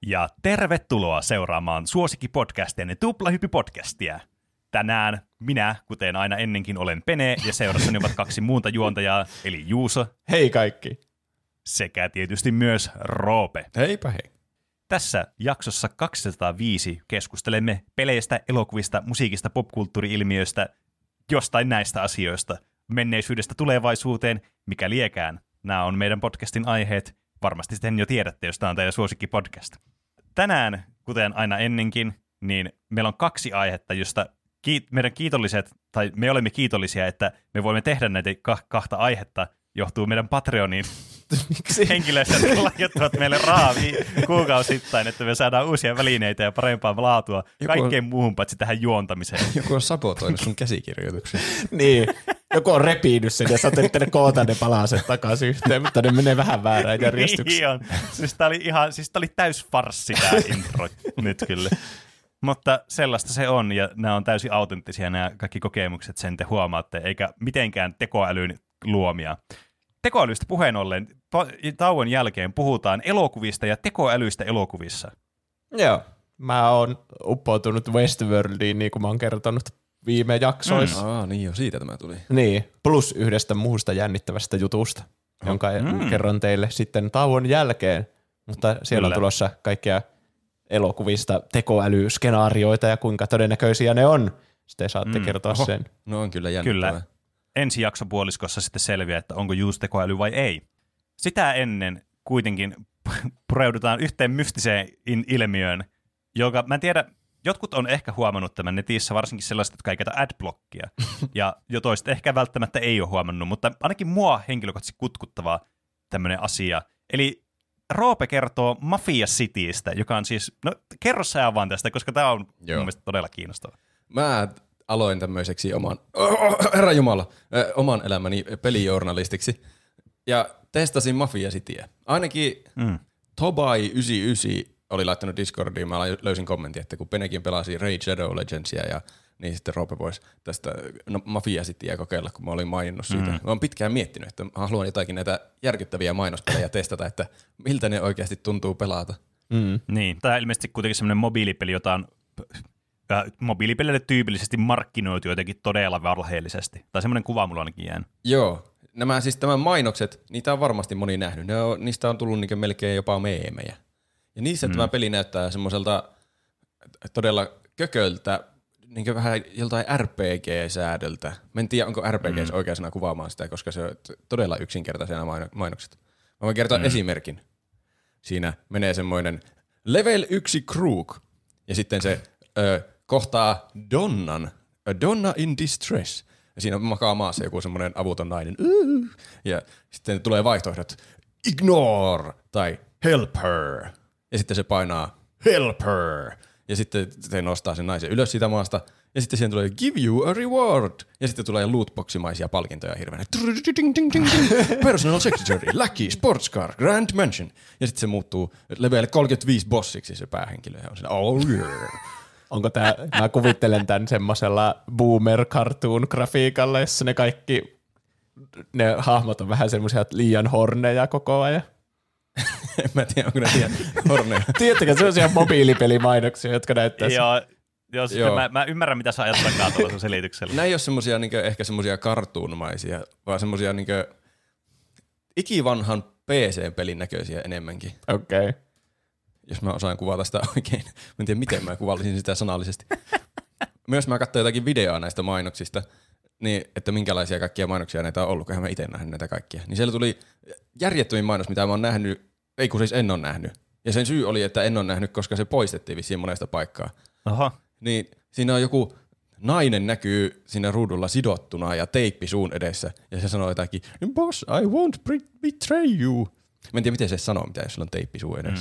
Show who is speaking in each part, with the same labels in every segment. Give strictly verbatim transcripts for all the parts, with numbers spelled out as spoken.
Speaker 1: Ja tervetuloa seuraamaan suosikkipodcastienne Tuplahyppy-podcastia. Tänään minä, kuten aina ennenkin, olen Pene ja seurassani ovat kaksi muuta juontajaa, eli Juuso.
Speaker 2: Hei kaikki.
Speaker 1: Sekä tietysti myös Roope.
Speaker 2: Heipä hei.
Speaker 1: Tässä jaksossa kaksisataaviisi keskustelemme peleistä, elokuvista, musiikista, popkulttuuri-ilmiöistä, jostain näistä asioista, menneisyydestä tulevaisuuteen, mikä liekään. Nämä on meidän podcastin aiheet. Varmasti sitten jo tiedätte, jos tämä on teidän suosikkipodcast. Tänään, kuten aina ennenkin, niin meillä on kaksi aihetta, josta kiit- meidän kiitolliset, tai me olemme kiitollisia, että me voimme tehdä näitä ka- kahta aihetta, johtuu meidän Patreonin henkilöistä, jotka lahjoittavat meille rahaa kuukausittain, että me saadaan uusia välineitä ja parempaa laatua kaikkeen on muuhun paitsi tähän juontamiseen.
Speaker 3: Joku on sabotoinut sun käsikirjoituksia.
Speaker 2: Niin, joku on repiinyt sen ja sä oot yrittänyt koota ne palaset takaisin yhteen, mutta ne menee vähän väärään järjestykseen.
Speaker 1: Niin on. Siis tää oli ihan, siis tää oli täys farssi tää intro nyt kyllä. Mutta sellaista se on, ja nämä on täysin autenttisia nämä kaikki kokemukset, sen te huomaatte, eikä mitenkään tekoälyn luomia. Tekoälystä puheen ollen, tauon jälkeen puhutaan elokuvista ja tekoälyistä elokuvissa.
Speaker 2: Joo, mä oon uppoutunut Westworldiin, niin kuin mä oon kertonut viime jaksoissa.
Speaker 3: Mm. Aa, niin jo, siitä tämä tuli.
Speaker 2: Niin, plus yhdestä muusta jännittävästä jutusta, oh. jonka mm. kerron teille sitten tauon jälkeen. Mutta siellä Kyllä. on tulossa kaikkea elokuvista tekoälyskenaarioita ja kuinka todennäköisiä ne on. Sitten saatte mm. kertoa Oho. sen.
Speaker 3: No on kyllä jännittävää.
Speaker 1: Kyllä. Ensi jaksopuoliskossa sitten selviää, että onko juuri tekoäly vai ei. Sitä ennen kuitenkin pureudutaan yhteen mystiseen ilmiöön, joka, mä en tiedä, jotkut on ehkä huomannut tämän netissä, varsinkin sellaiset, jotka ei käytä adblockia, ja jo toiset ehkä välttämättä ei ole huomannut, mutta ainakin mua henkilökohtaisesti kutkuttava tämmöinen asia. Eli Roope kertoo Mafia Citystä, joka on siis, no kerro sä vaan tästä, koska tämä on Joo. mun mielestä todella kiinnostavaa.
Speaker 3: Mä aloin tämmöiseksi oman, oh, herra jumala, äh, oman elämäni pelijournalistiksi ja testasin Mafia Cityä. Ainakin mm. Tobai yhdeksänkymmentäyhdeksän oli laittanut Discordiin, mä löysin kommentin, että kun Penekin pelasi Raid Shadow Legendsia ja niin sitten Roope voisi tästä no, Mafia Cityä kokeilla, kun mä olin maininnut siitä. Mm. Mä oon pitkään miettinyt, että haluan jotakin näitä järkyttäviä mainospelejä testata, että miltä ne oikeasti tuntuu pelata.
Speaker 1: Mm. Niin, tämä on ilmeisesti kuitenkin semmoinen mobiilipeli, jota on mobiilipelille tyypillisesti markkinoitu jotenkin todella valheellisesti. Tai semmoinen kuva mulla ainakin jäänyt.
Speaker 3: Joo. Nämä siis tämän mainokset, niitä on varmasti moni nähnyt. Ne on, niistä on tullut niin melkein jopa meemejä. Ja niissä mm. tämä peli näyttää semmoiselta todella kököltä, niin vähän joltain R P G-säädöltä. Mä en tiedä, onko R P G mm. oikea sana kuvaamaan sitä, koska se on todella yksinkertaisia nämä mainokset. Mä voin kertoa mm. esimerkin. Siinä menee semmoinen level yksi Krug. Ja sitten se ö, kohtaa Donnan, A Donna in Distress. Ja siinä makaa maassa joku semmoinen avuton nainen. Ja sitten tulee vaihtoehdot Ignore tai Help her. Ja sitten se painaa Help her. Ja sitten se nostaa sen naisen ylös siitä maasta. Ja sitten siihen tulee Give you a reward. Ja sitten tulee lootboximaisia palkintoja hirveänä. Personal secretary, lucky, sports car, grand mansion. Ja sitten se muuttuu level kolmekymmentäviisi bossiksi se päähenkilö. Ja on siinä, oh yeah.
Speaker 2: Onko tää, mä kuvittelen tämän semmoisella boomer-cartoon-grafiikalla, jossa ne kaikki, ne hahmot on vähän semmoisia liian horneja koko ajan.
Speaker 3: En mä tiedä, onko ne liian horneja.
Speaker 2: Tiedättekö, semmoisia mobiilipelimainoksia, jotka näyttää
Speaker 1: Joo, joo, joo. Mä, mä ymmärrän, mitä sä ajat takaa tuolla selityksellä.
Speaker 3: Nämä ei ole semmoisia niin ehkä semmoisia cartoon-maisia, vaan semmoisia niin ikivanhan P C-pelin näköisiä enemmänkin.
Speaker 2: Okei. Okay.
Speaker 3: Jos mä osaan kuvata sitä oikein. Mä en tiedä, miten mä kuvallisin sitä sanallisesti. Myös mä katsoin jotakin videoa näistä mainoksista, niin, että minkälaisia kaikkia mainoksia näitä on ollut, kun mä itse nähnyt näitä kaikkia. Niin siellä tuli järjettömin mainos, mitä mä oon nähnyt, ei kun siis en ole nähnyt. Ja sen syy oli, että en ole nähnyt, koska se poistettiin vissiin monesta paikkaa.
Speaker 1: Aha.
Speaker 3: Niin siinä on joku nainen näkyy siinä ruudulla sidottuna ja teippi suun edessä. Ja se sanoo jotakin, boss, I won't betray you. Mä en tiedä, miten se sanoo, mitä jos sillä on teippi suun edessä.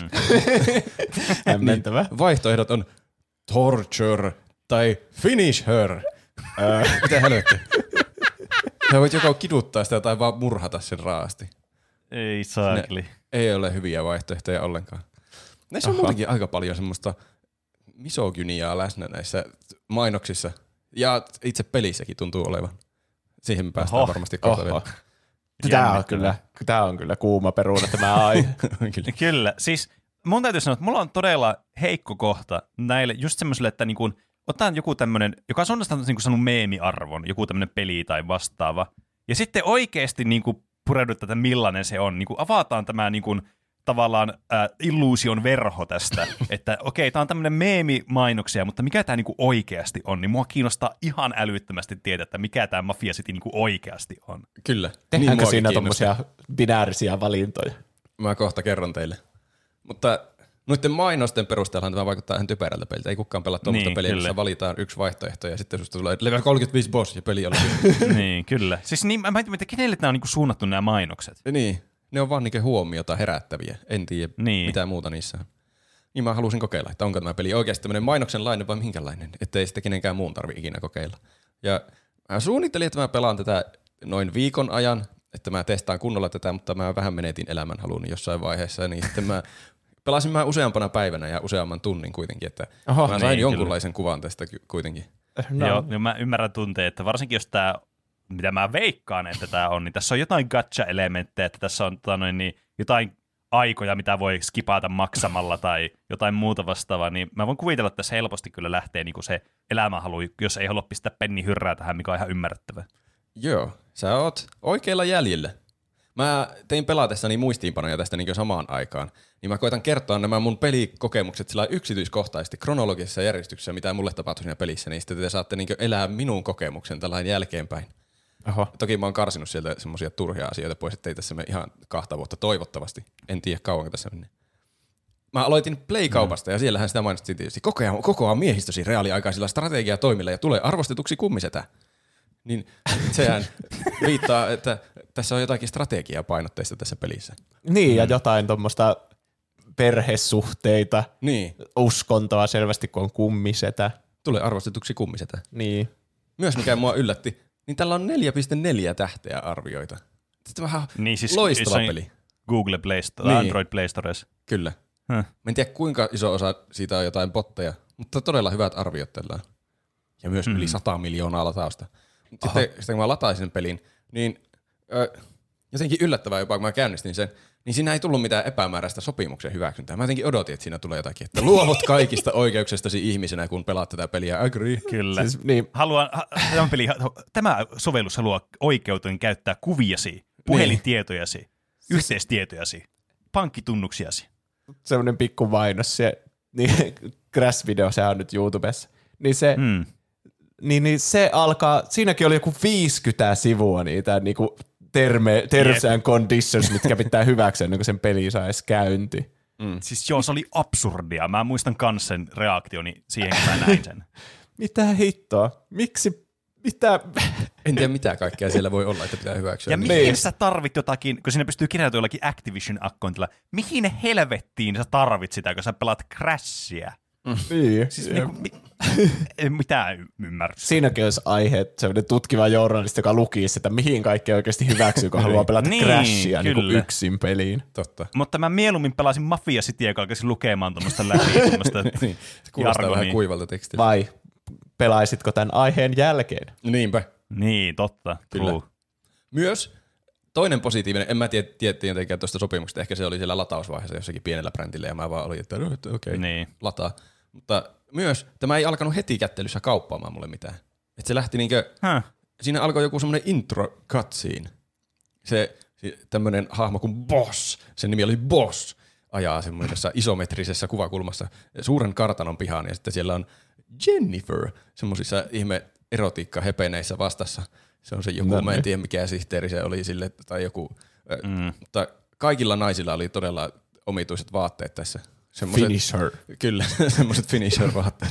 Speaker 3: Mm. niin, vaihtoehdot on torture tai finish her. Mitä helvettiä? Sä voit joko kiduttaa sitä tai vaan murhata sen raasti.
Speaker 1: Ei saakeli.
Speaker 3: Ei ole hyviä vaihtoehtoja ollenkaan. Näissä on muutenkin aika paljon semmoista misogyniaa läsnä näissä mainoksissa. Ja itse pelissäkin tuntuu olevan. Siihen me päästään Oho. varmasti kohta vielä.
Speaker 2: Tämä on, kyllä, tämä on kyllä kuuma peruna tämä aihe.
Speaker 1: kyllä. Kyllä, siis mun täytyy sanoa, että mulla on todella heikko kohta näille just semmoiselle, että niin kuin, otetaan joku tämmöinen, joka on suorastaan niin kuin sanonut meemiarvon, joku tämmöinen peli tai vastaava, ja sitten oikeasti niin kuin pureudut tätä, millainen se on. Niin kuin avataan tämä niin kuin, tavallaan äh, illuusion verho tästä, että okei, tämä on tämmöinen meemimainoksia, mutta mikä tämä niin kuin oikeasti on, niin mua kiinnostaa ihan älyttömästi tietää, että mikä tämä Mafia City niin kuin oikeasti on.
Speaker 3: Kyllä.
Speaker 2: Tehdäänkö
Speaker 3: niin
Speaker 2: siinä tommosia binäärisiä valintoja?
Speaker 3: Mä kohta kerron teille. Mutta noiden mainosten perusteella tämä vaikuttaa ihan typerältä peliltä. Ei kukaan pelaa tuommoista
Speaker 1: Niin,
Speaker 3: peliä,
Speaker 1: kyllä.
Speaker 3: missä valitaan yksi vaihtoehto ja sitten susta tulee level kolmekymmentäviisi boss ja peli on
Speaker 1: Niin, kyllä. Siis niin, mä mietin, että kenelle nämä on niin kuin suunnattu nämä mainokset?
Speaker 3: Niin, ne on vaan niinku huomiota herättäviä. En tiedä
Speaker 1: Niin.
Speaker 3: mitä muuta niissä on. Niin mä halusin kokeilla, että onko tämä peli oikeasti tämmöinen mainoksenlainen vai minkälainen, ettei sitten kenenkään muun tarvi ikinä kokeilla. Ja mä suunnittelin, että mä pelaan tätä noin viikon ajan, että mä testaan kunnolla tätä, mutta mä vähän menetin elämänhaluni jossain vaiheessa, niin sitten mä pelasin mä useampana päivänä ja useamman tunnin kuitenkin, että
Speaker 2: Oho,
Speaker 3: mä sain
Speaker 1: niin,
Speaker 3: jonkunlaisen kyllä. kuvan tästä kuitenkin.
Speaker 2: No.
Speaker 1: Joo, ja mä ymmärrän tunteen, että varsinkin jos tämä, mitä mä veikkaan, että tämä on, niin tässä on jotain gacha-elementtejä, että tässä on tota noin, niin, jotain aikoja, mitä voi skipata maksamalla tai jotain muuta vastaavaa, niin mä voin kuvitella, että se helposti kyllä lähtee niin kuin se elämänhalu, jos ei halua pistää penni hyrrää tähän, mikä on ihan ymmärrettävä.
Speaker 3: Joo, sä oot oikeilla jäljillä. Mä tein pelatessani muistiinpanoja tästä niin samaan aikaan, niin mä koitan kertoa nämä mun pelikokemukset sillä yksityiskohtaisesti kronologisessa järjestyksessä, mitä mulle tapahtui siinä pelissä, niin sitten te saatte niin elää minun kokemuksen tällainen jälkeenpäin.
Speaker 2: Oho.
Speaker 3: Toki mä oon karsinut sieltä semmosia turhia asioita pois, ettei tässä mene ihan kahta vuotta toivottavasti. En tiedä kauanko tässä menee. Mä aloitin Play-kaupasta mm. ja siellähän sitä mainittiin tietysti. Kokoaa, kokoaa miehistösi reaaliaikaisilla strategiatoimilla ja tulee arvostetuksi kummisetä. Niin sehän viittaa, että tässä on jotakin strategiaa painotteista tässä pelissä.
Speaker 2: Niin, ja jotain tuommoista perhesuhteita,
Speaker 3: Niin,
Speaker 2: uskontoa selvästi, kun on kummisetä.
Speaker 3: tulee arvostetuksi kummisetä.
Speaker 2: Niin.
Speaker 3: Myös mikä mua yllätti, niin tällä on neljä pilkku neljä tähteä arvioita. Sitten vähän
Speaker 1: Niin siis
Speaker 3: loistava peli.
Speaker 1: Google Play Store,
Speaker 3: Niin.
Speaker 1: Android Play Stores.
Speaker 3: Kyllä.
Speaker 1: Huh.
Speaker 3: Mä en tiedä kuinka iso osa siitä on jotain botteja, mutta todella hyvät arviot tällä on. Ja myös mm. yli sata miljoonaa latausta. Sitten, sitten kun mä lataisin sen pelin, niin ö, jotenkin yllättävää jopa, kun mä käynnistin sen, niin siinä ei tullut mitään epämääräistä sopimuksen hyväksyntää. Mä jotenkin odotin, että siinä tulee jotakin, että luovut kaikista oikeuksistasi ihmisenä, kun pelaat tätä peliä. Agree.
Speaker 1: Kyllä.
Speaker 2: Siis, niin.
Speaker 1: Haluan, ha, tämä, peli, tämä sovellus haluaa oikeuden käyttää kuviasi, puhelintietojasi, niin. yhteistietojasi, pankkitunnuksiasi.
Speaker 2: Semmoinen pikku mainos, se niin, Crash-video, se on nyt YouTubessa. Niin se,
Speaker 1: Hmm.
Speaker 2: niin, niin se alkaa, siinäkin oli joku viisikymmentä sivua niitä niinku terme, terms and conditions, mitkä pitää hyväksyä ennen kuin sen peli saa edes käynti.
Speaker 1: Mm. Siis joo, se oli absurdia. Mä muistan kans sen reaktioni siihen, kun mä näin sen.
Speaker 2: Mitä hittoa? Miksi? Mitä?
Speaker 3: En tiedä mitä kaikkea siellä voi olla, että pitää hyväksyä.
Speaker 1: Ja
Speaker 3: niin.
Speaker 1: mihin sä tarvit jotakin, kun siinä pystyy kirjautumaan jollakin Activision-akkontilla, mihin helvettiin sä tarvit sitä, kun sä pelaat Crashia?
Speaker 2: Niin.
Speaker 1: Siis niinku, mi- ei mitään ymmärrystä.
Speaker 2: Siinäkin olisi aihe, että semmoinen tutkiva journalisti, joka lukisi, että mihin kaikki oikeasti hyväksyy, kun haluaa pelata
Speaker 1: Niin,
Speaker 2: Crashia niin kuin
Speaker 1: kyllä.
Speaker 2: yksin peliin.
Speaker 3: Totta.
Speaker 1: Mutta mä mieluummin pelasin Mafia Cityä, joka alkaisin lukemaan tuommoista läpi, tuommoista
Speaker 3: Niin. Se kuulostaa
Speaker 1: jargonia.
Speaker 3: vähän kuivalta tekstiltä.
Speaker 2: Vai pelaisitko tämän aiheen jälkeen?
Speaker 3: Niinpä.
Speaker 1: Niin, totta.
Speaker 3: Kyllä.
Speaker 1: True.
Speaker 3: Myös toinen positiivinen, en mä tiedä tiedä tietenkään tuosta sopimuksesta, ehkä se oli siellä latausvaiheessa jossakin pienellä brändillä ja mä vaan olin, että, että okei, okay,
Speaker 1: Niin.
Speaker 3: lataa. Mutta myös tämä ei alkanut heti kättelyssä kauppaamaan mulle mitään. Että se lähti niinkö,
Speaker 1: Huh.
Speaker 3: siinä alkoi joku semmoinen intro cutscene. Se, se tämmönen hahmo kuin Boss, sen nimi oli Boss, ajaa semmoisessa isometrisessä kuvakulmassa suuren kartanon pihaan ja sitten siellä on Jennifer semmoisissa ihme erotiikka-hepeneissä vastassa. Se on se joku, no, mä en tiedä mikä sihteeri se oli sille, tai joku, mm. mutta kaikilla naisilla oli todella omituiset vaatteet tässä. Semmoset,
Speaker 2: Finish her.
Speaker 3: Kyllä, semmoiset finisher-vaatteet.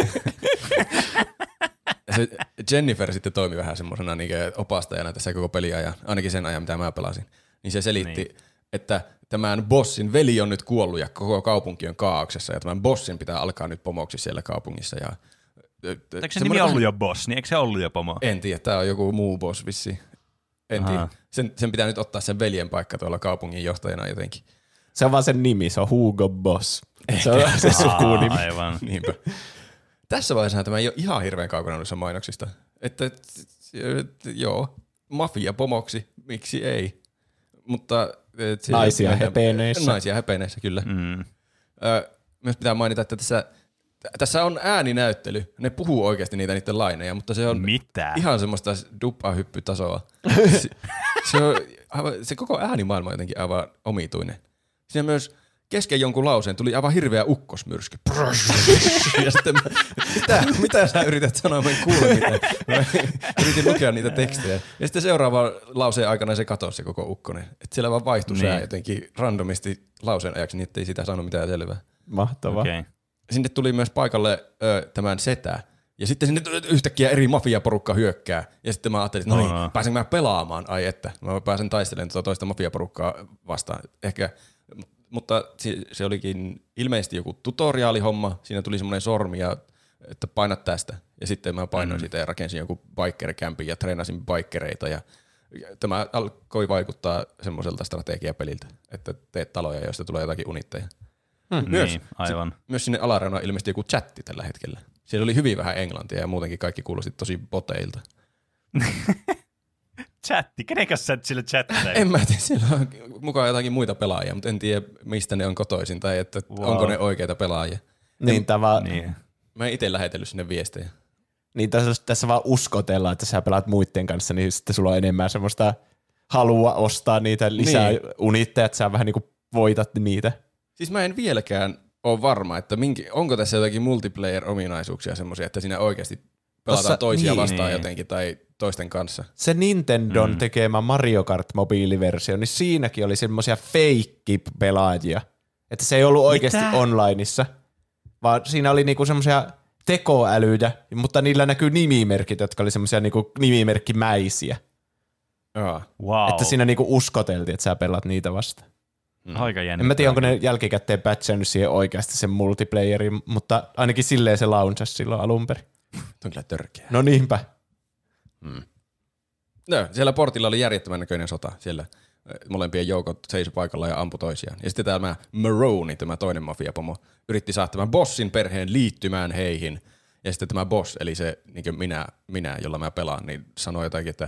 Speaker 3: Se Jennifer sitten toimi vähän semmoisena niin opastajana tässä koko peliajan, ainakin sen ajan, mitä mä pelasin. Niin se selitti, niin. että tämän bossin veli on nyt kuollut ja koko kaupunki on kaauksessa ja tämän bossin pitää alkaa nyt pomoksi siellä kaupungissa. Ja,
Speaker 1: eikö se nimi ollut jo boss, niin eikö se ollut jo pomo?
Speaker 3: En tiedä, tää on joku muu boss vissiin. En tiedä. Sen, sen pitää nyt ottaa sen veljen paikka tuolla kaupungin johtajana jotenkin.
Speaker 2: Se on vaan sen nimi, se on Hugo Boss. Se on se sukunimi.
Speaker 1: Aivan.
Speaker 3: Niinpä. Tässä vaiheessa tämä ei ole ihan hirveän kaukana noissa mainoksista. Että et, et, joo, mafia pomoksi, miksi ei? Mutta et,
Speaker 2: naisia hepeneissä.
Speaker 3: Naisia hepeneissä, kyllä.
Speaker 1: Mm.
Speaker 3: Ö, myös pitää mainita, että tässä, tässä on ääninäyttely. Ne puhuu oikeasti niitä niiden laineja, mutta se on
Speaker 1: Mitä?
Speaker 3: ihan semmoista duppa-hyppytasoa. se, se, on, se koko äänimaailma on jotenkin aivan omituinen. Siinä myös kesken jonkun lauseen tuli aivan hirveä ukkosmyrsky. Ja sitten mä, mitä, mitä sä yrität sanoa, mä en kuule mitään. Mä yritin lukea niitä tekstejä. Ja sitten seuraava lauseen aikana se katosi se koko ukkonen. Että siellä vaan vaihtui niin. sää jotenkin randomisti lauseen ajaksi, niin ettei sitä saanut mitään selvää.
Speaker 2: Mahtavaa.
Speaker 1: Okay.
Speaker 3: Sinne tuli myös paikalle ö, tämän setä. Ja sitten sinne yhtäkkiä eri mafiaporukka hyökkää. Ja sitten mä ajattelin, että no niin, pääsenkö mä pelaamaan? Ai että, mä pääsen taistelemaan tuota toista mafiaporukkaa vastaan. Ehkä, mutta se, se olikin ilmeisesti joku tutoriaalihomma. Siinä tuli semmoinen sormi, ja, että painat tästä. Ja sitten mä painoin mm. sitä ja rakensin joku biker-kämpin ja treenasin bikereita. Ja tämä alkoi vaikuttaa semmoiselta strategiapeliltä, että teet taloja, joista tulee jotakin unitteja.
Speaker 1: Hmm. Myös, niin, aivan.
Speaker 3: Se, myös sinne alareunaan ilmestyi joku chatti tällä hetkellä. Siellä oli hyvin vähän englantia ja muutenkin kaikki kuulosti tosi boteilta.
Speaker 1: Chatti? Kenenkäs sä sillä chattelee?
Speaker 3: En mä tiedä, siellä on mukaan jotakin muita pelaajia, mutta en tiedä mistä ne on kotoisin tai että wow. onko ne oikeita pelaajia.
Speaker 2: Niin, tämä...
Speaker 1: niin.
Speaker 3: Mä en itse lähetellyt sinne viestejä.
Speaker 2: Niin tässä, tässä vaan uskotellaan, että sä pelaat muiden kanssa, niin sitten sulla on enemmän semmoista halua ostaa niitä lisää niin. unitteja, että sä vähän niin kuin voitat niitä.
Speaker 3: Siis mä en vieläkään ole varma, että minkä, onko tässä jotakin multiplayer-ominaisuuksia semmoisia, että siinä oikeasti pelataan Tossa, toisia niin, vastaan niin. jotenkin tai toisten kanssa.
Speaker 2: Se Nintendon mm. tekemä Mario Kart-mobiiliversio, niin siinäkin oli semmoisia feikkipelaajia. Että se ei ollut oikeasti Mitä? onlineissa, vaan siinä oli niinku semmoisia tekoälyjä, mutta niillä näkyy nimimerkit, jotka oli semmoisia niinku nimimerkkimäisiä.
Speaker 1: Wow.
Speaker 2: Että siinä niinku uskoteltiin, että sä pelaat niitä vastaan.
Speaker 1: Mm. Aika jännä.
Speaker 2: En mä tiedä, onko ne jälkikäteen patchannut siihen oikeasti sen multiplayerin, mutta ainakin silleen se launchasi silloin alun perin.
Speaker 3: On kyllä törkeä.
Speaker 2: No niinpä.
Speaker 3: Hmm. No, siellä portilla oli järjettömän näköinen sota. Siellä molempien joukot seisoi paikalla ja ampui toisiaan. Ja sitten tämä Maroni, tämä toinen mafiapomo, yritti saada tämän bossin perheen liittymään heihin. Ja sitten tämä boss, eli se niin minä, minä, jolla mä pelaan, niin sanoi jotakin, että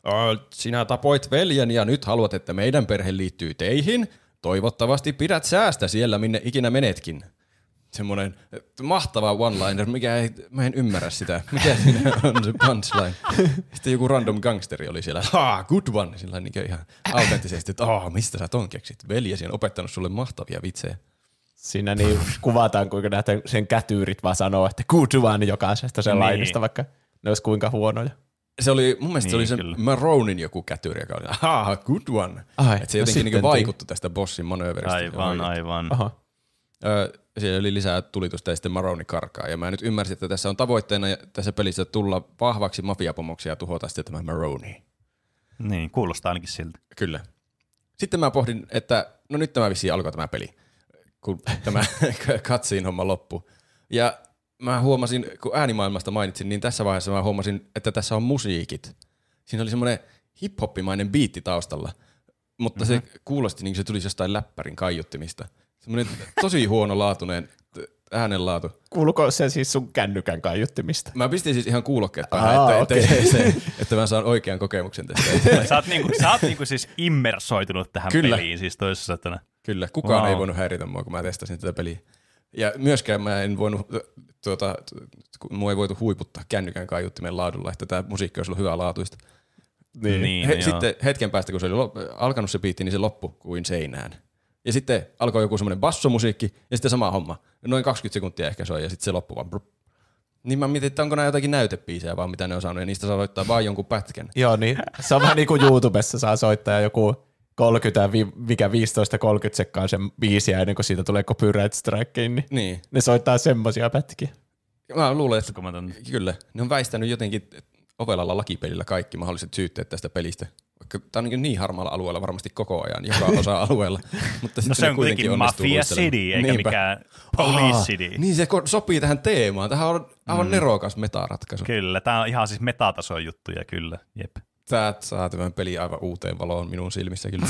Speaker 3: sinä tapoit veljen ja nyt haluat, että meidän perhe liittyy teihin. Toivottavasti pidät säästä siellä, minne ikinä menetkin. Semmoinen mahtava one-liner, mikä ei, mä en ymmärrä sitä. Mikä siinä on se punchline? Sitten joku random gangsteri oli siellä, ah, good one, sillä niin ihan autenttisesti, että ah, mistä sä ton keksit? Veljesi on opettanut sulle mahtavia vitsejä.
Speaker 2: Siinä niin kuvataan, kuinka näitä sen kätyyrit vaan sanoo, että good one jokaisesta sen niin. lainista, vaikka ne olisi kuinka huonoja.
Speaker 3: Se oli, mun mielestä niin, se oli se Maronin joku kätyri, joka oli, aha, good one. Ai, että se
Speaker 2: no
Speaker 3: jotenkin niin vaikuttui tästä bossin manööveristä.
Speaker 1: Aivan, aivan.
Speaker 2: Aha.
Speaker 3: Öö, siellä oli lisää tulitusta ja sitten Maroni karkaa. Ja mä nyt ymmärsin, että tässä on tavoitteena tässä pelissä tulla vahvaksi mafiapomoksi ja tuhota sitten tämä Maroni.
Speaker 1: Niin, kuulostaa ainakin siltä.
Speaker 3: Kyllä. Sitten mä pohdin, että no nyt tämä vissiin alkoi tämä peli, kun tämä cutscene homma loppui. Ja mä huomasin, kun äänimaailmasta mainitsin, niin tässä vaiheessa mä huomasin, että tässä on musiikit. Siinä oli semmoinen hip-hoppimainen biitti taustalla, mutta mm-hmm. se kuulosti niin kuin se tulisi jostain läppärin kaiuttimista. Semmoinen tosi huonolaatuinen äänenlaatu.
Speaker 2: Kuuluuko se siis sun kännykän kaiuttimista?
Speaker 3: Mä pistin siis ihan kuulokkeet päähän, että, okay. että, se, että mä saan oikean kokemuksen tästä.
Speaker 1: Sä oot, niinku, sä oot niinku siis immersoitunut tähän Kyllä. peliin siis toisessa sattuna.
Speaker 3: Kyllä, kukaan wow. ei voinut häiritä mua, kun mä testasin tätä peliä. Ja myöskään mä en voinut, tuota, mua ei voitu huiputtaa kännykän kaiuttimen laadulla, että tämä musiikki olisi ollut hyvää laatuista.
Speaker 1: Niin. niin,
Speaker 3: He, sitten hetken päästä, kun se oli alkanut se biitti, niin se loppui kuin seinään. Ja sitten alkoi joku semmoinen bassomusiikki, ja sitten sama homma. Noin kaksikymmentä sekuntia ehkä soi, ja sitten se loppui vaan. Brr. Niin mä mietin, että onko nämä jotakin näytebiisejä vaan, mitä ne on saanut, ja niistä saa soittaa vaan jonkun pätkän.
Speaker 2: Joo, niin se on vähän niin kuin YouTubessa saa soittaa joku kolmekymmentä, mikä viisitoista kolmekymmentä sekkaa sen biisiä, ennen kuin siitä tulee copyright strike, niin, niin ne soittaa semmoisia pätkiä.
Speaker 3: Mä luulen, että kyllä. Ne on väistänyt jotenkin ovelalla lakipelillä kaikki mahdolliset syytteet tästä pelistä. Vaikka tämä on niin, niin harmaalla alueella varmasti koko ajan, joka osa-alueella. Mutta
Speaker 1: no se on kuitenkin Mafia City, eikä Niinpä. mikään Police Aa, City.
Speaker 3: Niin se sopii tähän teemaan. Tähän on aivan mm. nerokas metaratkaisu.
Speaker 1: Kyllä, tämä on ihan siis metatason juttuja, kyllä. Jep.
Speaker 3: Tää saa tämän peli aivan uuteen valoon minun silmissä kyllä.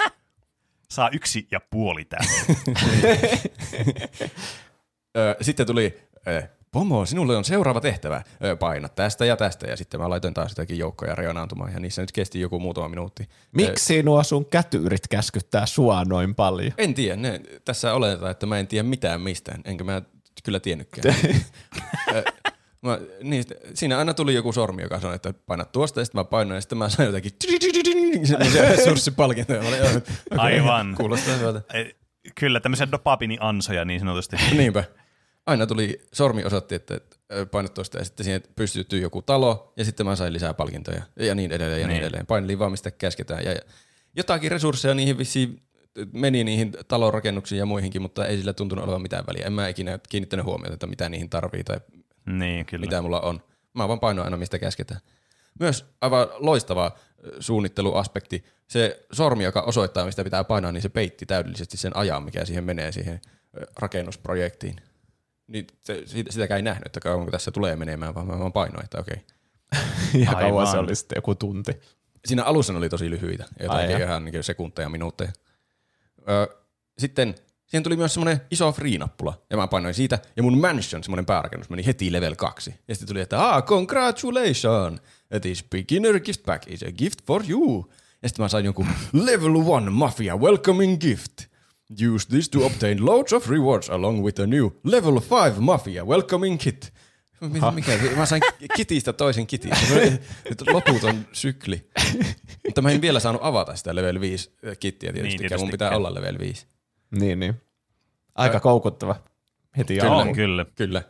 Speaker 1: Saa yksi ja puoli tää.
Speaker 3: Sitten tuli Pomo, sinulle on seuraava tehtävä. Paina tästä ja tästä. Ja sitten mä laitoin taas jotakin joukkoja reunaantumaan. Ja niissä nyt kesti joku muutama minuutti.
Speaker 2: Miksi nuo sun kätyyrit käskyttää sua noin paljon?
Speaker 3: En tiedä. Ne, tässä oletetaan, että mä en tiedä mitään mistään. Enkä mä kyllä tiennytkään. Mä, niin, siinä aina tuli joku sormi, joka sanoi, että paina tuosta, ja sitten mä painoin, ja sitten mä sain jotakin semmoisia resurssipalkintoja.
Speaker 1: Aivan.
Speaker 3: Kuulostaa hyvältä.
Speaker 1: Kyllä, tämmöisiä dopamini-ansoja niin sanotusti.
Speaker 3: Niinpä. Aina tuli, sormi osoitti, että paina tuosta, ja sitten siihen pystyttyy joku talo, ja sitten mä sain lisää palkintoja, ja niin edelleen, ja niin, niin edelleen. Painelin vaan, mistä käsketään. Ja jotakin resursseja niihin vissiin meni niihin talonrakennuksiin ja muihinkin, mutta ei sillä tuntunut olevan mitään väliä. En mä ikinä kiinnittänyt huomiota, että mitä niihin tarvii tai
Speaker 1: niin, kyllä.
Speaker 3: mitä mulla on. Mä vaan painoin aina, mistä käsketään. Myös aivan loistava suunnitteluaspekti. Se sormi, joka osoittaa, mistä pitää painaa, niin se peitti täydellisesti sen ajan, mikä siihen menee siihen rakennusprojektiin. Niin se, sitäkään ei nähnyt, että kauanko tässä tulee menemään, vaan mä vaan painoin, että okei.
Speaker 2: Ja kauan se oli sitten joku tunti.
Speaker 3: Siinä alussa oli tosi lyhyitä, jotakin ihan niin sekunteja, minuutteja. Öö, sitten siihen tuli myös semmoinen iso free-nappula, ja mä painoin siitä, ja mun mansion, semmoinen päärakennus, meni heti level kaksi. Ja sitten tuli, että ah, congratulations, this beginner gift pack is a gift for you. Ja sitten mä sain jonkun level one mafia welcoming gift. Use this to obtain loads of rewards along with a new level five mafia welcoming kit. Mikä? Mä sain kitistä toisen kitin. Loputon sykli. Mutta mä en vielä saanut avata sitä level viisi kittiä tietysti, niin, mun pitää olla level viisi.
Speaker 2: Niin, niin. Aika Ä- koukuttava. Heti
Speaker 1: kyllä, on, kyllä.
Speaker 3: Kyllä.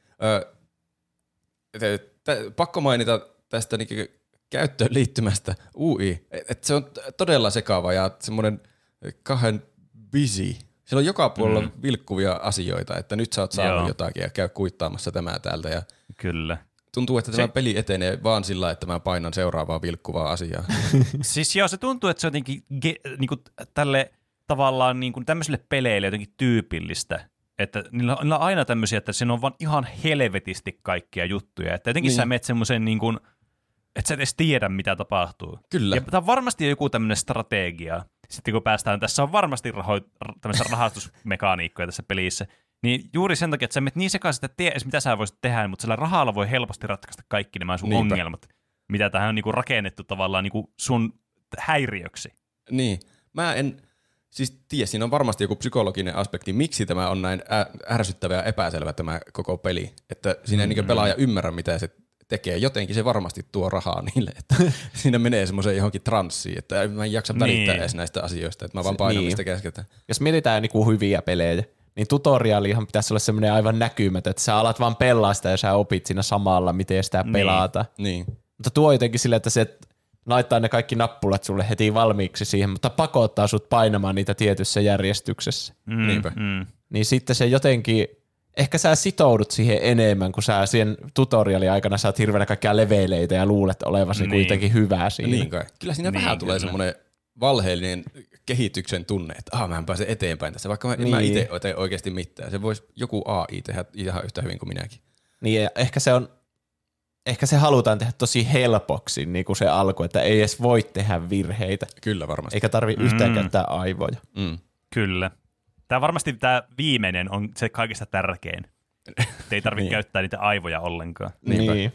Speaker 3: Ö, t- t- pakko mainita tästä niinku käyttöön liittymästä U I, että se on todella sekava ja semmoinen kahden busy. Siellä on joka puolella mm. vilkkuvia asioita, että nyt sä oot saanut Joo. jotakin ja käy kuittaamassa tämä täältä. Ja
Speaker 1: kyllä.
Speaker 3: Tuntuu, että tämä se... peli etenee vaan sillä, että mä painan seuraavaa vilkkuvaa asiaa.
Speaker 1: Siis joo, se tuntuu, että se on jotenkin ge- niinku tälle tavallaan niinku tämmöisille peleille jotenkin tyypillistä, että niillä on, niillä on aina tämmöisiä, että siinä on vaan ihan helvetisti kaikkia juttuja, että jotenkin niin. sä menet semmoisen niin kuin, että sä et edes tiedä, mitä tapahtuu.
Speaker 3: Kyllä.
Speaker 1: Ja tämä on varmasti joku tämmöinen strategia. Sitten kun päästään, tässä on varmasti raho- tämmöisiä rahastusmekaniikkoja tässä pelissä, niin juuri sen takia, että sä menet niin sekaisin, että tiedä edes, mitä sä voisit tehdä, mutta sillä rahalla voi helposti ratkaista kaikki nämä sun Niinpä. ongelmat, mitä tähän on niinku rakennettu tavallaan niinku sun häiriöksi.
Speaker 3: Niin. Mä en siis tiedä, siinä on varmasti joku psykologinen aspekti, miksi tämä on näin ärsyttävä ja epäselvä tämä koko peli. Että siinä ei mm-hmm. niin pelaaja ymmärrä, mitä se tekee. Jotenkin se varmasti tuo rahaa niille, että siinä menee semmoiseen johonkin transsiin, että mä en jaksa välittää niin. edes näistä asioista, että mä vaan painan, niin. mistä käsketään.
Speaker 2: Jos mietitään niin kuin hyviä pelejä, niin tutoriaalihan pitäisi olla semmoinen aivan näkymätön, että sä alat vaan pelaa sitä ja sä opit siinä samalla, miten sitä niin. pelata.
Speaker 3: Niin.
Speaker 2: Mutta tuo jotenkin silleen, että se laittaa ne kaikki nappulat sulle heti valmiiksi siihen, mutta pakottaa sut painamaan niitä tietyssä järjestyksessä.
Speaker 1: Mm,
Speaker 3: Niinpä.
Speaker 1: Mm.
Speaker 2: Niin sitten se jotenkin, ehkä sä sitoudut siihen enemmän, kun sä siihen tutorialin aikana saat hirveänä kaikkia leveleitä ja luulet olevasi niin. kuitenkin hyvää siinä.
Speaker 3: Niin kai. Kyllä siinä niin, vähän kyllä. tulee semmoinen valheellinen kehityksen tunne, että ah, mä en pääse eteenpäin tässä, vaikka mä, niin. mä itse tee oikeasti mitään. Se voisi joku A I tehdä ihan yhtä hyvin kuin minäkin.
Speaker 2: Niin ja ehkä se on, ehkä se halutaan tehdä tosi helpoksi, niin kuin se alku, että ei edes voi tehdä virheitä.
Speaker 3: Kyllä varmasti.
Speaker 2: Eikä tarvitse mm. yhtään käyttää aivoja.
Speaker 3: Mm.
Speaker 1: Kyllä. Tämä varmasti tämä viimeinen on se kaikista tärkein. Ei tarvitse niin. käyttää niitä aivoja ollenkaan.
Speaker 2: Niinpä. Niin.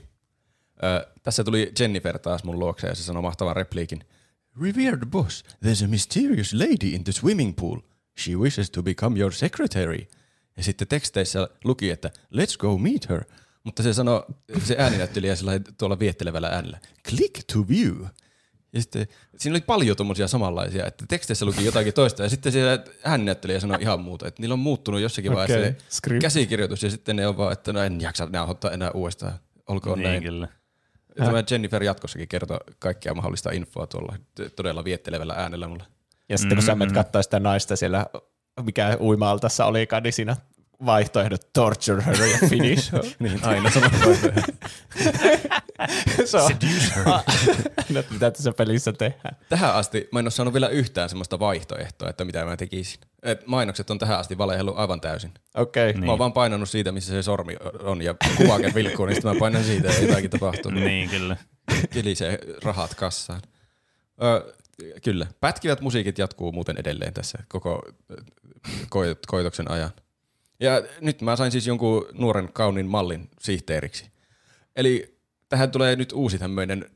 Speaker 3: Ö, tässä tuli Jennifer taas mun luokse ja se sanoi mahtavan repliikin. Revered boss, there's a mysterious lady in the swimming pool. She wishes to become your secretary. Ja sitten teksteissä luki, että let's go meet her. Mutta se sanoi, se ääninäyttelijä tuolla viettelevällä äänellä, click to view. Ja sitten siinä oli paljon tommosia samanlaisia, että teksteissä luki jotakin toista ja sitten siellä ääninäyttelijä sanoi ihan muuta, että niillä on muuttunut jossakin okay. vaiheessa se käsikirjoitus ja sitten ne on vaan, että no en jaksa nauhoittaa enää uudestaan, olkoon niin, näin. Kyllä. Tämä Jennifer jatkossakin kertoi kaikkea mahdollista infoa tuolla todella viettelevällä äänellä mulle.
Speaker 2: Ja sitten kun mm-hmm. sä menet katsoa sitä naista siellä, mikä uima-altassa olikaan, niin siinä vaihtoehdot torture her ja finish her.
Speaker 3: Niin, aina sama vaihtoehto.
Speaker 2: Seduce her. Mitä tässä pelissä tehdään?
Speaker 3: Tähän asti mä en ole saanut vielä yhtään semmoista vaihtoehtoa, että mitä mä tekisin. Et mainokset on tähän asti valehdellut aivan täysin.
Speaker 2: Okei.
Speaker 3: Okay. Mä oon vaan painanut siitä, missä se sormi on ja kuvake vilkkuu, niin sitten mä painan siitä ja jotakin tapahtuu.
Speaker 1: Niin, kyllä.
Speaker 3: Kilisee rahat kassaan. Ö, kyllä. Pätkivät musiikit jatkuu muuten edelleen tässä koko koitoksen ajan. Ja nyt mä sain siis jonkun nuoren kauniin mallin sihteeriksi. Eli tähän tulee nyt uusi tämmöinen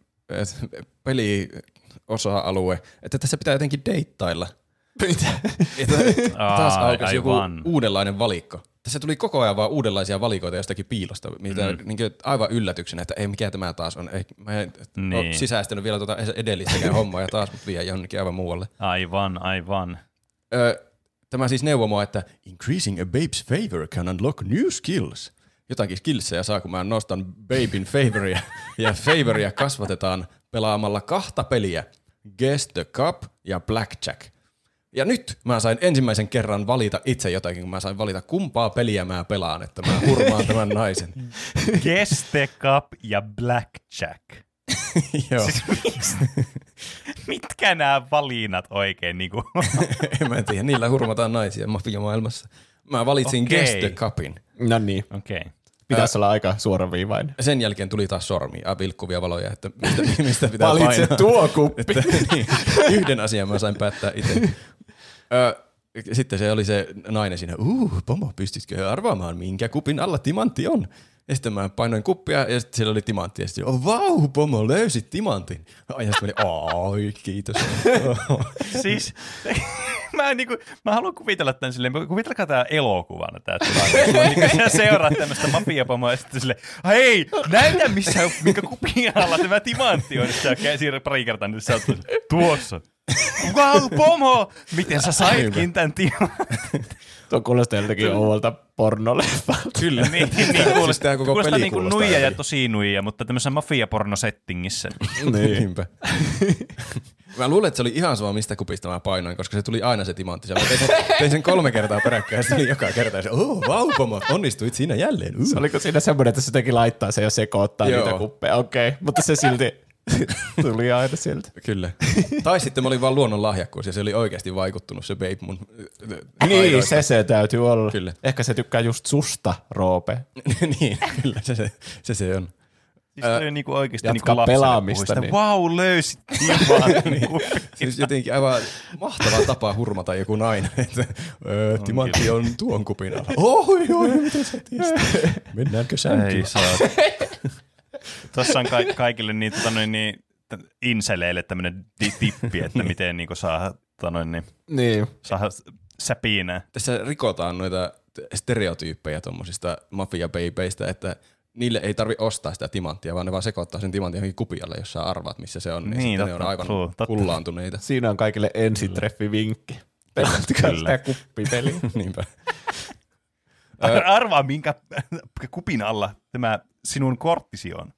Speaker 3: peliosa-alue, että tässä pitää jotenkin deittailla.
Speaker 2: Mitä?
Speaker 3: Taas aukesi joku uudenlainen valikko. Tässä tuli koko ajan vaan uudenlaisia valikoita jostakin piilosta, mitä mm. niin aivan yllätyksenä, että ei mikä tämä taas on. Ei, mä en niin. ole sisäistänyt vielä tuota edellistäkään hommaa ja taas mut vie jonnekin aivan muualle.
Speaker 1: Aivan, aivan.
Speaker 3: Ö, tämä siis neuvoo mua, että increasing a babe's favor can unlock new skills. Jotakin skillsejä saa, kun mä nostan babyn favoria. Ja favoria kasvatetaan pelaamalla kahta peliä. Guess the Cup ja Blackjack. Ja nyt mä sain ensimmäisen kerran valita itse jotakin, kun mä sain valita kumpaa peliä mä pelaan, että mä hurmaan tämän naisen.
Speaker 1: Guess the Cup ja Blackjack.
Speaker 3: Joo.
Speaker 1: Siis, mitkä nämä valinnat oikein? Niin kuin?
Speaker 3: En mä tiedä, niillä hurmataan naisia mafiamaailmassa. Mä valitsin okay. Guess the Cupin.
Speaker 2: No niin.
Speaker 1: Okay.
Speaker 2: Pitäisi äh, olla aika suoraviivainen.
Speaker 3: Sen jälkeen tuli taas sormia, vilkkuvia valoja, että mistä, mistä pitää
Speaker 2: Valitse
Speaker 3: painaa.
Speaker 2: Valitse tuo kuppi.
Speaker 3: Että, niin, yhden asian mä sain päättää itse. Ö, sitten se oli se nainen siinä, uh, pomo, pystytkö arvaamaan, minkä kupin alla timantti on? Ja sitten mä painoin kuppia ja sitten siellä oli timantti. Ja sitten, oh, vau, pomo, löysit timantin. Ja sitten mä olin, ai, kiitos.
Speaker 1: Siis, mä, niinku, mä haluan kuvitella tämän silleen, kuvitelkaa tämä elokuvana tämä tilanne. Niin sä seuraat tämmöistä mafiapomoa ja sitten silleen, hei, näytä missä, minkä kupin alla tämä timantti on. Ja sitten sä siirrät pari kertaa, niin sä oot tuossa. Vau, wow, pomo! Miten sä saitkin tämän timantin?
Speaker 2: Tuo kuulostaa jotenkin ouolta pornoleffalta.
Speaker 3: Kyllä.
Speaker 1: Niin, niin kuulostaa, koko kuulostaa niin kuin nuija ja tosi nuija, mutta tämmöisessä mafia-pornosettingissä.
Speaker 3: Niinpä. Mä luulen, että se oli ihan sama, mistä kupista mä painoin, koska se tuli aina se timantti. Mä tein sen, tein sen kolme kertaa peräkkäin ja se tuli joka kerta. Ja se, oh, vau, pomo, onnistuit siinä jälleen. Uh.
Speaker 2: Se oliko siinä semmoinen, että se jotenkin laittaa se ja sekoittaa Joo. niitä kuppeja? Okei, okay. Mutta se silti tuli aina sieltä.
Speaker 3: Kyllä. Tai sitten mä olin vaan luonnon lahjakkuus ja se oli oikeasti vaikuttunut se babe mun
Speaker 2: Niin, se se täytyy olla.
Speaker 3: Kyllä.
Speaker 2: Ehkä se tykkää just susta, Roope.
Speaker 3: Niin, kyllä se se, se, se on.
Speaker 1: Siis toi on niinku oikeasti
Speaker 2: Jatkaa
Speaker 1: niinku
Speaker 2: pelaamista.
Speaker 1: Niin. Vau, löysit timantin.
Speaker 3: Niin. Siis jotenkin aivan mahtava tapa hurmata joku nainen. Että, öö, timantti on tuon kupin alla. Oi, oi, mitä sä tiesit? Mennäänkö sänkyyn?
Speaker 1: Ei saa. Tuossa on ka- kaikille niin, tota noin, niin, inseleille tämmöinen di- tippi, että miten niin saa, tota noin, niin,
Speaker 2: niin.
Speaker 1: saa säpiinää.
Speaker 3: Tässä rikotaan noita stereotyyppejä tuommoisista mafia-babeista, että niille ei tarvi ostaa sitä timanttia, vaan ne vaan sekoittaa sen timantin johonkin kupialle, jos sä arvaat, missä se on. Niin, niin totta, ne on aivan true, hullaantuneita.
Speaker 2: Siinä on kaikille ensitreffivinkki. Pelatkaa sitä kuppipeliä.
Speaker 3: Niinpä.
Speaker 1: Ar- arvaa, minkä kupin alla tämä sinun korttisi on.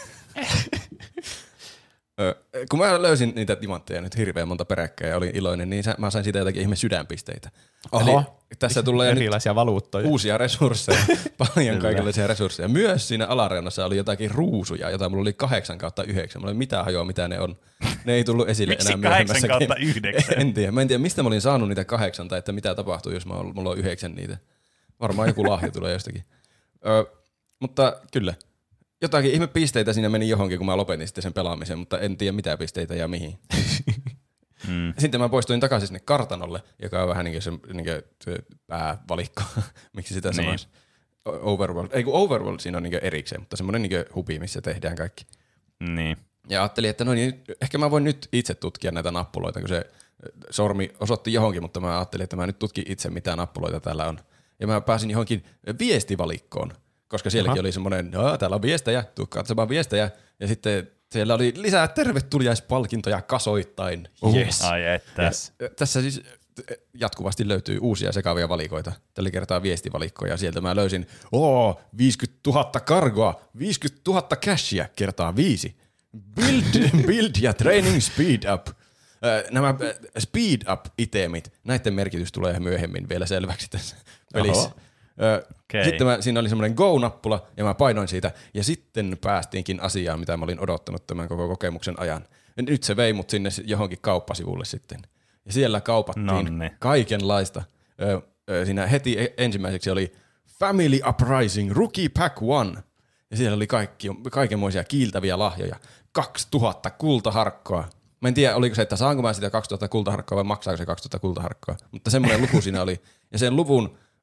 Speaker 3: Kun mä löysin niitä timantteja nyt hirveän monta peräkkäin ja olin iloinen, niin mä sain siitä jotakin ihme sydänpisteitä.
Speaker 2: Oho.
Speaker 3: Eli tässä tulee
Speaker 2: erilaisia valuuttoja.
Speaker 3: Uusia resursseja, paljon kaikenlaisia resursseja. Myös siinä alareunassa oli jotakin ruusuja, jota mulla oli kahdeksan kautta yhdeksän. Mulla ei mitään hajoa, mitä ne on. Ne ei tullut esille
Speaker 1: Miksi
Speaker 3: enää myöhemmässä.
Speaker 1: kahdeksan kautta yhdeksän?
Speaker 3: En tiedä. Mä en tiedä, mistä mä olin saanut niitä kahdeksan tai että mitä tapahtuu, jos mä ol, mulla on yhdeksän niitä. Varmaan joku lahja tulee jostakin. Ö, mutta kyllä. Jotakin ihme pisteitä siinä meni johonkin, kun mä lopetin sitten sen pelaamisen, mutta en tiedä mitä pisteitä ja mihin. Mm. Sitten mä poistuin takaisin sinne kartanolle, joka on vähän niin kuin se, niin kuin se päävalikko, miksi sitä niin sanoisi. Overworld. Ei kun Overworld siinä on niin kuin erikseen, mutta semmoinen niin kuin hubi, missä tehdään kaikki.
Speaker 1: Niin.
Speaker 3: Ja ajattelin, että no niin, ehkä mä voin nyt itse tutkia näitä nappuloita, kun se sormi osoitti johonkin, mutta mä ajattelin, että mä nyt tutkin itse, mitä nappuloita täällä on. Ja mä pääsin johonkin viestivalikkoon, koska sielläkin Aha. oli semmoinen, no täällä on viestejä, tuu katsomaan viestejä. Ja sitten siellä oli lisää tervetuliaispalkintoja kasoittain.
Speaker 1: Yes. Ai että. Yes.
Speaker 3: Tässä siis jatkuvasti löytyy uusia sekavia valikoita. Tällä kertaa viestivalikkoja. Sieltä mä löysin, oo, viisikymmentätuhatta kargoa, viisikymmentätuhatta cashia kertaa viisi. Build, build ja training speed up. Nämä speed up-itemit, näiden merkitys tulee myöhemmin vielä selväksi tässä pelissä. Okay. Sitten mä, siinä oli semmoinen go-nappula ja mä painoin siitä ja sitten päästiinkin asiaan, mitä mä olin odottanut tämän koko kokemuksen ajan. Ja nyt se vei mut sinne johonkin kauppasivulle sitten. Ja siellä kaupattiin Nonne. kaikenlaista. Siinä heti ensimmäiseksi oli Family Uprising Rookie Pack One. Ja siellä oli kaikki, kaikenmoisia kiiltäviä lahjoja. kaksituhatta kultaharkkoa. Mä en tiedä, oliko se, että saanko mä sitä kaksituhatta kultaharkkoa vai maksaako se kaksituhatta kultaharkkoa. Mutta semmoinen luku siinä oli. Ja sen luvun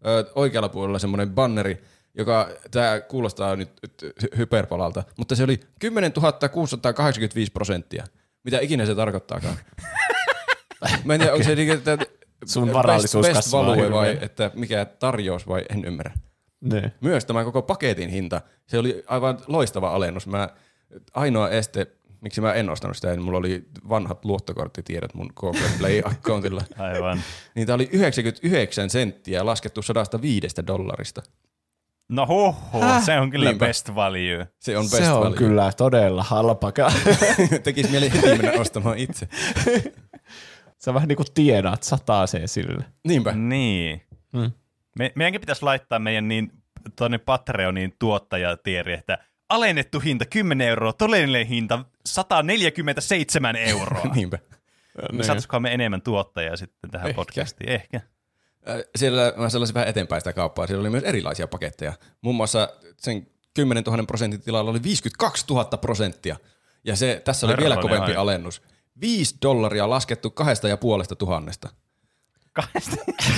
Speaker 3: ö, oikealla puolella semmoinen banneri, joka, tää kuulostaa nyt hyperpalalta, mutta se oli kymmenentuhatta kuusisataakahdeksankymmentäviisi prosenttia. Mitä ikinä se tarkoittaakaan. Mä en tiedä, onko se että
Speaker 2: sun varallisuus
Speaker 3: best, best
Speaker 2: kasvaa
Speaker 3: value
Speaker 2: hirveän.
Speaker 3: vai että mikä tarjous vai en ymmärrä.
Speaker 2: Ne.
Speaker 3: Myös tämä koko paketin hinta, se oli aivan loistava alennus. Mä, ainoa este, miksi mä en ostanut sitä, niin mulla oli vanhat luottokorttitiedot mun Google Play-accountilla.
Speaker 1: Aivan.
Speaker 3: Niin tää oli yhdeksänkymmentäyhdeksän senttiä laskettu sata viisi dollarista.
Speaker 1: No huhhuh,
Speaker 2: Häh?
Speaker 1: se on kyllä
Speaker 3: Niinpä.
Speaker 1: best value.
Speaker 3: Se on best
Speaker 2: Se on
Speaker 3: value.
Speaker 2: kyllä todella halpakaan.
Speaker 3: Tekis mieli heti mennä ostamaan itse.
Speaker 2: Sä vähän niinku tienaat sataaseen sille.
Speaker 3: Niinpä.
Speaker 1: Niin.
Speaker 2: Hmm.
Speaker 1: Me, meidänkin pitäisi laittaa meidän niin, tuonne Patreoniin tuottajatieri, että alennettu hinta kymmenen euroa, todellinen hinta sata neljäkymmentäseitsemän euroa.
Speaker 3: Niinpä.
Speaker 1: Me saataisikohan enemmän tuottajia sitten tähän
Speaker 3: Ehkä.
Speaker 1: podcastiin? Ehkä.
Speaker 3: Äh, Siellä mä sellaisin vähän eteenpäin sitä kauppaa. Siellä oli myös erilaisia paketteja. Muun muassa sen kymmenentuhatta prosentin tilalla oli viisikymmentäkaksituhatta prosenttia. Ja se, tässä oli
Speaker 1: Herranen
Speaker 3: vielä kovempi
Speaker 1: aika.
Speaker 3: alennus. Viisi dollaria laskettu kahdesta ja puolesta tuhannesta.
Speaker 1: Kahdesta.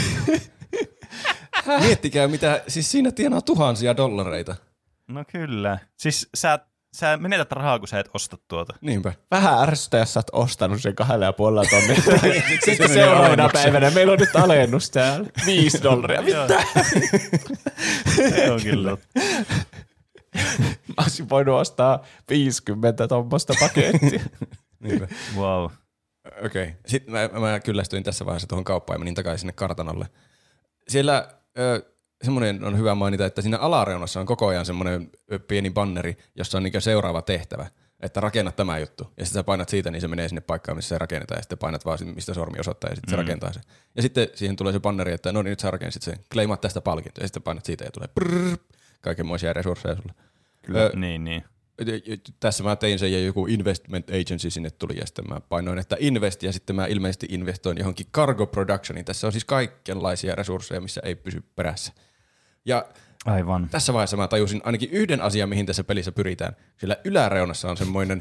Speaker 3: Miettikää, mitä, siis siinä tienaa tuhansia dollareita.
Speaker 1: No kyllä. Siis sä, sä menetät rahaa, kun sä et osta tuota.
Speaker 3: Niinpä.
Speaker 2: Vähän ärsytä, jos sä oot ostanut sen kahdella ja puolella tonnilla. Sitten
Speaker 3: meni
Speaker 2: seuraavana
Speaker 3: alennukseen.
Speaker 2: päivänä meillä on nyt alennus täällä. Viisi dollaria. Mitä?
Speaker 1: Se on kyllä.
Speaker 2: Mä olisin voinut ostaa viisikymmentä tommoista pakettia.
Speaker 3: Niinpä.
Speaker 1: Wow.
Speaker 3: Okei. Okay. Sitten mä, mä kyllästyin tässä vaiheessa tuohon kauppaan ja menin takaisin sinne kartanolle. Siellä ö, semmoinen on hyvä mainita, että siinä alareunassa on koko ajan semmoinen pieni banneri, jossa on niin seuraava tehtävä, että rakenna tämä juttu. Ja sitten sä painat siitä, niin se menee sinne paikkaan, missä se rakennetaan, ja sitten painat vaan, mistä sormi osoittaa, ja sitten se
Speaker 1: Mm.
Speaker 3: rakentaa sen. Ja sitten siihen tulee se banneri, että no niin, nyt sä rakensit sen, kleimaat tästä palkintoa, ja sitten painat siitä, ja tulee prrrr, kaikenmoisia resursseja sulle. Ö,
Speaker 1: Niin, niin.
Speaker 3: Tässä mä tein sen ja joku investment agency sinne tuli ja sitten mä painoin, että invest ja sitten mä ilmeisesti investoin johonkin cargo productioniin. Tässä on siis kaikenlaisia resursseja, missä ei pysy perässä. Ja
Speaker 1: Aivan.
Speaker 3: tässä vaiheessa mä tajusin ainakin yhden asian, mihin tässä pelissä pyritään. Sillä yläreunassa on semmoinen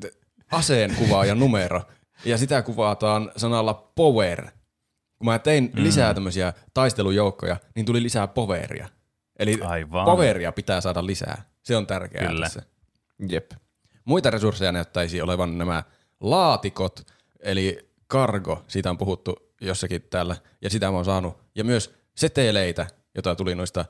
Speaker 3: aseen kuva ja numero ja sitä kuvataan sanalla power. Kun mä tein
Speaker 1: Mm.
Speaker 3: lisää tämmöisiä taistelujoukkoja, niin tuli lisää poweria. Eli
Speaker 1: Aivan.
Speaker 3: poweria pitää saada lisää. Se on tärkeää
Speaker 1: Kyllä.
Speaker 3: tässä.
Speaker 2: Jep.
Speaker 3: Muita resursseja näyttäisi olevan nämä laatikot, eli cargo, siitä on puhuttu jossakin täällä, ja sitä mä oon saanut. Ja myös seteleitä, jota tuli noista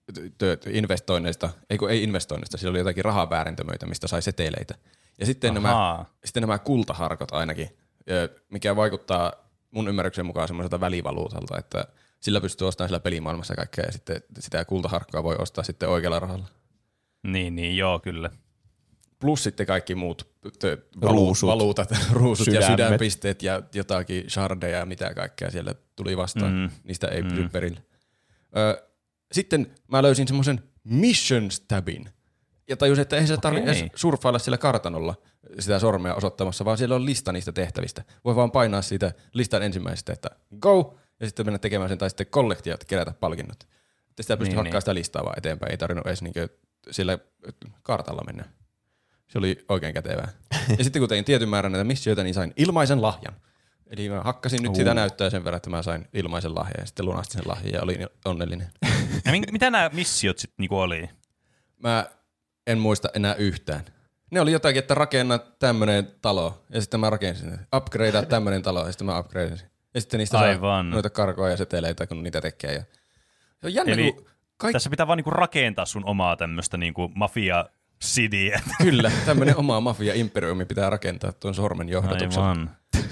Speaker 3: t- investoinneista, ei kun ei investoinneista, siellä oli jotakin rahaväärentömöitä, mistä sai seteleitä. Ja sitten nämä,
Speaker 1: Ahaa.
Speaker 3: sitten nämä kultaharkot ainakin, mikä vaikuttaa mun ymmärryksen mukaan semmoiselta välivaluutalta, että sillä pystyy ostamaan sillä pelimaailmassa kaikkea, ja sitten sitä kultaharkkoa voi ostaa sitten oikealla rahalla.
Speaker 1: Niin, niin, joo, kyllä.
Speaker 3: Plus sitten kaikki muut t-
Speaker 2: Ruusut.
Speaker 3: valuutat, ruusut ja
Speaker 2: Sydämet.
Speaker 3: sydänpisteet ja jotakin shardeja ja mitä kaikkea siellä tuli vastaan.
Speaker 1: Mm.
Speaker 3: Niistä ei
Speaker 1: Mm.
Speaker 3: pysy perille. Ö, sitten mä löysin semmoisen missions tabin. Ja tajusin, että ei se tarvitse
Speaker 1: Okei.
Speaker 3: edes surffailla sillä kartanolla sitä sormea osoittamassa, vaan siellä on lista niistä tehtävistä. Voi vaan painaa siitä listan ensimmäisestä, että go, ja sitten mennä tekemään sen, tai sitten kollektia, että kerätä palkinnot. Sitten sitä pystyy
Speaker 1: Niin,
Speaker 3: hakkaamaan
Speaker 1: niin.
Speaker 3: sitä listaa vaan eteenpäin, ei tarvinnut edes niinkö sillä kartalla mennä. Se oli oikein kätevää. Ja sitten kun tein tietyn määrän näitä missioita, niin sain ilmaisen lahjan. Eli mä hakkasin nyt
Speaker 1: Uh.
Speaker 3: sitä näyttöä sen verran, että mä sain ilmaisen lahjan ja sitten lunastin sen lahjan ja olin onnellinen.
Speaker 1: Ja min- mitä nämä missiot sitten niinku oli?
Speaker 3: Mä en muista enää yhtään. Ne oli jotakin, että rakenna tämmönen talo ja sitten mä rakensin sen. Upgradea tämmönen talo ja sitten mä upgradeasin. Ja sitten niistä saa
Speaker 1: Aivan.
Speaker 3: noita karkoja ja seteleitä, kun niitä tekee. Ja se on jännä,
Speaker 1: Eli
Speaker 3: kun kaikki...
Speaker 1: Tässä pitää vaan niinku rakentaa sun omaa tämmöistä niinku mafia-cityä.
Speaker 3: Kyllä, tämmönen oma mafia-imperiumi pitää rakentaa tuon sormen johdatuksella.
Speaker 1: Aivan.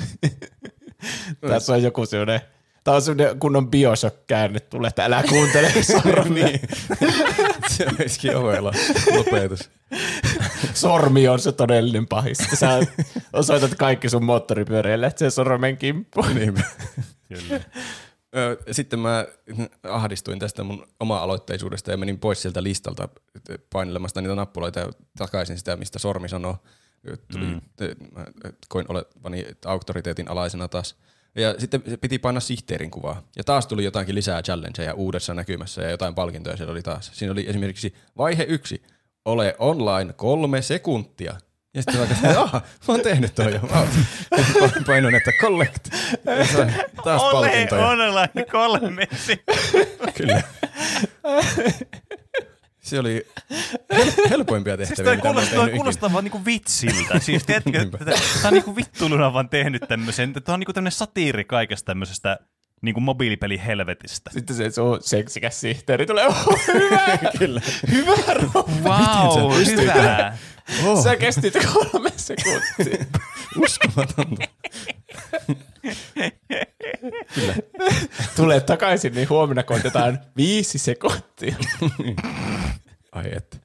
Speaker 2: Tässä on joku sellainen, tää on sellainen kunnon Bioshock-käänne tulee, että älä kuuntele sormia.
Speaker 3: Niin. Se olisikin ovella lopetus.
Speaker 2: Sormi on se todellinen pahis. Sä osoitat kaikki sun moottoripyöreille, että se sormen kimppu.
Speaker 3: Niinpä.
Speaker 1: Kyllä.
Speaker 3: Ö, Sitten mä ahdistuin tästä mun oma-aloitteisuudesta ja menin pois sieltä listalta painelemasta niitä nappuloita ja takaisin sitä, mistä sormi sanoo. Tuli,
Speaker 1: Mm.
Speaker 3: mä koin olevani auktoriteetin alaisena taas. Ja sitten se piti painaa sihteerin kuvaa. Ja taas tuli jotakin lisää challengeja uudessa näkymässä ja jotain palkintoja siellä oli taas. Siinä oli esimerkiksi vaihe yksi. Ole online kolme sekuntia. Ja sitten mä katsoin, että mä oon tehnyt toi jo. Painoin, että collect. Taas
Speaker 1: Ole
Speaker 3: palkintoja.
Speaker 1: online kolmesi.
Speaker 3: Kyllä. Se oli helpoimpia tehtäviä,
Speaker 1: Siis toi
Speaker 3: mitä mä oon
Speaker 1: kuulostaa,
Speaker 3: tehnyt
Speaker 1: kuulostaa vaan niinku vitsiltä. Siis tiedätkö, että tää on niinku vittuluna vaan tehnyt tämmöisen. Tää on niinku tämmönen satiiri kaikesta tämmöisestä niinku mobiilipeli helvetistä.
Speaker 2: Sitten se sun seksikäs sihteeri tulee, oh, hyvä,
Speaker 3: Kyllä.
Speaker 2: hyvä Robba.
Speaker 1: Vau, hyvä.
Speaker 2: Oh. Sä kestit kolme sekuntia.
Speaker 3: Uskomatonta. Kyllä.
Speaker 2: Tulee takaisin, niin huomenna koitetaan viisi sekuntia.
Speaker 3: Ai että.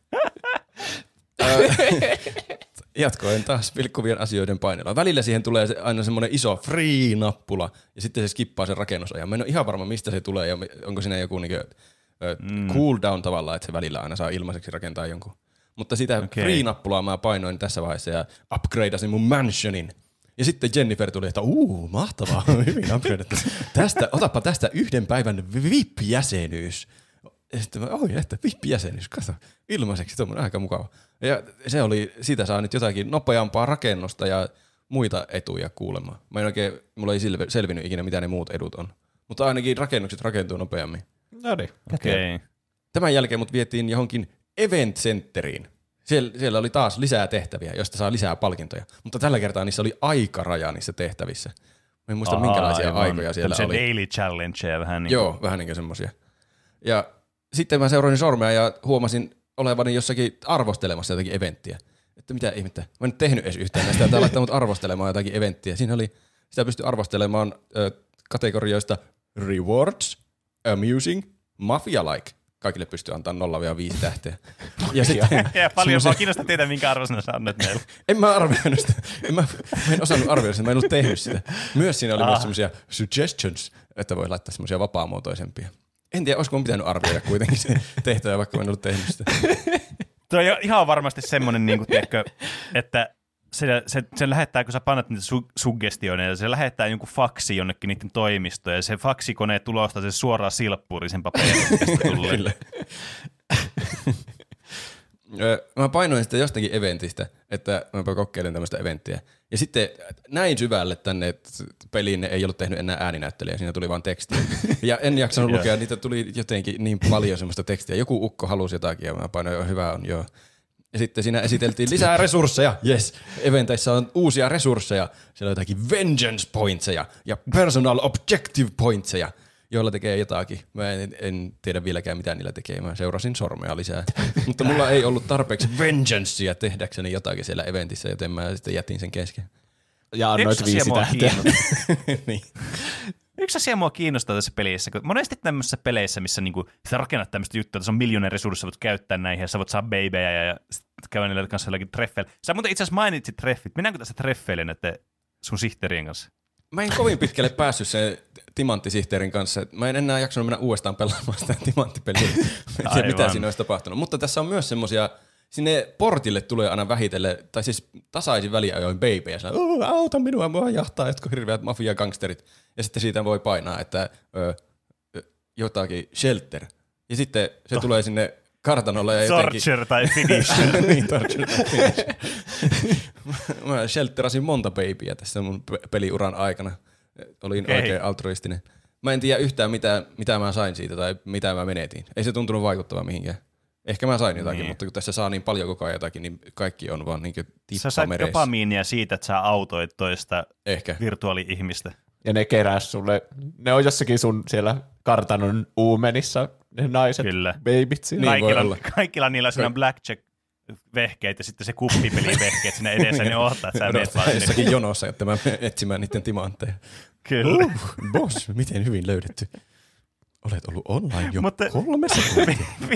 Speaker 3: Jatkoin taas vilkkuvien asioiden painella. Välillä siihen tulee se, aina semmoinen iso free-nappula, ja sitten se skippaa sen rakennusajan. Mä en ole ihan varma, mistä se tulee, ja onko siinä joku niinku, mm. cooldown tavallaan, että se välillä aina saa ilmaiseksi rakentaa jonkun. Mutta sitä okay. free-nappulaa mä painoin tässä vaiheessa ja upgradeasin mun mansionin. Ja sitten Jennifer tuli, että uu, mahtavaa, hyvin upgradeattu. Tästä, otapa tästä yhden päivän V I P-jäsenyys. Ja sitten mä, oi, että V I P-jäsenyys, kato, ilmaiseksi, tuommoinen aika mukava. Ja se oli, siitä saa nyt jotakin nopeampaa rakennusta ja muita etuja kuulemaan. Mä en oikein, mulla ei selvinnyt ikinä, mitä ne muut edut on. Mutta ainakin rakennukset rakentuu nopeammin.
Speaker 2: No niin.
Speaker 1: Okei. Okay.
Speaker 3: Tämän jälkeen mut vietiin johonkin Event Centeriin. Siellä, siellä oli taas lisää tehtäviä, joista saa lisää palkintoja. Mutta tällä kertaa niissä oli aikaraja niissä tehtävissä. Mä en muista, Aha, minkälaisia aivan. aikoja siellä
Speaker 1: Tämmöisiä
Speaker 3: oli.
Speaker 1: daily challengeja vähän niin kuin.
Speaker 3: Joo, vähän niin kuin semmosia. Ja sitten mä seurasin sormea ja huomasin olevani jossakin arvostelemassa jotakin eventtiä. Että mitä ihmettä. Mä en nyt tehnyt edes yhtään näistä. Tää laittaa mut arvostelemaan jotakin eventtiä. Siinä oli, sitä pystyi arvostelemaan ö, kategorioista rewards, amusing, mafia-like. Kaikille pystyy antaa nolla viisi tähteä. Ja, sitten,
Speaker 1: ja paljon vaan kiinnostaa tietää, minkä arvosana sä annet meille.
Speaker 3: En mä arvioinut sitä. En mä, mä en osannut arvioida sitä, mä en ollut tehnyt sitä. Myös siinä oli ah. myös semmosia suggestions, että voi laittaa semmosia vapaamuotoisempia. En tiedä, olisiko mun pitänyt arvioida kuitenkin se tehtävä, vaikka mä en ollut tehnyt sitä.
Speaker 1: Tuo on ihan varmasti semmoinen, niin kuin, tiedätkö, että se, se, se lähettää, kun sä painat niitä su- suggestioneja, se lähettää jonkun faksi jonnekin niiden toimistoon, ja se faksikone tulostaa se suoraan silppurisen paperin.
Speaker 3: Kyllä. Mä painoin sitä jostakin eventistä, että mä kokeilin tämmöistä eventtiä. Ja sitten näin syvälle tänne, että peliin ei ollut tehnyt enää ääninäyttelijä, siinä tuli vaan tekstiä. Ja en jaksanut lukea, niitä tuli jotenkin niin paljon semmoista tekstiä. Joku ukko halusi jotakin ja mä painoin, hyvä on, joo. Ja sitten siinä esiteltiin lisää resursseja. Yes, eventeissä on uusia resursseja. Siellä on jotakin vengeance pointseja ja personal objective pointseja, joilla tekee jotakin. Mä en, en tiedä vieläkään, mitä niillä tekee. Mä seurasin sormea lisää. Mutta mulla ei ollut tarpeeksi vengeancea tehdäkseni jotakin siellä eventissä, joten mä sitten jätin sen kesken.
Speaker 2: Ja annoit viisi tähteä.
Speaker 3: Niin.
Speaker 1: Yksi asia mua kiinnostaa tässä pelissä, kun monesti tämmöisissä peleissä, missä niinku, sä rakennat tämmöistä juttua, että se on miljoonan resursseja, voit käyttää näihin, ja sä voit saada babyjä ja, ja käydä niillä kanssa jollakin treffeillä. Sä muuten itse asiassa mainitsit treffit. Mennäänkö tässä treffeille näiden sun sihteerien kanssa?
Speaker 3: Mä en kovin pitkälle päässyt sen timanttisihteerin kanssa. Mä en enää jaksanut mennä uudestaan pelaamaan sitä timanttipeliä. Mä tiedä, mitä siinä olisi tapahtunut. Mutta tässä on myös semmosia, sinne portille tulee aina vähitellen, tai siis tasaisin väliajoin babyjä. Sillä, auta minua, mua jahtaa jotkut hirveät mafia-gangsterit. Ja sitten siitä voi painaa, että ö, jotakin shelter. Ja sitten se to. tulee sinne kartanolle ja jotenkin...
Speaker 1: Torture tai finish.
Speaker 3: niin, torture tai finish. Mä shelterasin monta babyä tässä mun peliuran aikana. Olin okay. oikein altruistinen. Mä en tiedä yhtään, mitä, mitä mä sain siitä tai mitä mä menetin. Ei se tuntunut vaikuttavan mihinkään. Ehkä mä sain jotakin, niin. Mutta kun tässä saa niin paljon koko ajan jotakin, niin kaikki on vaan niin tippa mereissä.
Speaker 1: Sä sait dopamiinia siitä, että sä autoit toista
Speaker 3: Ehkä.
Speaker 1: virtuaali-ihmistä.
Speaker 2: Ja ne keräs sulle, ne on jossakin sun siellä kartanon uumenissa, ne naiset,
Speaker 1: Kyllä.
Speaker 2: babyt siinä.
Speaker 3: Niin
Speaker 1: kaikilla, kaikilla niillä on blackjack-vehkeet ja sitten se kuppipeli-vehkeet siinä edessä, ne odottaa, että sä menet vaan sinne.
Speaker 3: Jossakin jonossa, että mä menen etsimään niiden timantteja.
Speaker 1: Kyllä.
Speaker 3: Uh, boss, miten hyvin löydetty. Olet ollut online jo
Speaker 1: mutta,
Speaker 3: kolme sekuntia.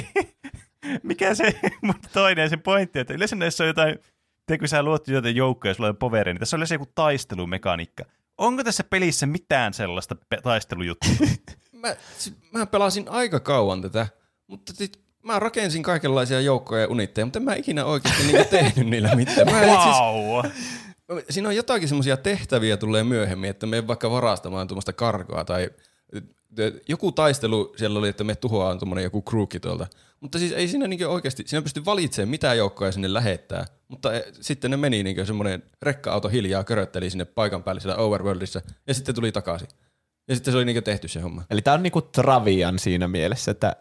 Speaker 1: Mikä se toinen se pointti, että yleensä näissä on jotain, te kun sä luot jotain joukkoja, jos sulla on povereja, niin tässä on yleensä joku taistelumekaniikka. Onko tässä pelissä mitään sellaista pe- taistelujuttua? mä,
Speaker 3: mä pelasin aika kauan tätä, mutta sit mä rakensin kaikenlaisia joukkoja ja unitteja, mutta en mä ikinä oikeasti niitä tehnyt niillä mitään. Mä
Speaker 1: wow.
Speaker 3: siis, siinä on jotakin semmoisia tehtäviä tulee myöhemmin, että me vaikka varastamaan tuommoista karkoa tai joku taistelu siellä oli, että me tuhoaan tuommoinen joku kruukki tuolta. Mutta siis ei siinä niinku oikeasti, siinä pysty valitsemaan mitä joukkoja sinne lähettää, Mutta e, sitten ne meni niin semmoinen rekka-auto hiljaa körötteli sinne paikan päälle siellä Overworldissa ja sitten tuli takaisin. Ja sitten se oli niin tehty se homma.
Speaker 2: Eli tää on niinku Travian siinä mielessä, että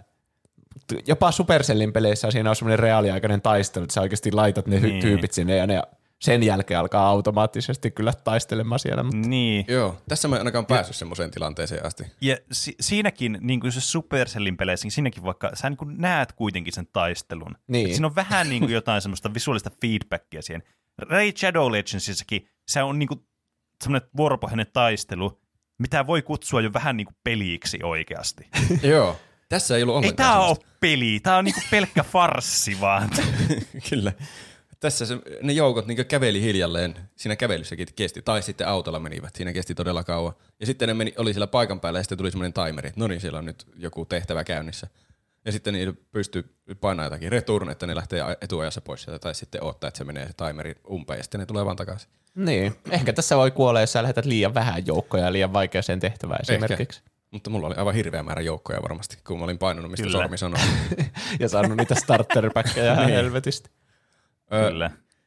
Speaker 2: jopa Supercellin peleissä siinä on semmoinen reaaliaikainen taistelu, että sä oikeasti laitat ne niin. tyypit sinne ja ne sen jälkeen alkaa automaattisesti kyllä taistelemaan siellä. Mutta...
Speaker 3: Niin. Joo, tässä mä en ainakaan päässyt semmoiseen tilanteeseen asti.
Speaker 1: Ja si- siinäkin, niin kuin se Supercellin peleissä, niin siinäkin vaikka sä niin kuin näet kuitenkin sen taistelun.
Speaker 2: Niin.
Speaker 1: Siinä on vähän niin kuin jotain semmoista visuaalista feedbackia siihen. Raid Shadow Legendsissakin se on niin kuin semmoinen vuoropohjainen taistelu, mitä voi kutsua jo vähän niin kuin peliksi oikeasti.
Speaker 3: Joo. Tässä ei ollut ollenkaan
Speaker 1: ei tää ole peli, tää on niinku pelkkä farssi vaan.
Speaker 3: Kyllä. Tässä se, ne joukot niin käveli hiljalleen, siinä kävelyssäkin kesti, tai sitten autolla menivät, siinä kesti todella kauan. Ja sitten ne meni, oli siellä paikan päällä ja sitten tuli semmoinen timeri, että no niin, siellä on nyt joku tehtävä käynnissä. Ja sitten niillä pystyy painamaan jotakin return, että ne lähtee etuajassa pois sieltä, tai sitten odottaa, että se menee se timeri umpeen ja sitten ne tulee vaan takaisin.
Speaker 2: Niin, ehkä tässä voi kuolla, jos sä lähetät liian vähän joukkoja ja liian vaikeaseen tehtävään esimerkiksi.
Speaker 3: Ehkä. Mutta mulla oli aivan hirveä määrä joukkoja varmasti, kun mä olin painanut, mistä Kyllä. sormi sanoi.
Speaker 2: ja saanut niitä starterpäkkejä niin. helvetisti.
Speaker 1: Kyllä.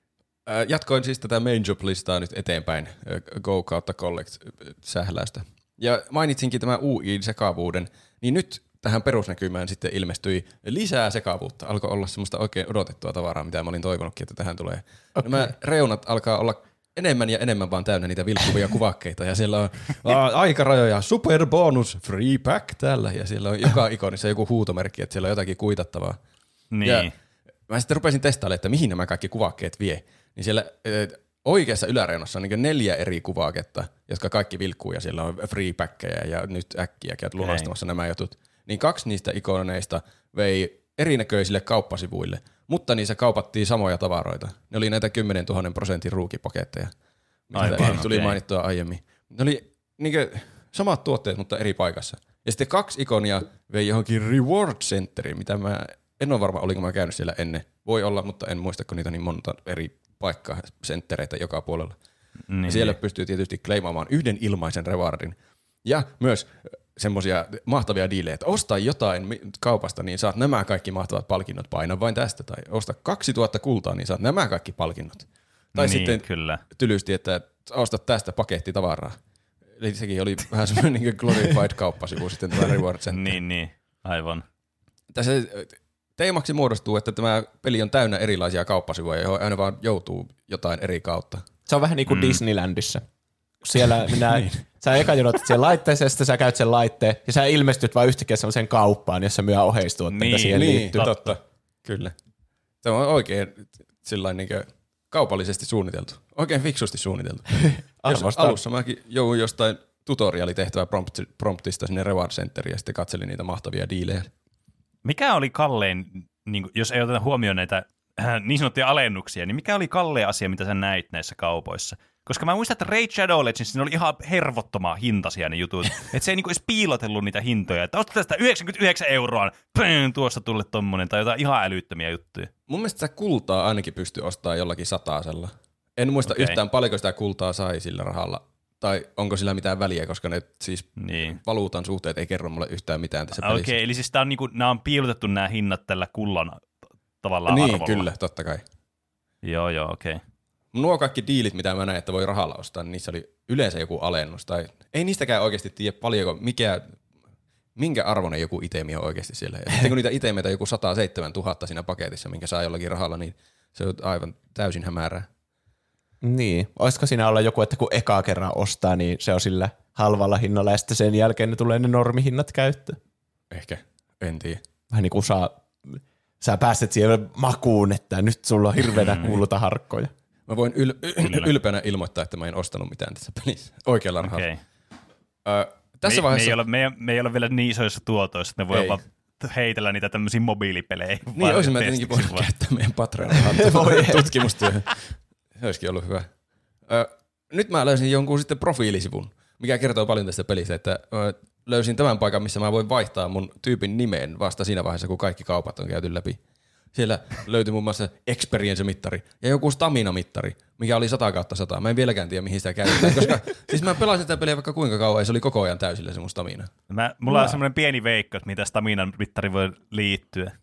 Speaker 3: Ö, jatkoin siis tätä main job-listaa nyt eteenpäin, Go kautta Collect-sähläystä. Ja mainitsinkin tämän U I-sekavuuden, niin nyt tähän perusnäkymään sitten ilmestyi lisää sekavuutta. Alkoi olla semmoista oikein odotettua tavaraa, mitä mä olin toivonutkin, että tähän tulee. Okay. Nämä reunat alkaa olla enemmän ja enemmän vaan täynnä niitä vilkkuvia kuvakkeita, ja siellä on aikarajoja, super bonus, free pack täällä, ja siellä on joka ikonissa joku huutomerkki, että siellä on jotakin kuitattavaa.
Speaker 1: Niin.
Speaker 3: Ja mä sitten rupesin testailemaan, että mihin nämä kaikki kuvakkeet vie. Niin siellä oikeassa yläreunassa on niin neljä eri kuvaketta, jotka kaikki vilkkuu, ja siellä on free packkejä, ja nyt äkkiä käyt lunastamassa nämä jutut. Niin kaksi niistä ikoneista vei erinäköisille kauppasivuille, mutta niissä kaupattiin samoja tavaroita. Ne oli näitä kymmenen tuhatta prosentin ruukipaketteja, mitä tuli okay. mainittua aiemmin. Ne oli niinkö samat tuotteet, mutta eri paikassa. Ja sitten kaksi ikonia vei johonkin Reward Centeriin, mitä mä en ole varma, olinko mä käynyt siellä ennen. Voi olla, mutta en muista, kun niitä on niin monta eri paikkaa, senttereitä joka puolella. Niin. Siellä pystyy tietysti kleimaamaan yhden ilmaisen rewardin. Ja myös semmoisia mahtavia diilejä, että osta jotain kaupasta, niin saat nämä kaikki mahtavat palkinnot, paina vain tästä, tai osta kaksituhatta kultaa, niin saat nämä kaikki palkinnot. Tai niin, sitten kyllä. tylysti, että osta tästä pakettitavaraa. Eli sekin oli vähän semmoinen niin glorified kauppasivu sitten tämä Reward Center.
Speaker 1: Niin, niin, aivan.
Speaker 3: Tässä teemaksi muodostuu, että tämä peli on täynnä erilaisia kauppasivuja, johon aina vaan joutuu jotain eri kautta.
Speaker 2: Se on vähän niin kuin mm. Disneylandissa. Siellä minä, niin. Sä eka jonotat sen laitteeseen, sitten sä käyt sen laitteen, ja sä ilmestyt vaan yhtäkkiä sellaiseen kauppaan, jossa myö oheistuotteita niin, siihen
Speaker 3: niin,
Speaker 2: liittyy.
Speaker 3: Totta, kyllä. Se on oikein sillain niin kaupallisesti suunniteltu. Oikein fiksusti suunniteltu. Jos alussa mäkin jouduin jostain tutoriaalitehtävää promptista sinne Reward Centeriin, ja sitten katselin niitä mahtavia diilejä.
Speaker 1: Mikä oli kallein, niin jos ei oteta huomioon näitä äh, niin sanottuja alennuksia, niin mikä oli kallein asia, mitä sä näit näissä kaupoissa? Koska mä muistan, että Raid Shadow Legends oli ihan hervottomaa hintaisia ne jutut. Että se ei niinku edes piilotellut niitä hintoja. Että osta tästä yhdeksänkymmentäyhdeksän euroa, pöön, tuossa tulle tommonen, tai jotain ihan älyttömiä juttuja.
Speaker 3: Mun mielestä sitä kultaa ainakin pystyy ostamaan jollakin satasella. En muista okay. yhtään paljonko sitä kultaa sai sillä rahalla. Tai onko sillä mitään väliä, koska ne siis niin. valuutan suhteet ei kerro mulle yhtään mitään tässä pelissä.
Speaker 1: Okei, okay, eli siis tää on niinku, nämä on piilotettu nämä hinnat tällä kullan tavallaan
Speaker 3: niin,
Speaker 1: arvolla.
Speaker 3: Niin, kyllä, totta kai.
Speaker 1: Joo, joo, okei. Okay.
Speaker 3: Nuo kaikki diilit, mitä mä näin, että voi rahalla ostaa, niin niissä oli yleensä joku alennus. Tai ei niistäkään oikeasti tiedä paljonko, mikä, minkä arvoinen joku itemi on oikeasti siellä. Ja sitten kun niitä itemeitä on joku sata seitsemän tuhatta siinä paketissa, minkä saa jollakin rahalla, niin se on aivan täysin hämärää.
Speaker 2: Niin. Olisiko siinä olla joku, että kun ekaa kerran ostaa, niin se on sillä halvalla hinnalla ja sitten sen jälkeen ne tulee ne normihinnat käyttöön?
Speaker 3: Ehkä, en tiedä.
Speaker 2: Vähän niin kuin saa, sä pääset siihen makuun, että nyt sulla on hirveänä kuuluta harkkoja.
Speaker 3: Mä voin yl- ylpeänä ilmoittaa, että mä en ostanut mitään tässä pelissä oikealla rahalla. Okay. Ö, tässä
Speaker 1: me,
Speaker 3: vaiheessa...
Speaker 1: me, ei ole, me, me ei ole vielä niin isoissa tuotoissa, että me voidaan vaan heitellä niitä tämmöisiä mobiilipelejä.
Speaker 3: Niin, olisin mä tietenkin voinut käyttää meidän Patreon-rahaa tutkimustyöhön. Se olisikin ollut hyvä. Ö, nyt mä löysin jonkun sitten profiilisivun, mikä kertoo paljon tästä pelistä, että ö, löysin tämän paikan, missä mä voin vaihtaa mun tyypin nimeen vasta siinä vaiheessa, kun kaikki kaupat on käyty läpi. Siellä löytyi muun muassa experience-mittari ja joku stamina-mittari, mikä oli sata kautta sata. Mä en vieläkään tiedä, mihin sitä käytetään, koska siis mä pelasin sitä peliä vaikka kuinka kauan ja se oli koko ajan täysillä se mun stamina.
Speaker 1: Mä, mulla no. on semmoinen pieni veikko, että mitä stamina-mittari voi liittyä.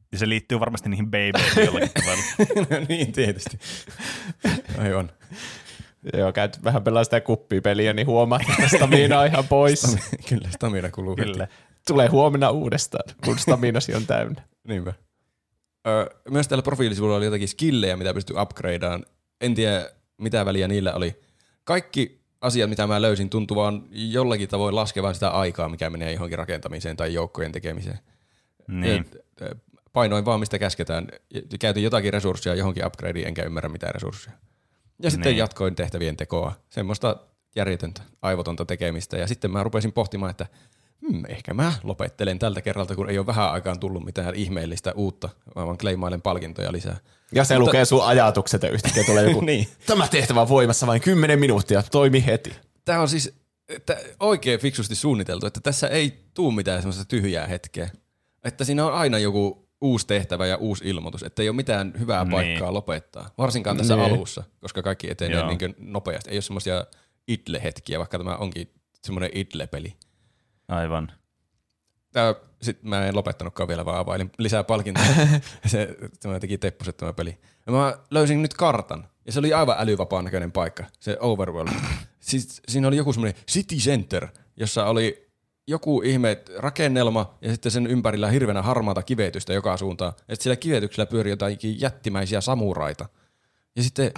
Speaker 1: Ja se liittyy varmasti niihin Beybladeihin jollakin tavalla.
Speaker 3: No niin, tietysti. Aivan.
Speaker 2: Joo, käyt vähän pelaa sitä kuppipeliä, niin huomaat, että stamina on ihan pois.
Speaker 3: Stami- kyllä, stamina kuluu.
Speaker 1: Kyllä.
Speaker 2: Tulee huomenna uudestaan, kun staminasi on täynnä.
Speaker 3: Niinpä. Öö, myös täällä profiilisuudella oli jotakin skillejä, mitä pystyy upgradeaan. En tiedä, mitä väliä niillä oli. Kaikki asiat, mitä mä löysin, tuntuvan jollakin tavoin laskevan sitä aikaa, mikä menee johonkin rakentamiseen tai joukkojen tekemiseen.
Speaker 1: Niin.
Speaker 3: Et, painoin vaan, mistä käsketään. Käytin jotakin resursseja johonkin upgradeen, enkä ymmärrä mitään resursseja. Ja sitten niin. jatkoin tehtävien tekoa. Semmoista järjetöntä, aivotonta tekemistä. Ja sitten mä rupesin pohtimaan, että hmm, ehkä mä lopettelen tältä kerralta, kun ei ole vähän aikaan tullut mitään ihmeellistä uutta, vaan kleimailen palkintoja lisää.
Speaker 2: Ja se Mutta... lukee sun ajatukset ja yhtäkkiä tulee joku,
Speaker 3: niin.
Speaker 2: Tämä tehtävä on voimassa vain kymmenen minuuttia, toimi heti.
Speaker 3: Tämä on siis että oikein fiksusti suunniteltu, että tässä ei tule mitään semmoista tyhjää hetkeä. Että siinä on aina joku uusi tehtävä ja uusi ilmoitus, että ei ole mitään hyvää niin. paikkaa lopettaa. Varsinkaan tässä niin. alussa, koska kaikki etenee niin nopeasti. Ei ole semmoisia idle-hetkiä, vaikka tämä onkin semmoinen idle-peli.
Speaker 1: Aivan.
Speaker 3: Sitten mä en lopettanutkaan vielä, vaan availin lisää palkintoja. se, tämä teki teppuset tämä peli. Ja mä löysin nyt kartan, ja se oli aivan älyvapaan näköinen paikka, se Overworld. Siis, siinä oli joku semmoinen City Center, jossa oli joku ihme rakennelma, ja sitten sen ympärillä hirveänä harmaata kivetystä joka suuntaan. Ja sitten sillä kivetyksellä pyöri jotakin jättimäisiä samuraita. Ja sitten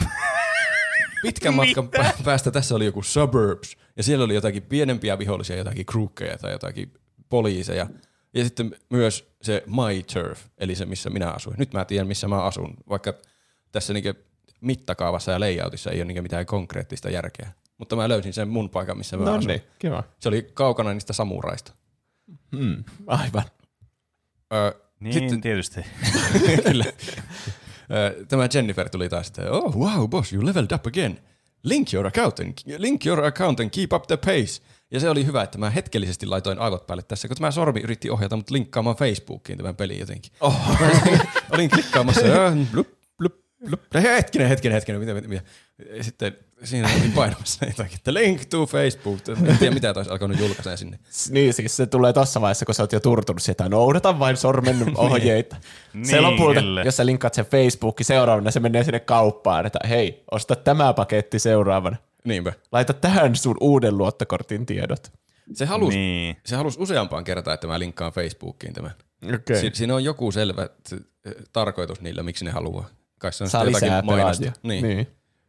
Speaker 3: pitkän matkan päästä tässä oli joku Suburbs, ja siellä oli jotakin pienempiä vihollisia, jotakin krukkeja tai jotakin poliiseja. Ja sitten myös se My Turf, eli se, missä minä asuin. Nyt mä tiedän, missä mä asun, vaikka tässä niinku mittakaavassa ja layoutissa ei ole niinku mitään konkreettista järkeä. Mutta mä löysin sen mun paikan, missä mä
Speaker 2: no
Speaker 3: asun.
Speaker 2: Niin, kiva.
Speaker 3: Se oli kaukana niistä samuraista.
Speaker 2: Hmm, aivan.
Speaker 3: Öö,
Speaker 1: niin,
Speaker 3: sitten,
Speaker 1: tietysti.
Speaker 3: Kyllä. Tämä Jennifer tuli taas, että oh wow boss, you leveled up again. Link your account and, link your account and keep up the pace. Ja se oli hyvä, että mä hetkellisesti laitoin aivot päälle tässä, kun tämä sormi yritti ohjata mut linkkaamaan Facebookiin tämän pelin jotenkin. Oh. Olin klikkaamassa, blup, blup, blup. hetkinen, hetkinen, hetkinen, mitä, mitä. Ja sitten siinä olin painamassa jotakin, että link to Facebook. En tiedä, mitä taisi alkanut julkaista sinne.
Speaker 2: Niin, siis se tulee tossa vaiheessa, kun sä oot jo turtunut sitä, noudata vain sormen ohjeita.
Speaker 1: niin,
Speaker 2: se lopulta,
Speaker 1: kyllä.
Speaker 2: jos sä linkkaat sen Facebookiin seuraavana, se menee sinne kauppaan, että hei, osta tämä paketti seuraavana.
Speaker 3: Niinpä.
Speaker 2: Laita tähän sun uuden luottokortin tiedot.
Speaker 3: Se halusi
Speaker 1: niin.
Speaker 3: se halus useampaan kertaan, että mä linkkaan Facebookiin tämän.
Speaker 2: Okay.
Speaker 3: Si- siinä on joku selvä t- tarkoitus niillä, miksi ne haluaa. Kai se on
Speaker 2: Saa
Speaker 3: jotakin
Speaker 2: lisää
Speaker 3: mainosta. Niin.
Speaker 2: niin.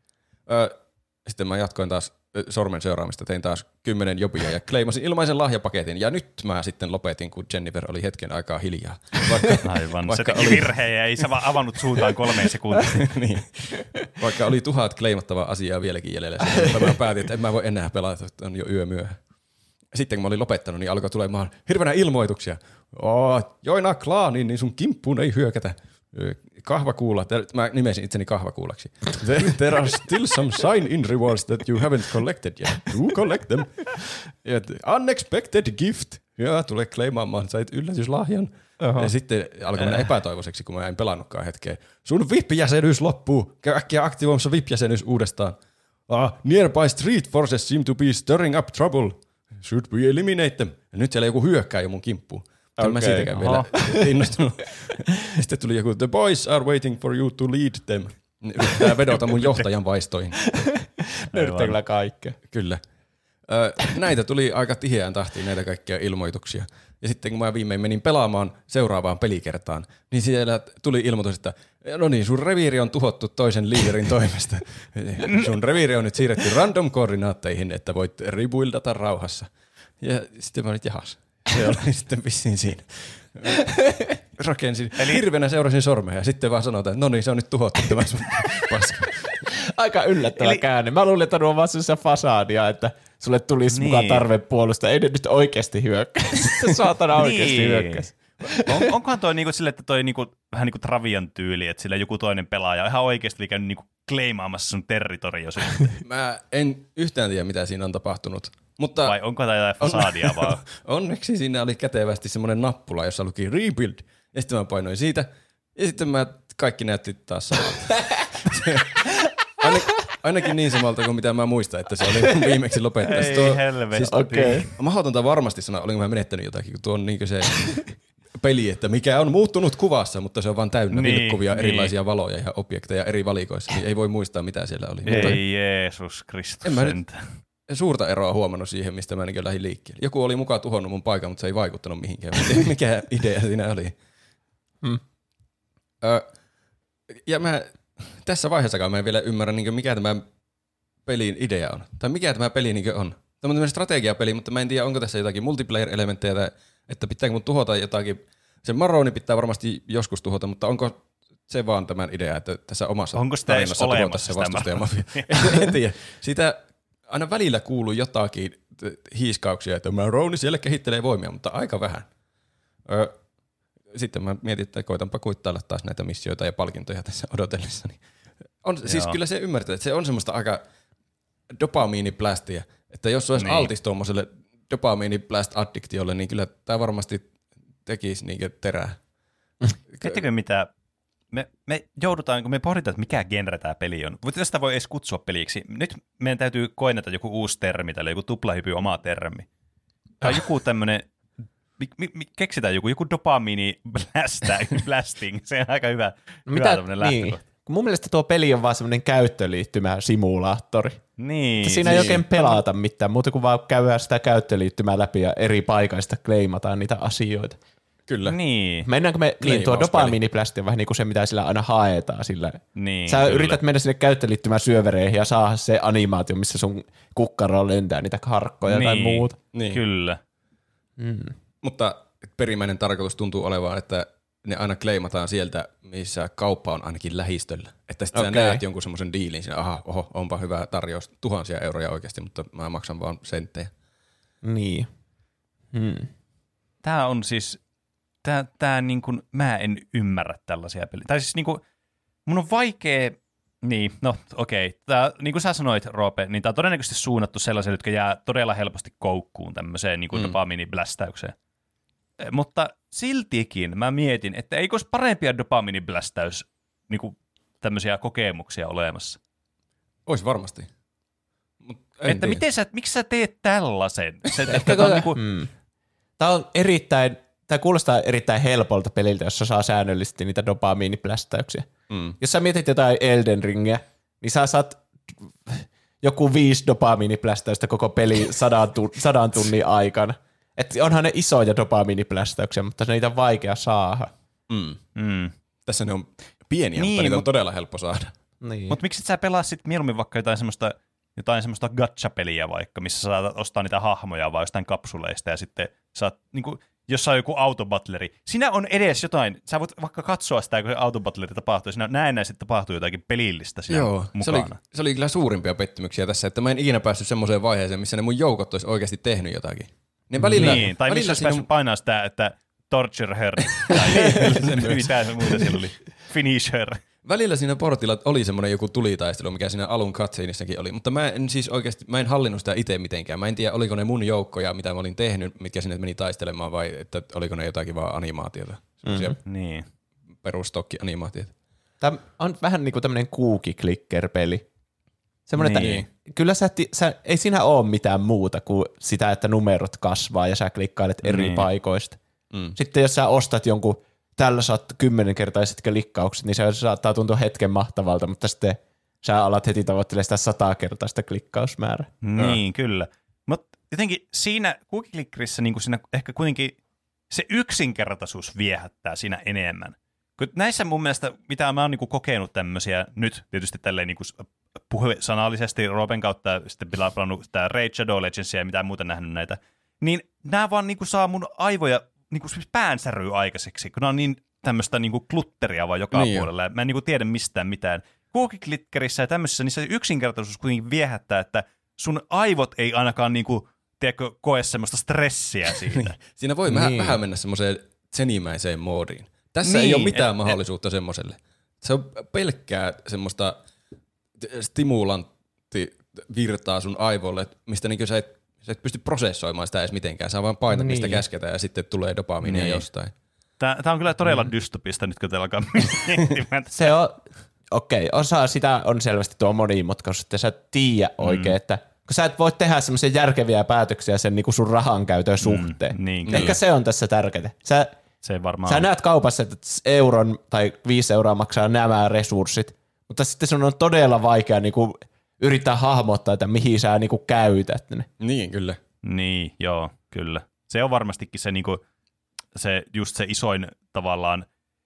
Speaker 3: Ö, sitten mä jatkoin taas sormen seuraamista, tein taas kymmenen jobia ja kleimasin ilmaisen lahjapaketin. Ja nyt mä sitten lopetin, kun Jennifer oli hetken aikaa hiljaa. Vaikka,
Speaker 1: Aivan,
Speaker 3: vaikka
Speaker 1: se teki
Speaker 3: oli
Speaker 1: virheen ja ei se vaan avannut suuntaan kolmeen sekuntiin.
Speaker 3: niin. Vaikka oli tuhat kleimattavaa asiaa vieläkin jäljellä, mutta mä päätin, että en mä voi enää pelata, että on jo yö myöhä. Sitten kun mä olin lopettanut, niin alkoi tulemaan hirveänä ilmoituksia. Oh, joina klaaniin, niin sun kimppuun ei hyökätä. Kahvakuula. Mä nimesin itseni kahvakuulaksi. There are still some sign-in rewards that you haven't collected yet. Do collect them. Unexpected gift. Ja tule kleimaamaan, sait yllätyslahjan. Uh-huh. Ja sitten alkoi mennä epätoivoiseksi, kun mä en pelannutkaan hetkeä. Sun V I P-jäsenyys loppuu. Käy äkkiä aktivoimassa V I P-jäsenyys uudestaan. Ah, nearby street forces seem to be stirring up trouble. Should we eliminate them? Ja nyt siellä joku hyökkää jo mun kimppuun. En okay. mä siitäkään vielä innostunut. Sitten tuli joku, the boys are waiting for you to lead them. Yrittää vedota mun johtajan vaistoihin.
Speaker 2: Ne yrittää kyllä kaikkea.
Speaker 3: Kyllä. Ö, näitä tuli aika tiheään tahtiin, näitä kaikkia ilmoituksia. Ja sitten kun mä viimein menin pelaamaan seuraavaan pelikertaan, niin siellä tuli ilmoitus, että no niin, sun reviiri on tuhottu toisen liiderin toimesta. Sun reviiri on nyt siirretty random-koordinaatteihin, että voit rebuildata rauhassa. Ja sitten mä olin, jahas. Se oli sitten vissiin siinä. Rakensin, eli hirveänä seurasin sormea ja sitten vaan sanotaan, että no niin, se on nyt tuhottu tämä sun paska.
Speaker 2: Aika yllättävä eli käänne. Mä luulin, että on vaan sellaisia fasadia, että sulle tulisi niin mukaan tarve puolustaa. Ei ne nyt oikeasti hyökkää. Sitten saatana oikeasti niin hyökkäisi.
Speaker 1: On, onkohan toi niinku sille, että toi niinku, vähän niinku Travian tyyli, että sillä joku toinen pelaaja on ihan oikeasti käynyt niinku kleimaamassa sun territorio sitten?
Speaker 3: Mä en yhtään tiedä, mitä siinä on tapahtunut. Mutta
Speaker 1: vai onko tämä jotain fasadia on, vaan? Onneksi
Speaker 3: siinä oli kätevästi semmoinen nappula, jossa luki rebuild. Ja sitten mä painoin siitä. Ja sitten mä kaikki näytti taas samalta. Ainakin, ainakin niin samalta kuin mitä mä muistan, että se oli viimeksi lopettaa.
Speaker 1: Ei helvetti. Siis,
Speaker 3: okay. Mahdotonta varmasti sanoa, olinko mä menettänyt jotakin, kun tuo on niin se peli, että mikä on muuttunut kuvassa, mutta se on vaan täynnä
Speaker 1: niin,
Speaker 3: vilkkuvia
Speaker 1: niin.
Speaker 3: erilaisia valoja ja objekteja eri valikoissa, niin ei voi muistaa mitä siellä oli.
Speaker 1: Ei
Speaker 3: mutta
Speaker 1: Jeesus Kristus
Speaker 3: en mä nyt
Speaker 1: sentään.
Speaker 3: suurta eroa huomannut siihen, mistä mä niin lähdin liikkeelle. Joku oli mukaan tuhonnut mun paikan, mutta se ei vaikuttanut mihinkään. Mikä idea siinä oli?
Speaker 2: Hmm.
Speaker 3: Ö, ja mä tässä vaiheessakaan mä en vielä ymmärrä, niin mikä tämä pelin idea on. Tai mikä tämä peli niin on. Tämä on tämmöinen strategiapeli, mutta mä en tiedä, onko tässä jotakin multiplayer-elementtejä, että pitääkö mun tuhota jotakin. Se Maroni pitää varmasti joskus tuhota, mutta onko se vaan tämän idea, että tässä omassa
Speaker 1: onko sitä edes olemassa
Speaker 3: se vastustajamafia? en, en tiedä. Siitä aina välillä kuuluu jotakin hiiskauksia, että Maroni siellä kehittelee voimia, mutta aika vähän. Ö, Sitten mä mietin, että koitanpa kuittailla taas näitä missioita ja palkintoja tässä odotellessani. On, siis kyllä se ymmärtää, että se on semmoista aika dopamiiniplästiä, että jos olisi niin. altis tuommoiselle dopamiiniplast-addiktiolle, niin kyllä tämä varmasti tekisi niinkö terää.
Speaker 1: Tiedättekö mitä? Me, me joudutaan, kun me pohditaan, että mikä genre tämä peli on. Mutta tästä voi edes kutsua peliksi. Nyt meidän täytyy koinata joku uusi termi, tai joku tuplahypy oma termi. Tai joku tämmöinen Mi, mi, keksitään joku, joku dopamiini blasting, se on aika hyvä,
Speaker 2: no
Speaker 1: hyvä tämmöinen lähtökohta.
Speaker 2: Niin. Mun mielestä tuo peli on vaan semmoinen käyttöliittymä simulaattori.
Speaker 1: Niin.
Speaker 2: Siinä
Speaker 1: niin.
Speaker 2: ei oikein pelata mitään, muuta kuin vaan käydään sitä käyttöliittymää läpi ja eri paikaista kleimataan niitä asioita.
Speaker 3: Kyllä.
Speaker 1: Niin.
Speaker 2: Mennäänkö me, niin tuo dopamiiniplästi on vähän niin kuin se, mitä sillä aina haetaan. Sillä.
Speaker 1: Niin,
Speaker 2: Sä
Speaker 1: kyllä.
Speaker 2: yrität mennä sinne käyttöliittymään syövereihin ja saada se animaatio, missä sun kukkaroon lentää niitä harkkoja
Speaker 1: niin.
Speaker 2: tai muuta.
Speaker 3: Niin.
Speaker 1: Kyllä.
Speaker 2: Mm.
Speaker 3: Mutta perimmäinen tarkoitus tuntuu olevan, että ne aina kleimataan sieltä, missä kauppa on ainakin lähistöllä. Että sitten okay. sä näet jonkun semmoisen diilin siinä, aha, oho, onpa hyvä tarjous, tuhansia euroja oikeasti, mutta mä maksan vaan senttejä.
Speaker 2: Niin. Hmm.
Speaker 1: Tää on siis, tää, tää niin kuin, mä en ymmärrä tällaisia pelejä. Tai siis niin kuin, mun on vaikea, niin, no okei, okay. Tää, niin kuin sä sanoit, Roope, niin tää on todennäköisesti suunnattu sellaisille, jotka jää todella helposti koukkuun tämmöiseen niin kuin mm. dopamiiniblästäykseen. Mutta siltikin mä mietin, että eikö olisi parempia dopamiiniblästäys niin kuin tämmöisiä kokemuksia olemassa.
Speaker 3: Ois varmasti. Mut
Speaker 1: että miten sä, miksi sä teet tällaisen? Se,
Speaker 2: että
Speaker 1: tämä, on niinku...
Speaker 2: hmm. tämä on erittäin, tämä kuulostaa erittäin helpolta peliltä, jossa saa säännöllisesti niitä dopamiiniplästäyksiä. Hmm. Jos sä mietit jotain Elden Ringiä, niin sä saat joku viisi dopamiiniplästäystä koko peli sadan, tu- sadan tunnin aikana. Että onhan ne isoja dopamiiniplästäyksiä, mutta niitä on vaikea saada.
Speaker 3: Mm.
Speaker 1: Mm.
Speaker 3: Tässä ne on pieniä,
Speaker 1: niin,
Speaker 3: mutta niitä
Speaker 1: mut,
Speaker 3: on todella helppo saada.
Speaker 2: Niin.
Speaker 1: Mutta miksi et sä pelaa sitten mieluummin vaikka jotain semmoista, jotain semmoista gacha-peliä vaikka, missä saat ostaa niitä hahmoja vai jostain kapsuleista ja sitten saat, niinku, jos on joku autobutleri, siinä on edes jotain, sä voit vaikka katsoa sitä, kun se autobutleri tapahtuu, siinä näennäisesti tapahtuu jotakin pelillistä siinä
Speaker 3: Joo,
Speaker 1: mukana.
Speaker 3: Se oli, se oli kyllä suurimpia pettymyksiä tässä, että mä en ikinä päässyt semmoiseen vaiheeseen, missä ne mun joukot olisi oikeasti tehnyt jotakin. Ne välillä,
Speaker 1: niin, tai missä olisi päässyt painaa sitä, että torture her, tai mitä se muuta siellä oli, finish her.
Speaker 3: Välillä siinä portilla oli semmoinen joku tulitaistelu, mikä siinä alun cutsceneissakin oli, mutta mä en siis oikeasti, mä en hallinnut sitä itse mitenkään. Mä en tiedä, oliko ne mun joukkoja, mitä mä olin tehnyt, mitkä sinne meni taistelemaan, vai että oliko ne jotakin vaan animaatiota.
Speaker 2: Mm-hmm.
Speaker 1: Niin.
Speaker 3: Perustokki-animaatiota.
Speaker 2: Tämä on vähän niin kuin tämmöinen cookie-clicker-peli. Semmoinen, niin. että kyllä sä, sä, ei siinä ole mitään muuta kuin sitä, että numerot kasvaa ja sä klikkailet eri niin. paikoista. Mm. Sitten jos sä ostat jonkun, tällä saat kymmenenkertaiset klikkaukset, niin se saattaa tuntua hetken mahtavalta, mutta sitten sä alat heti tavoittelemaan sitä satakertaista klikkausmäärää.
Speaker 1: Niin, ja. Kyllä. Mutta jotenkin siinä cookie-clickerissä niin siinä ehkä kuitenkin se yksinkertaisuus viehättää siinä enemmän. Kun näissä mun mielestä, mitä mä oon niin kokenut tämmöisiä, nyt tietysti tälleen niin puhe sanallisesti Roopen kautta ja sitten pelannut sitä Raid Shadow Legendsia ja mitään muuta nähnyt näitä, niin nämä vaan niin saa mun aivoja niin siis päänsäryy aikaiseksi, kun nämä on niin tämmöistä niin klutteria vaan joka niin puolella. Mä en niin tiedä mistään mitään. Cookie-clickerissä ja tämmöisissä, niin se yksinkertaisuus kuitenkin viehättää, että sun aivot ei ainakaan niin kuin, tiedätkö, koe semmoista stressiä siitä.
Speaker 3: Siinä voi niin. vähän mennä semmoiseen zenimäiseen moodiin. Tässä niin, ei ole mitään et, mahdollisuutta et, semmoiselle. Se on pelkkää semmoista stimulanttivirtaa sun aivoille, mistä niin sä, et, sä et pysty prosessoimaan sitä edes mitenkään. Sä vaan painat, niin. mistä käsketään ja sitten tulee dopamiinia niin. jostain.
Speaker 1: Tämä on kyllä todella mm. dystopista nyt, kun te alkaa miettimään.
Speaker 2: Se on, okei, okay, osa sitä on selvästi tuo monimutkaisuus, että sä et tiedä oikein, mm. että kun sä et voi tehdä semmoisia järkeviä päätöksiä sen niin kuin sun rahan käytön suhteen.
Speaker 1: Mm, niin,
Speaker 2: ehkä se on tässä tärkeää. Sä
Speaker 1: Se varmaan
Speaker 2: Sä
Speaker 1: on.
Speaker 2: näet kaupassa, että euron tai viisi euroa maksaa nämä resurssit, mutta sitten sun on todella vaikea niinku yrittää hahmottaa, että mihin sä niinku käytät ne.
Speaker 3: Niin, kyllä.
Speaker 1: Niin, joo, kyllä. Se on varmastikin se, niinku, se just se isoin tavallaan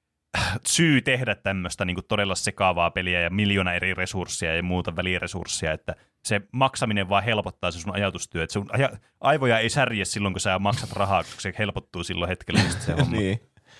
Speaker 1: syy tehdä tämmöistä niinku todella sekaavaa peliä ja miljoona eri resursseja ja muuta väliresursseja, että se maksaminen vaan helpottaa se sun ajatustyö, että sun aja- aivoja ei särje silloin, kun sä maksat rahaa, koska se helpottuu silloin hetkellisesti se homma.
Speaker 2: Niin.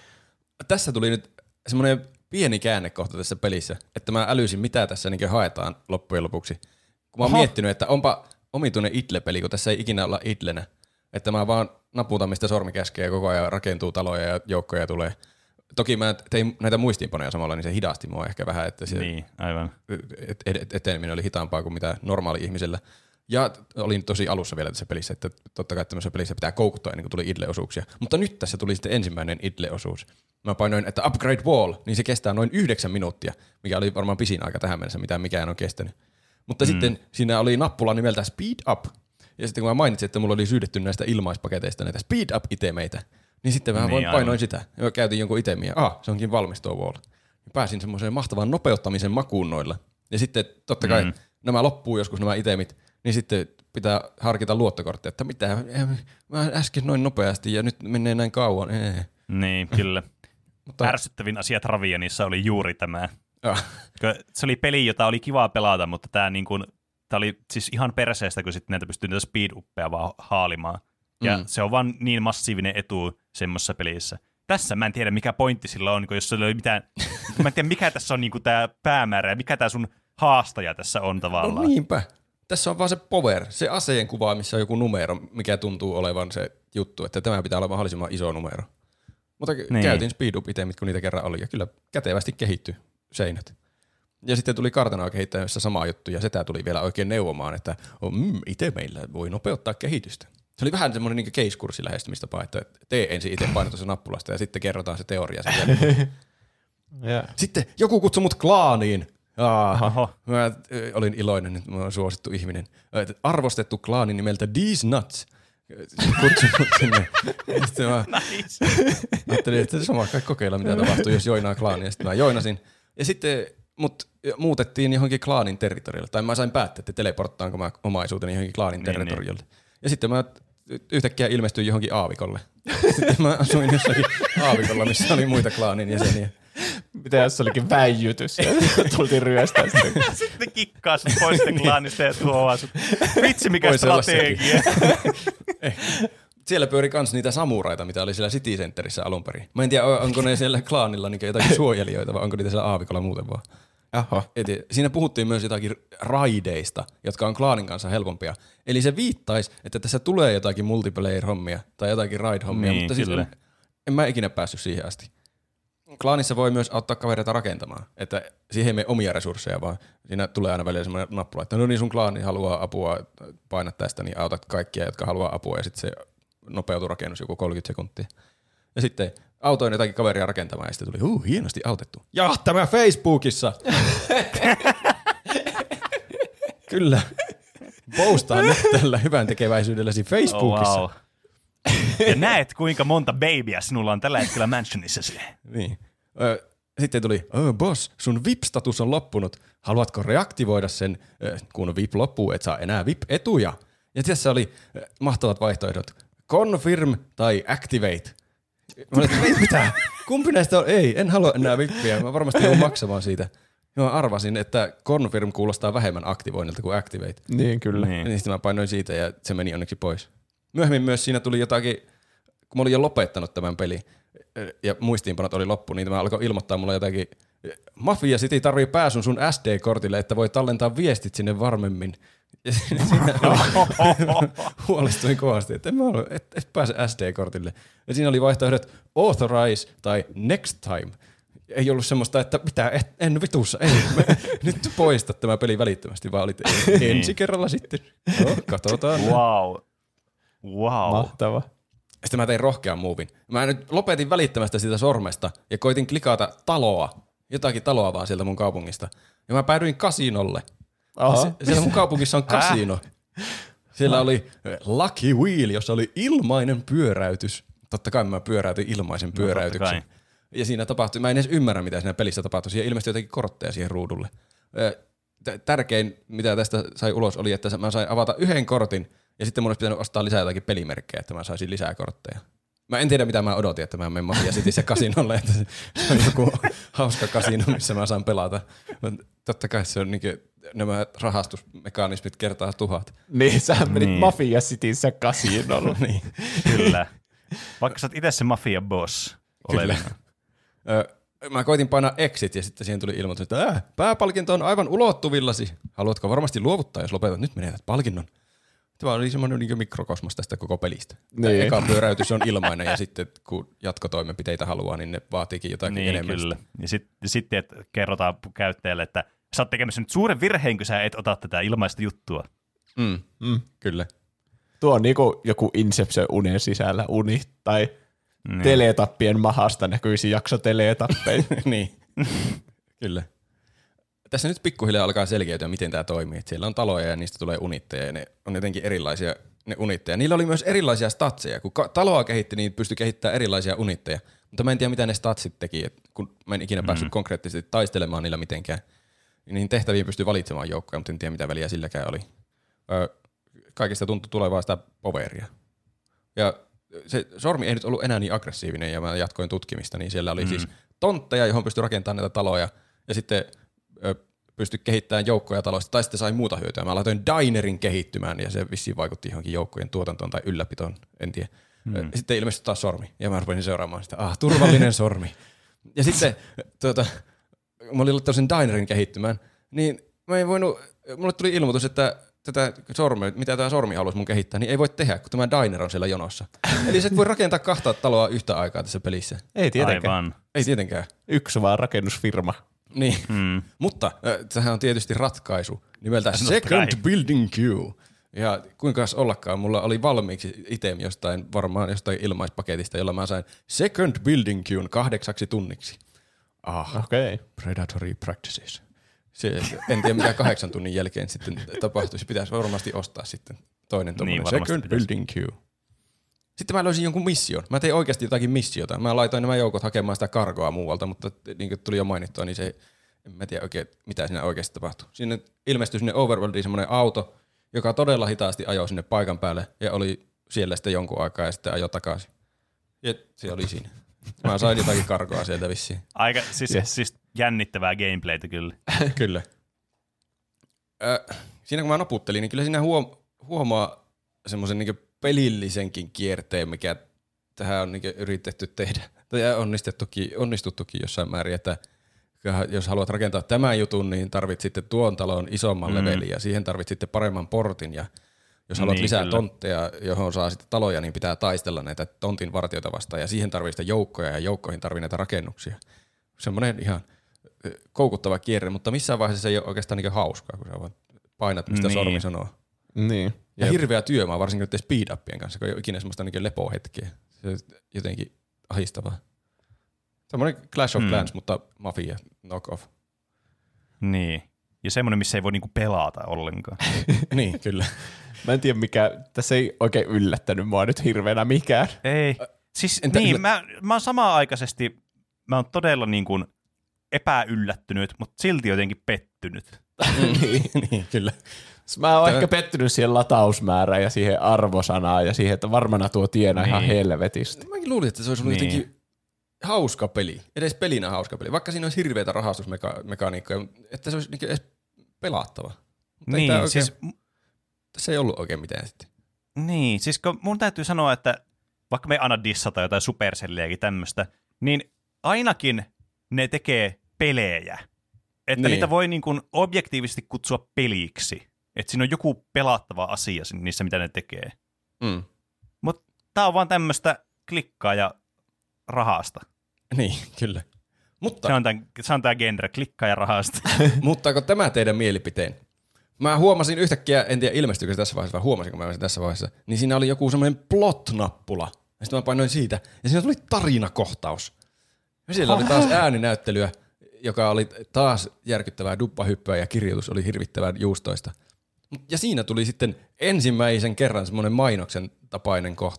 Speaker 3: Tässä tuli nyt semmoinen pieni käännekohta tässä pelissä, että mä älysin, mitä tässä niin haetaan loppujen lopuksi. Kun mä oon
Speaker 1: Oho.
Speaker 3: miettinyt, että onpa omituinen idle-peli, kun tässä ei ikinä olla idlenä. Että mä vaan naputan, mistä sormi käskee ja koko ajan rakentuu taloja ja joukkoja tulee. Toki mä tein näitä muistiinpanoja samalla, niin se hidasti mua ehkä vähän, että se
Speaker 1: Niin, aivan.
Speaker 3: et- et- eteneminen oli hitaampaa kuin mitä normaali ihmisellä. Ja olin tosi alussa vielä tässä pelissä, että totta kai tämmöisessä pelissä pitää koukuttaa ennen kuin tuli idle-osuuksia. Mutta nyt tässä tuli sitten ensimmäinen idle-osuus. Mä painoin, että upgrade wall, niin se kestää noin yhdeksän minuuttia, mikä oli varmaan pisin aika tähän mennessä, mitä mikään on kestänyt. Mutta mm. sitten siinä oli nappula nimeltä speed up. Ja sitten kun mä mainitsin, että mulla oli syydetty näistä ilmaispaketeista näitä speed up-itemeitä, niin sitten mä
Speaker 1: Niin,
Speaker 3: voin painoin
Speaker 1: aivan.
Speaker 3: sitä. Ja mä käytin jonkun itemiä. Ah, se onkin valmis tuo wall. Ja pääsin semmoiseen mahtavaan nopeuttamisen makuun noilla. Ja sitten totta kai mm. nämä loppuu joskus nämä itemit, niin sitten pitää harkita luottokorttia, että mitä, mä äsken noin nopeasti ja nyt menee näin kauan. Ee.
Speaker 1: Niin, kyllä.
Speaker 3: Mutta,
Speaker 1: Ärsyttävin asia Travianissa oli juuri tämä.
Speaker 3: ah,
Speaker 1: Se oli peli, jota oli kiva pelata, mutta tämä niin kuin, tämä oli siis ihan perseestä, kun sitten näitä pystyy näitä speed-uppeja vaan haalimaan. Ja
Speaker 3: Mm.
Speaker 1: se on vaan niin massiivinen etu semmoisessa pelissä. Tässä mä en tiedä, mikä pointti sillä on, jos sillä ei ole mitään, mä en tiedä, mikä tässä on niin tämä päämäärä ja mikä tämä sun haastaja tässä on tavallaan.
Speaker 3: no niinpä. Tässä on vaan se power, se aseen kuva, missä on joku numero, mikä tuntuu olevan se juttu, että tämä pitää olla mahdollisimman iso numero. Mutta niin. käytin speed up itemit, kun niitä kerran oli, ja kyllä kätevästi kehittyi seinät. Ja sitten tuli kartanoa kehittämässä sama juttu, ja sitä tuli vielä oikein neuvomaan, että oh, mm, itemeillä voi nopeuttaa kehitystä. Se oli vähän semmoinen niin case-kurssi lähestymistapa, että tee ensin itse painotusta nappulasta, ja sitten kerrotaan se teoria sen jälkeen.
Speaker 2: Yeah.
Speaker 3: Sitten joku kutsui mut klaaniin. Ah,
Speaker 1: Oho.
Speaker 3: mä ö, olin iloinen, että mä oon suosittu ihminen. Ö, Arvostettu klaani nimeltä These Nuts. Kutsun mut sinne. Ja sitten mä
Speaker 1: Nice.
Speaker 3: ajattelin, että se on kai kokeilla, mitä tapahtuu, jos joinaa klaania. Ja sitten mä joinasin. Ja sitten mut muutettiin johonkin klaanin territorialle. Tai mä sain päättää, että teleporttaanko mä omaisuuteni johonkin klaanin
Speaker 1: Niin,
Speaker 3: territorialle. Ja sitten mä yhtäkkiä ilmestyin johonkin aavikolle. Sitten mä asuin jossakin aavikolla, missä oli muita klaanin jäseniä.
Speaker 2: Mitä jos se olikin väijytys ja tultiin ryöstää sitten.
Speaker 1: Sitten kikkaa sut pois sitten klaanista ja tuoaa sut. Vitsi, mikä
Speaker 3: Voisi olla
Speaker 1: strategia.
Speaker 3: Siellä pyöri kans niitä samuraita, mitä oli siellä City Centerissä alun perin. Mä en tiedä, onko ne siellä klaanilla niin jotakin suojelijoita vai onko niitä siellä aavikolla muuten vaan.
Speaker 2: Aha.
Speaker 3: Et siinä puhuttiin myös jotakin raideista, jotka on klaanin kanssa helpompia. Eli se viittaisi, että tässä tulee jotakin multiplayer-hommia tai jotakin raid-hommia,
Speaker 1: Niin,
Speaker 3: mutta siis
Speaker 1: kyllä.
Speaker 3: en, en mä ikinä päässyt siihen asti. Klaanissa voi myös auttaa kavereita rakentamaan, että siihen ei mene omia resursseja, vaan siinä tulee aina välillä semmoinen nappula, että no niin sun klaani haluaa apua, paina tästä, niin autat kaikkia, jotka haluaa apua, ja sitten se nopeutuu rakennus joku kolmekymmentä sekuntia. Ja sitten autoin jotakin kaveria rakentamaan, ja sitten tuli, huu, hienosti autettu. Ja tämä Facebookissa! Kyllä. Postaa nyt tällä hyvän tekeväisyydelläsi Facebookissa.
Speaker 1: Oh, wow. Ja näet, kuinka monta babyä sinulla on tällä hetkellä mansionissasi.
Speaker 3: Niin. Ö, Sitten tuli, oh, boss, sun V I P-status on loppunut. Haluatko reaktivoida sen, ö, kun V I P loppuu, et saa enää V I P-etuja? Ja tässä oli ö, mahtavat vaihtoehdot. Confirm tai activate. Mä olin, että mitä? Kumpi näistä on? Ei, en halua enää vippiä. Mä varmasti joudun maksamaan siitä. Ja mä arvasin, että confirm kuulostaa vähemmän aktivoinnilta kuin activate.
Speaker 2: Niin kyllä.
Speaker 1: Niin.
Speaker 3: Ja sitten mä painoin siitä ja se meni onneksi pois. Myöhemmin myös siinä tuli jotakin, kun mä olin jo lopettanut tämän pelin ja muistiinpanot oli loppu, niin tämä alkoi ilmoittaa mulle jotakin, Mafia City tarvii pääsyn sun S D-kortille, että voi tallentaa viestit sinne varmemmin. Ja siinä huolestuin kovasti, että en mä ollut, et, et pääse S D-kortille. Ja siinä oli vaihtoehdot authorize tai next time. Ei ollut semmoista, että mitä, et, en vitussa, ei, me, nyt poista tämä peli välittömästi, vaan olit ensi kerralla sitten. No, katsotaan.
Speaker 1: Wow. Wow.
Speaker 2: Mahtava.
Speaker 3: Sitten mä tein rohkean muuvin. Mä nyt lopetin välittämästä sitä sormesta ja koitin klikata taloa, jotakin taloa vaan sieltä mun kaupungista. Ja mä päädyin kasinolle. Se, siellä mun kaupungissa on kasino. Siellä oli Lucky Wheel, jossa oli ilmainen pyöräytys. totta kai mä pyöräytin ilmaisen pyöräytyksen.
Speaker 1: No,
Speaker 3: ja siinä tapahtui, mä en edes ymmärrä, mitä siinä pelissä tapahtui. Siihen ilmestyi jotenkin kortteja siihen ruudulle. Tärkein, mitä tästä sai ulos, oli, että mä sain avata yhden kortin, ja sitten mun olisi pitänyt ostaa lisää jotakin pelimerkkejä, että mä saisin lisää kortteja. Mä en tiedä, mitä mä odotin, että mä menen Mafia Cityssä kasinolle, että se on joku hauska kasino, missä mä saan pelata. Totta kai se on niin kuin nämä rahastusmekanismit kertaa tuhat.
Speaker 2: Niin, sä menit
Speaker 1: niin.
Speaker 2: Mafia Cityssä kasinolle.
Speaker 3: Niin.
Speaker 1: Kyllä. Vaikka sä oot itse se Mafia-boss.
Speaker 3: Kyllä. Mä koitin painaa exit ja sitten siihen tuli ilmoitus, että äh, pääpalkinto on aivan ulottuvillasi. Haluatko varmasti luovuttaa, jos lopetat? Nyt menetät palkinnon. Tämä oli semmoinen niin mikrokosmos tästä koko pelistä. Niin. Eka pyöräytys on ilmainen ja sitten kun jatkotoimenpiteitä haluaa, niin ne vaatiikin jotakin
Speaker 1: niin,
Speaker 3: enemmän.
Speaker 1: Kyllä. Ja sitten sit, että kerrotaan käyttäjälle, että sä oot tekemässä nyt suuren virheen, kun sä et ota tätä ilmaista juttua.
Speaker 3: Mm. Mm. Kyllä.
Speaker 2: Tuo on niinku joku Inception unen sisällä uni tai
Speaker 1: niin.
Speaker 2: teletappien mahasta näkyisi jakso teletappeja.
Speaker 3: Niin, kyllä. Tässä nyt pikkuhiljaa alkaa selkeytyä, miten tämä toimii. Et siellä on taloja ja niistä tulee unitteja ja ne on jotenkin erilaisia ne unitteja. Niillä oli myös erilaisia statseja. Kun taloa kehitti, niin pystyi kehittämään erilaisia unitteja. Mutta mä en tiedä, mitä ne statsit teki, et kun mä en ikinä mm-hmm. päässyt konkreettisesti taistelemaan niillä mitenkään. Niin tehtäviin pystyi valitsemaan joukkoja, mutta en tiedä, mitä väliä silläkään oli. Öö, kaikista tuntui tulevaa sitä poweria. Ja se sormi ei nyt ollut enää niin aggressiivinen ja mä jatkoin tutkimista, niin siellä oli mm. siis tontteja, johon pystyi rakentamaan näitä taloja ja sitten ö, pystyi kehittämään joukkoja taloista tai sitten sai muuta hyötyä. Mä laitoin dinerin kehittymään ja se vissiin vaikutti johonkin joukkojen tuotantoon tai ylläpitoon, en tiedä. Mm. Sitten ilmestyi taas sormi ja mä rupesin seuraamaan sitä, ah turvallinen sormi. Ja sitten tuota, mä olin laittanut sen dinerin kehittymään, niin mä en voinut, mulle tuli ilmoitus, että tätä sormea, mitä tämä sormi haluaisi mun kehittää, niin ei voi tehdä, kun tämä diner on siellä jonossa. Eli sä et voi rakentaa kahta taloa yhtä aikaa tässä pelissä.
Speaker 2: Ei tietenkään.
Speaker 1: Aivan.
Speaker 3: Ei tietenkään.
Speaker 2: Yksi vaan rakennusfirma.
Speaker 3: Niin,
Speaker 1: Mm.
Speaker 3: mutta äh, tähän on tietysti ratkaisu nimeltä no, Second kai. Building Queue. Ja kuinka ollakaan, mulla oli valmiiksi itemi jostain, varmaan jostain ilmaispaketista, jolla mä sain Second Building Queuen kahdeksaksi tunniksi. Ah,
Speaker 2: okei. Okay.
Speaker 3: Predatory practices. Se, en tiedä, mitä kahdeksan tunnin jälkeen sitten tapahtuisi. Pitäisi varmasti ostaa sitten toinen tuommoinen
Speaker 1: niin,
Speaker 3: Second
Speaker 1: pitäisi.
Speaker 3: Building Queue. Sitten mä löysin jonkun mission. Mä tein oikeasti jotakin missiota. Mä laitoin nämä joukot hakemaan sitä kargoa muualta, mutta niin kuin tuli jo mainittua, niin se, en mä tiedä oikein, mitä siinä oikeasti tapahtui. Sinne ilmestyi sinne Overworldiin semmoinen auto, joka todella hitaasti ajoi sinne paikan päälle ja oli siellä sitten jonkun aikaa ja sitten ajoi takaisin. Ja se oli siinä. Mä sain jotakin kargoa sieltä vissiin.
Speaker 1: Aika siis, yes. siis jännittävää gameplaytä kyllä.
Speaker 3: Kyllä. Ö, siinä kun mä naputtelin, niin kyllä siinä huom- huomaa semmoisen niin pelillisenkin kierteen, mikä tähän on niin yritetty tehdä. Tai onnistuttukin, onnistuttukin jossain määrin, että jos haluat rakentaa tämän jutun, niin tarvit sitten tuon talon isomman mm. levelin ja siihen tarvit sitten paremman portin. Ja jos haluat niin, lisää kyllä. tontteja, johon saa sitten taloja, niin pitää taistella näitä tontin vartijoita vastaan. Ja siihen tarvii sitten joukkoja ja joukkoihin tarvii näitä rakennuksia. Semmoinen ihan koukuttava kierre, mutta missään vaiheessa se ei ole oikeastaan niin hauskaa, kun sä vaan painat, mistä niin. sormi sanoo.
Speaker 2: Niin.
Speaker 3: Ja Jep. hirveä työmaa, varsinkin nyt speed-upien kanssa, kun ei ole ikinä semmoista niin lepohetkeä. Se on jotenkin ahistavaa. Semmoinen Clash of mm. Clans, mutta Mafia knock-off.
Speaker 1: Niin. Ja semmoinen, missä ei voi niinku pelata ollenkaan.
Speaker 3: Niin, kyllä.
Speaker 2: Mä en tiedä mikä, tässä ei oikein yllättänyt mua nyt hirveänä mikään.
Speaker 1: Ei. Siis
Speaker 3: Entä
Speaker 1: niin,
Speaker 3: yllät...
Speaker 1: mä, mä oon samaan-aikaisesti, mä oon todella niin kuin epäyllättynyt, mutta silti jotenkin pettynyt.
Speaker 3: niin, niin, kyllä.
Speaker 2: Mä oon Tämä... ehkä pettynyt siihen latausmäärään ja siihen arvosanaan ja siihen, että varmana tuo tienaa niin. ihan helvetistä.
Speaker 3: Mäkin luulin, että se olisi ollut niin. jotenkin hauska peli. Edes pelinä hauska peli. Vaikka siinä olisi hirveätä rahastusmekaniikkoja, että se olisi niin edes pelattava. Mutta
Speaker 1: niin,
Speaker 3: ei oikein,
Speaker 1: siis...
Speaker 3: tässä ei ollut oikein mitään sitten.
Speaker 1: Niin, siis mun täytyy sanoa, että vaikka me aina dissata jotain Supercelliäkin tämmöistä, niin ainakin ne tekee pelejä. Että niin. niitä voi niin kuin objektiivisesti kutsua peliksi. Että siinä on joku pelattava asia niissä, mitä ne tekee.
Speaker 3: Mm.
Speaker 1: Mutta tää on vaan tämmöistä klikkaa ja rahasta.
Speaker 3: Niin, kyllä. Mutta,
Speaker 1: se, on tämän, se on tämä genre, klikkaa ja rahasta.
Speaker 3: Muuttaako tämä teidän mielipiteen? Mä huomasin yhtäkkiä, en tiedä ilmestyykö se tässä vaiheessa, vai huomasinko mä sen tässä vaiheessa, niin siinä oli joku semmoinen plot-nappula. Ja sitten mä painoin siitä, ja siinä tuli tarinakohtaus. Ja siellä oli taas ääninäyttelyä, joka oli taas järkyttävää duppahyppyä, ja kirjoitus oli hirvittävän juustoista. Ja siinä tuli sitten ensimmäisen kerran semmoinen mainoksen tapainen kohta.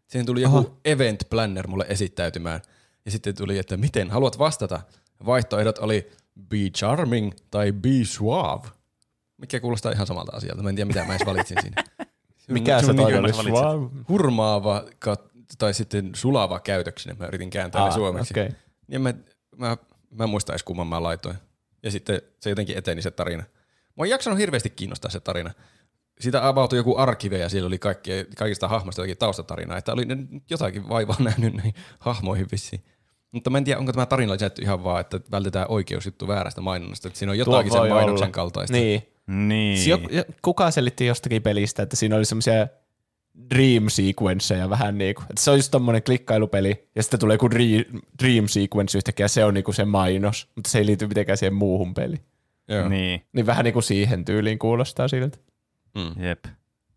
Speaker 3: Siihen tuli joku Aha. event planner mulle esittäytymään. Ja sitten tuli, että miten haluat vastata? Vaihtoehdot oli be charming tai be suave. Mikä kuulostaa ihan samalta asialta. Mä en tiedä, mitä mä edes valitsin siinä.
Speaker 2: Mikä se toi oli? Suave?
Speaker 3: Hurmaava tai sitten sulava käytöksinen. Mä yritin kääntää Aa, ne suomeksi. Okay. Ja mä, mä, mä en muista edes kumman mä laitoin. Ja sitten se jotenkin eteni se tarina. Mä oon jaksanut hirveästi kiinnostaa se tarina. Siitä avautui joku arkive ja siellä oli kaikki, kaikista hahmoista jotakin taustatarinaa. Että oli jotakin vaivaa nähnyt näihin hahmoihin vissiin. Mutta mä en tiedä, onko tämä tarina lisätty ihan vaan, että vältetään oikeusjuttu väärästä mainonnasta. Että siinä on jotakin sen mainoksen olla. kaltaista.
Speaker 2: Niin.
Speaker 1: niin.
Speaker 2: Kuka selitti jostakin pelistä, että siinä oli semmoisia dream sequenceja vähän niinku. Että se on just tommonen klikkailupeli ja sitten tulee joku dream sequence yhtäkkiä ja se on niinku se mainos. Mutta se ei liity mitenkään siihen muuhun peliin.
Speaker 1: Joo. Niin.
Speaker 2: Niin vähän niinku siihen tyyliin kuulostaa siltä.
Speaker 1: Mm. Jep.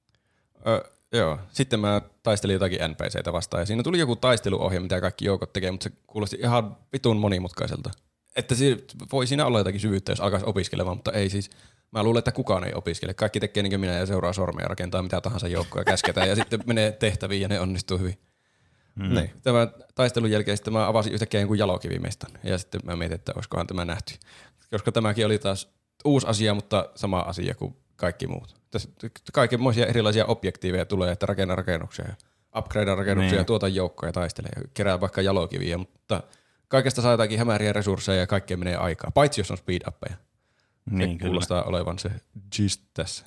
Speaker 3: Ö, joo. Sitten mä taistelin jotakin N P C:tä vastaan ja siinä tuli joku taisteluohje, mitä kaikki joukot tekee, mutta se kuulosti ihan vitun monimutkaiselta. Että si- voi siinä olla jotakin syvyyttä, jos alkaisi opiskelemaan, mutta ei siis. Mä luulen, että kukaan ei opiskele. Kaikki tekee niin kuin minä ja seuraa sormea ja rakentaa mitä tahansa joukkoja käsketään ja sitten menee tehtäviin ja ne onnistuu hyvin. Mm. Niin. Tämän taistelun jälkeen sitten mä avasin yhtäkkiä jonkun jalokivimestan ja sitten mä mietin, että olisikohan tämä nähty. Koska tämäkin oli taas uusi asia, mutta sama asia kuin kaikki muut. Tässä kaikenmoisia erilaisia objektiiveja tulee, että rakenna rakennuksia ja upgradea rakennuksia niin. ja tuota joukkoja taistelee ja kerää vaikka jalokiviä, mutta kaikesta saa jotakin hämäriä resursseja ja kaikkea menee aikaa, paitsi jos on speed-uppeja. Niin, se kuulostaa olevan se gist tässä.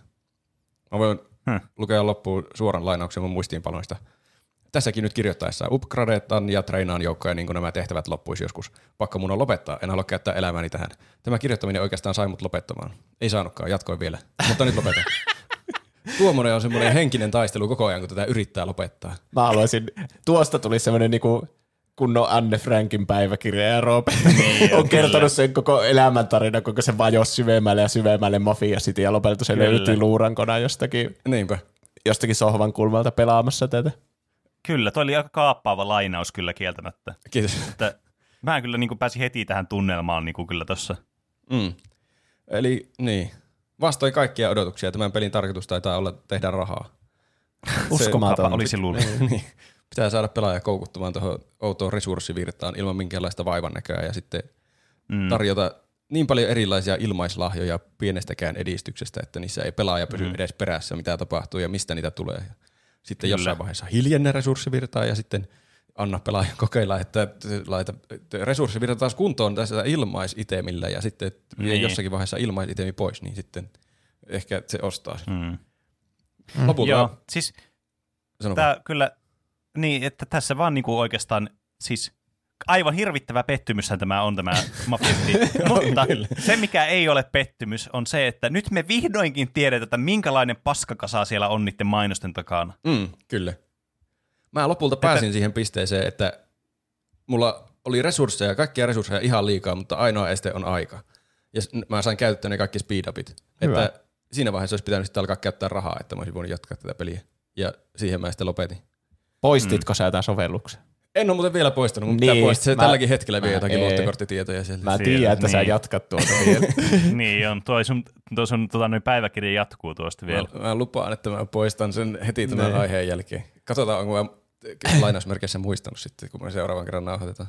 Speaker 3: Mä voin hmm. lukea loppuun suoran lainauksen mun muistiinpanoista. Tässäkin nyt kirjoittaessa upgradeetan ja treinaan joukkoja niin kuin nämä tehtävät loppuisi joskus. Pakko mun on lopettaa, en halua käyttää elämääni tähän. Tämä kirjoittaminen oikeastaan sai mut lopettamaan. Ei saanutkaan, jatkoin vielä, mutta nyt lopetan. Tuommoinen on semmoinen henkinen taistelu koko ajan, kun tätä yrittää lopettaa.
Speaker 2: Mä haluaisin, tuosta tuli semmoinen niinku kunnon Anne Frankin päiväkirja ja Roope niin, on kertonut sen koko elämäntarina, kuinka se vajosi syvemmälle ja syvemmälle Mafia City ja lopulta se löytyi luurankona jostakin,
Speaker 3: Niinpä.
Speaker 2: jostakin sohvan kulmalta pelaamassa tätä.
Speaker 1: Kyllä, toi oli aika kaappaava lainaus kyllä kieltämättä.
Speaker 3: Kiitos.
Speaker 1: Että mä kyllä niin kuin pääsin heti tähän tunnelmaan niin kuin kyllä tossa.
Speaker 3: Mm. Eli niin, vastoin kaikkia odotuksia tämän pelin tarkoitus taitaa olla tehdä rahaa.
Speaker 2: Uskomaton.
Speaker 1: Olisi luullut.
Speaker 3: niin. Pitää saada pelaaja koukuttumaan tuohon outoon resurssivirtaan ilman minkäänlaista vaivan näköä ja sitten mm. tarjota niin paljon erilaisia ilmaislahjoja pienestäkään edistyksestä, että niissä ei pelaaja pysy mm. edes perässä, mitä tapahtuu ja mistä niitä tulee. Sitten Kyllä. jossain vaiheessa hiljenne resurssivirtaa ja sitten anna pelaajan kokeilla, että laita resurssivirta taas kuntoon tässä ilmaisitemillä ja sitten niin. jossakin vaiheessa ilmaisitemi pois, niin sitten ehkä se ostaa sen. Mm. Lopulta.
Speaker 1: Joo, siis tämä kyllä, niin että tässä vaan niinku oikeastaan, siis aivan hirvittävä pettymyshän tämä on tämä Mafia City, mutta se mikä ei ole pettymys on se, että nyt me vihdoinkin tiedetään, että minkälainen paskakasa siellä on niiden mainosten takana.
Speaker 3: Mm, kyllä. Mä lopulta pääsin että siihen pisteeseen, että mulla oli resursseja, kaikkia resursseja ihan liikaa, mutta ainoa este on aika. Ja mä sain käyttää ne kaikki speed-upit. Hyvä. Että siinä vaiheessa olisi pitänyt sitten alkaa käyttää rahaa, että mä olisin voinut jatkaa tätä peliä. Ja siihen mä sitten lopetin.
Speaker 2: Poistitko mm. sä tämän sovelluksen?
Speaker 3: En ole muuten vielä poistanut, mutta niin, pitää poistaa. Se mä, tälläkin hetkellä vie jotakin luottokorttitietoja sieltä.
Speaker 2: Mä tiedän, että niin. sä jatkat tuota vielä.
Speaker 1: niin on, tuo sun, tuo sun tota, päiväkirja jatkuu tuosta vielä.
Speaker 3: Mä, mä lupaan, että mä poistan sen heti tämän niin. aiheen jälkeen. Katsotaan, onko mä lainausmerkeissä muistanut sitten, kun me seuraavan kerran nauhoitetaan.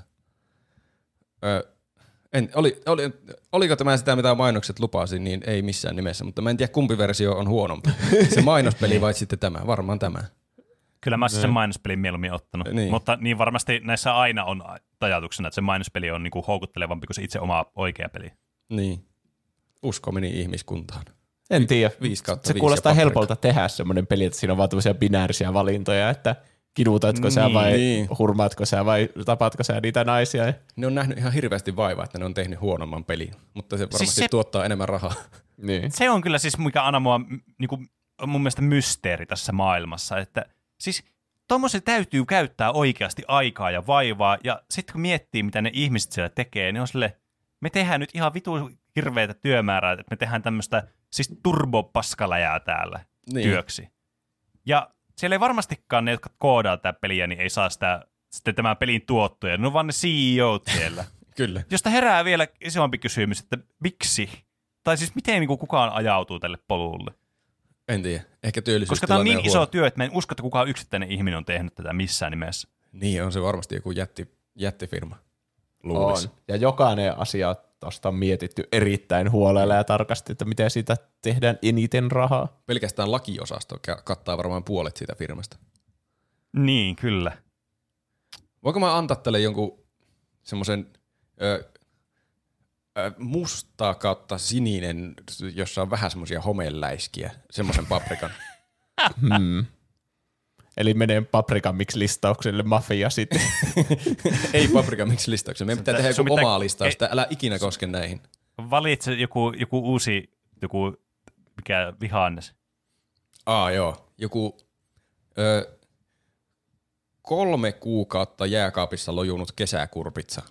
Speaker 3: Öö, en, oli, oli, oliko tämä sitä, mitä mainokset lupasin, niin ei missään nimessä, mutta mä en tiedä, kumpi versio on huonompi. Se mainospeli vai sitten tämä, varmaan tämä.
Speaker 1: Kyllä mä olisin sen mainospelin mieluummin ottanut, niin. mutta niin varmasti näissä aina on ajatuksena, että se mainospeli on niinku houkuttelevampi kuin se itse oma oikea peli.
Speaker 3: Niin. Usko meni ihmiskuntaan.
Speaker 2: En tiedä.
Speaker 3: Se
Speaker 2: kuulostaa helpolta tehdä semmoinen peli, että siinä on vaan tämmöisiä binäärisiä valintoja, että kidutatko niin, sä vai niin. hurmaatko sä vai tapatko sä niitä naisia.
Speaker 3: Ne on nähnyt ihan hirveästi vaivaa, että ne on tehnyt huonomman pelin, mutta se varmasti siis se, tuottaa enemmän rahaa.
Speaker 1: Niin. Se on kyllä siis, mikä aina mua, niinku, mun mielestä mysteeri tässä maailmassa, että siis tuommoisen täytyy käyttää oikeasti aikaa ja vaivaa, ja sitten kun miettii, mitä ne ihmiset siellä tekee, niin on silleen, me tehdään nyt ihan vitu hirveätä työmäärää, että me tehdään tämmöistä siis turbopaskaläjää täällä niin. työksi. Ja siellä ei varmastikaan ne, jotka koodaa tätä peliä, niin ei saa sitä, sitten tämän pelin tuottoja, ne on vaan ne C E O:t siellä.
Speaker 3: Kyllä.
Speaker 1: Josta herää vielä isompi kysymys, että miksi? Tai siis miten niin kukaan ajautuu tälle polulle?
Speaker 3: En tiedä. Ehkä
Speaker 1: Koska
Speaker 3: työllisyystilanne
Speaker 1: tämä on niin
Speaker 3: huono.
Speaker 1: iso työ, että mä en usko, että kukaan yksittäinen ihminen on tehnyt tätä missään nimessä.
Speaker 3: Niin, on se varmasti joku jätti, jättifirma. Luulisi.
Speaker 2: On. Ja jokainen asia tuosta on mietitty erittäin huolella ja tarkasti, että miten siitä tehdään eniten rahaa.
Speaker 3: Pelkästään lakiosasto ka- kattaa varmaan puolet siitä firmasta.
Speaker 1: Niin, kyllä.
Speaker 3: Voinko mä antaa tälle jonkun semmoisen ö, ö, musta kautta sininen, jossa on vähän semmoisia homeläiskiä, semmoisen paprikan?
Speaker 2: Hmm. Eli menee Paprika Mix-listaukselle Mafia sitten.
Speaker 3: Ei paprika miksi listauksen. Meidän pitää
Speaker 1: Sun
Speaker 3: tehdä joku
Speaker 1: pitää-
Speaker 3: omaa listaus,
Speaker 1: ei-
Speaker 3: älä ikinä koske näihin.
Speaker 1: Valitse joku, joku uusi, joku, mikä vihannes.
Speaker 3: Aa joo, joku ö, kolme kuukautta jääkaapissa lojunut kesäkurpitsa.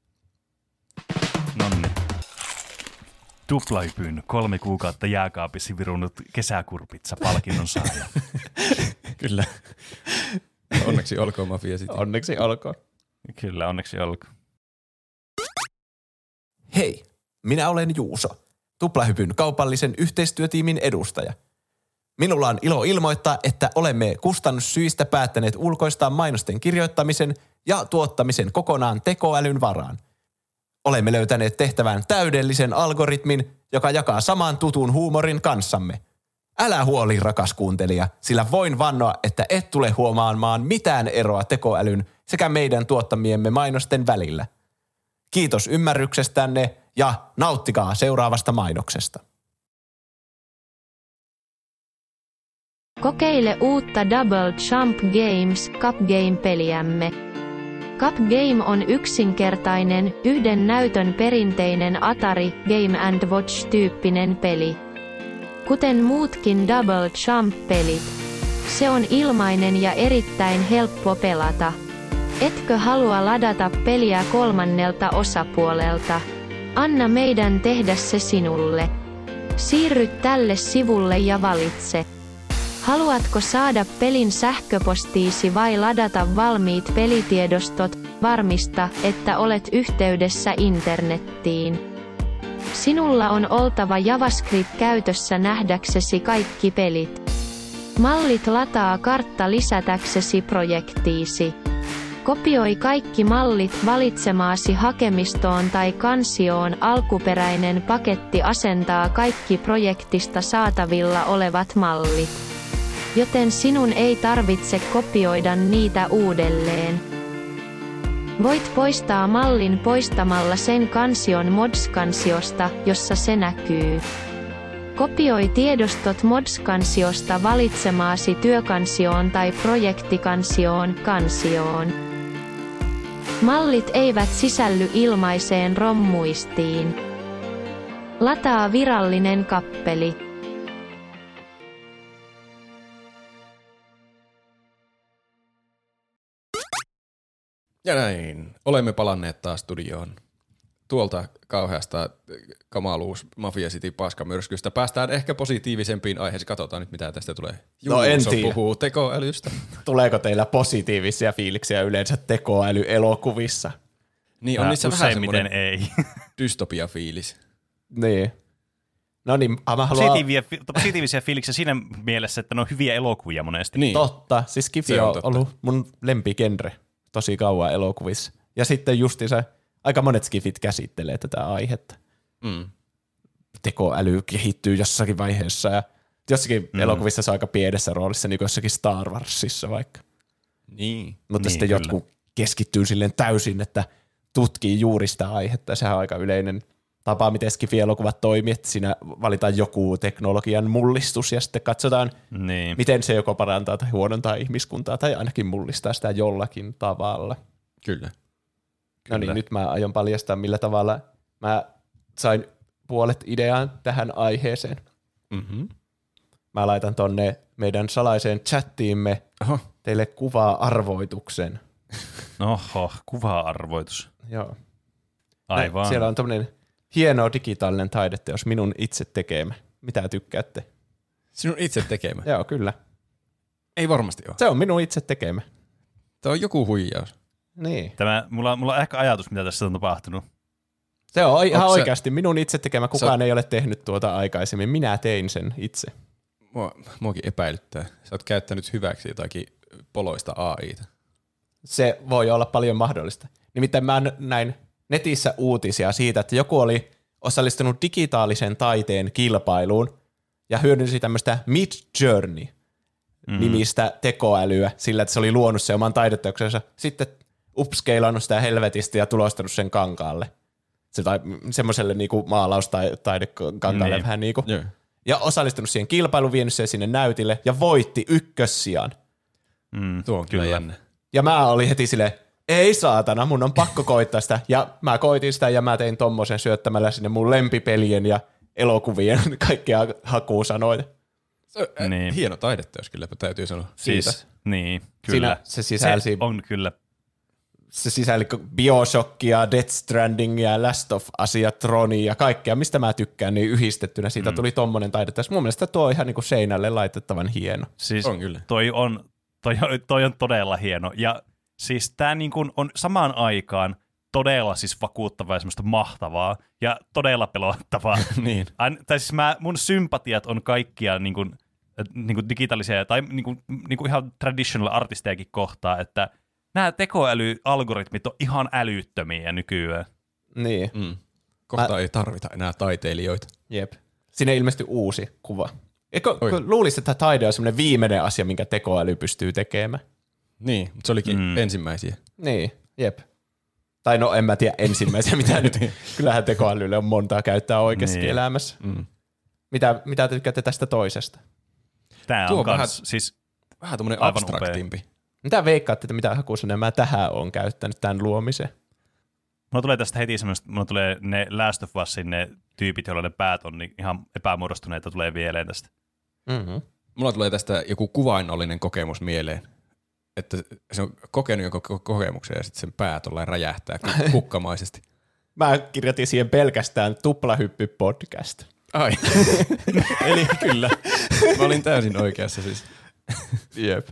Speaker 1: Nonni. Tuplahypyn kolme kuukautta jääkaapissa virunut kesäkurpitsa palkinnon saaja.
Speaker 3: Kyllä. Onneksi olkoon Mafia City.
Speaker 2: Onneksi olkoon.
Speaker 1: Kyllä, onneksi olkoon.
Speaker 2: Hei, minä olen Juuso, Tuplahypyn kaupallisen yhteistyötiimin edustaja. Minulla on ilo ilmoittaa, että olemme kustannussyistä päättäneet ulkoistaa mainosten kirjoittamisen ja tuottamisen kokonaan tekoälyn varaan. Olemme löytäneet tehtävään täydellisen algoritmin, joka jakaa saman tutun huumorin kanssamme. Älä huoli, rakas kuuntelija, sillä voin vannoa, että et tule huomaamaan mitään eroa tekoälyn sekä meidän tuottamiemme mainosten välillä. Kiitos ymmärryksestänne ja nauttikaa seuraavasta mainoksesta.
Speaker 4: Kokeile uutta Double Jump Games Cup Game-peliämme. Cup Game on yksinkertainen, yhden näytön perinteinen Atari Game and Watch-tyyppinen peli. Kuten muutkin Double Jump-pelit, se on ilmainen ja erittäin helppo pelata. Etkö halua ladata peliä kolmannelta osapuolelta? Anna meidän tehdä se sinulle. Siirry tälle sivulle ja valitse. Haluatko saada pelin sähköpostiisi vai ladata valmiit pelitiedostot? Varmista, että olet yhteydessä internettiin. Sinulla on oltava JavaScript käytössä nähdäksesi kaikki pelit. Mallit lataa kartta lisätäksesi projektiisi. Kopioi kaikki mallit valitsemaasi hakemistoon tai kansioon. Alkuperäinen paketti asentaa kaikki projektista saatavilla olevat mallit. Joten sinun ei tarvitse kopioida niitä uudelleen. Voit poistaa mallin poistamalla sen kansion Mods-kansiosta, jossa se näkyy. Kopioi tiedostot Mods-kansiosta valitsemaasi työkansioon tai projektikansioon kansioon. Mallit eivät sisälly ilmaiseen ROM-muistiin. Lataa virallinen kappeli.
Speaker 3: Ja näin. Olemme palanneet taas studioon. Tuolta kauheasta kamaluus Mafia City paskamyrskystä päästään ehkä positiivisempiin aiheisiin. Katsotaan nyt, mitä tästä tulee.
Speaker 2: No en
Speaker 3: Juuso
Speaker 2: tiedä.
Speaker 3: puhuu tekoälystä.
Speaker 2: Tuleeko teillä positiivisia fiiliksiä yleensä tekoälyelokuvissa?
Speaker 3: Niin, on
Speaker 1: Ää,
Speaker 3: niissä vähän
Speaker 1: useimmiten
Speaker 3: semmoinen
Speaker 1: ei.
Speaker 3: dystopia-fiilis.
Speaker 2: Niin. No niin, mä haluan...
Speaker 1: Positiivia, positiivisia fiiliksiä siinä mielessä, että ne on hyviä elokuvia monesti.
Speaker 3: Niin.
Speaker 2: Totta, siis Skifi
Speaker 3: Se on
Speaker 2: on
Speaker 3: totta.
Speaker 2: ollut mun lempigenre tosi kauan elokuvissa. Ja sitten justiinsa aika monet Skifit käsittelee tätä aihetta.
Speaker 3: Mm.
Speaker 2: Tekoäly kehittyy jossakin vaiheessa ja jossakin
Speaker 1: Mm.
Speaker 2: elokuvissa se on aika pienessä roolissa, niin kuin jossakin Star Warsissa vaikka.
Speaker 3: Niin.
Speaker 2: Mutta
Speaker 1: Niin,
Speaker 2: sitten
Speaker 1: kyllä.
Speaker 2: jotkut keskittyy silleen täysin, että tutkii juuri sitä aihetta. Sehän on aika yleinen tapa, miten Skifi-elokuvat toimii, että siinä valitaan joku teknologian mullistus ja sitten katsotaan,
Speaker 1: Niin.
Speaker 2: miten se joko parantaa tai huonontaa ihmiskuntaa tai ainakin mullistaa sitä jollakin tavalla.
Speaker 3: Kyllä.
Speaker 2: No niin,
Speaker 1: Kyllä.
Speaker 2: nyt mä aion paljastaa, millä tavalla mä sain puolet ideaan tähän aiheeseen.
Speaker 3: Mm-hmm.
Speaker 2: Mä laitan tonne meidän salaiseen chattiimme
Speaker 3: Oho.
Speaker 2: teille kuva-arvoituksen.
Speaker 1: Oho, kuva-arvoitus.
Speaker 2: Joo.
Speaker 1: Aivan.
Speaker 2: Siellä on tommonen hieno digitaalinen taideteos, minun itse tekemä. Mitä tykkäätte?
Speaker 3: Sinun itse tekemä.
Speaker 2: Joo, kyllä.
Speaker 3: Ei varmasti ole.
Speaker 2: Se on minun itse tekemä.
Speaker 3: Tämä on joku huijaus.
Speaker 2: Niin.
Speaker 1: Tämä, mulla, mulla on ehkä ajatus, mitä tässä on tapahtunut.
Speaker 2: Se on ihan
Speaker 3: Onks se-
Speaker 2: oikeasti minun itse tekemä. Kukaan ei ole tehnyt tuota aikaisemmin. Minä tein sen itse.
Speaker 3: Mua, muakin epäilyttää. Sä oot käyttänyt hyväksi jotakin poloista A I:tä.
Speaker 2: Se voi olla paljon mahdollista. Nimittäin mä näin netissä uutisia siitä, että joku oli osallistunut digitaalisen taiteen kilpailuun ja hyödynsi tämmöistä Midjourney-nimistä mm. tekoälyä sillä, että se oli luonut sen oman taideteoksensa, sitten upscalannut sitä helvetistä ja tulostanut sen kankaalle. Se tai semmoiselle niinku maalaustaidekankaalle niin. vähän niinku. Yeah. Ja osallistunut siihen kilpailuun, vienyt sen sinne näytille ja voitti ykkössijan.
Speaker 3: Mm, tuo on kyllä jännä.
Speaker 2: Ja mä olin heti silleen, ei saatana, mun on pakko koittaa sitä. Ja mä koitin sitä ja mä tein tommosen syöttämällä sinne mun lempipelien ja elokuvien kaikkea hakusanoita.
Speaker 3: Se, äh, niin. Hieno taideteos kyllä, täytyy sanoa.
Speaker 1: Siis,
Speaker 3: siitä.
Speaker 1: Niin, kyllä.
Speaker 2: Siinä se sisälsi...
Speaker 1: Se on kyllä.
Speaker 2: Se sisälsi Bioshockia, Death Strandingia, Last of Usia, Tronia ja kaikkea, mistä mä tykkään, niin yhdistettynä siitä mm. tuli tommonen taideteos. Mun mielestä tuo on ihan niinku seinälle laitettavan hieno.
Speaker 1: Siis
Speaker 3: on kyllä.
Speaker 1: Toi on, toi, toi on todella hieno. Ja siis tää niinku on samaan aikaan todella siis vakuuttavaa ja semmoista mahtavaa ja todella pelottavaa.
Speaker 3: niin.
Speaker 1: Ain, tai siis mä, mun sympatiat on kaikkia niinku, niinku digitaalisia tai niinku, niinku ihan traditional artistejakin kohtaan, että nämä tekoälyalgoritmit on ihan älyttömiä nykyään.
Speaker 2: Niin.
Speaker 3: Mm. Kohta mä... ei tarvita enää taiteilijoita.
Speaker 2: Jep. Siinä ilmestyi uusi kuva. Eikö luulisi, että taide on semmoinen viimeinen asia, minkä tekoäly pystyy tekemään?
Speaker 3: Niin, mutta se olikin mm. ensimmäisiä.
Speaker 2: Niin, jep. Tai no en mä tiedä ensimmäisiä, mitä nyt. Kyllähän tekoälylle on montaa käyttää oikeassa niin. elämässä. Mm. Mitä, mitä te tykkäätte tästä toisesta?
Speaker 1: Tämä
Speaker 3: Tuo
Speaker 1: on
Speaker 3: vähän,
Speaker 1: kans, siis
Speaker 3: vähän tommoinen abstraktimpi.
Speaker 2: Upea. Mitä veikkaatte, että mitä hakusanoja mä tähän on käyttänyt tämän luomiseen?
Speaker 1: Mulla tulee tästä heti semmoista, mulla tulee ne Last of Usin ne tyypit, joilla ne päät on niin ihan epämuodostuneita, tulee mieleen tästä.
Speaker 2: Mm-hmm.
Speaker 3: Mulla tulee tästä joku kuvainnollinen kokemus mieleen, että se on kokenut joku kokemuksen ja sitten sen pää tolleen räjähtää kukkamaisesti.
Speaker 2: Mä kirjoitin siihen pelkästään tuplahyppy podcast.
Speaker 3: Ai, eli kyllä. Mä olin täysin oikeassa siis.
Speaker 2: Jep.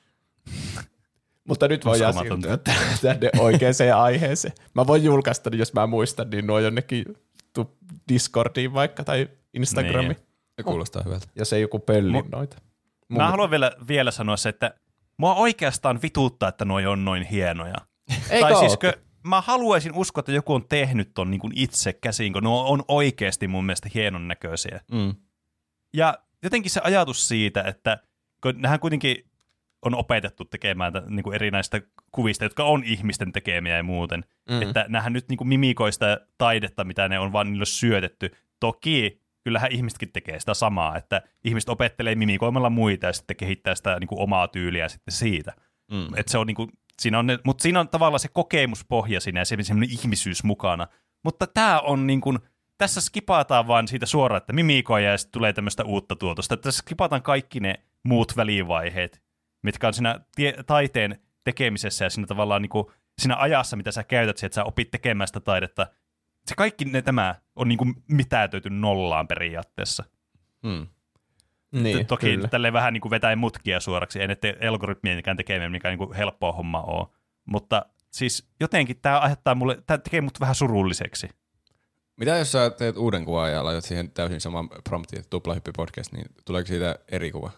Speaker 2: Mutta nyt voidaan siirtyä tänne oikeaan aiheeseen. Mä voin julkaista, jos mä muistan, niin nuo jonnekin Discordiin vaikka tai Instagramiin.
Speaker 3: Niin. Se kuulostaa hyvältä.
Speaker 2: Jos ei joku pöllin M- noita.
Speaker 1: Mun... Mä haluan vielä, vielä sanoa se, että mua oikeastaan vituuttaa, että nuo on noin hienoja.
Speaker 2: Eikö
Speaker 1: tai siis, mä haluaisin uskoa, että joku on tehnyt ton niin kuin itse käsin, kun nuo on oikeasti mun mielestä hienon näköisiä.
Speaker 3: Mm.
Speaker 1: Ja jotenkin se ajatus siitä, että kun nähän kuitenkin on opetettu tekemään niin kuin erinäistä kuvista, jotka on ihmisten tekemiä ja muuten. Mm. Että nämähän nyt niin kuin mimikoista taidetta, mitä ne on vaan niille syötetty. Toki kyllähän ihmisetkin tekee sitä samaa, että ihmiset opettelee mimikoimalla muita ja sitten kehittää sitä niin kuin omaa tyyliä sitten siitä. Mm. Että se on niin kuin, siinä on ne, mutta siinä on tavallaan se kokemuspohja siinä ja semmoinen ihmisyys mukana. Mutta tämä on niin kuin, tässä skipataan vaan siitä suoraan, että mimikoja ja sitten tulee tämmöistä uutta tuotosta. Tässä skipataan kaikki ne muut välivaiheet, mitkä on siinä tie- taiteen tekemisessä ja siinä tavallaan niin kuin, siinä ajassa, mitä sä käytät, että sä opit tekemään sitä taidetta. Se kaikki ne, tämä on niin kuin mitätöity nollaan periaatteessa.
Speaker 3: Hmm.
Speaker 2: Niin,
Speaker 1: toki
Speaker 2: kyllä.
Speaker 1: tälleen vähän niin kuin vetäen mutkia suoraksi. Ei näiden algoritmienkään tekeminen, mikä niin kuin helppoa homma on. Mutta siis jotenkin tämä aiheuttaa mulle, tämä tekee mut vähän surulliseksi.
Speaker 3: Mitä jos sä teet uuden kuvan ja laitat siihen täysin saman promptin, että tuplahyppy podcast, niin tuleeko siitä eri kuva?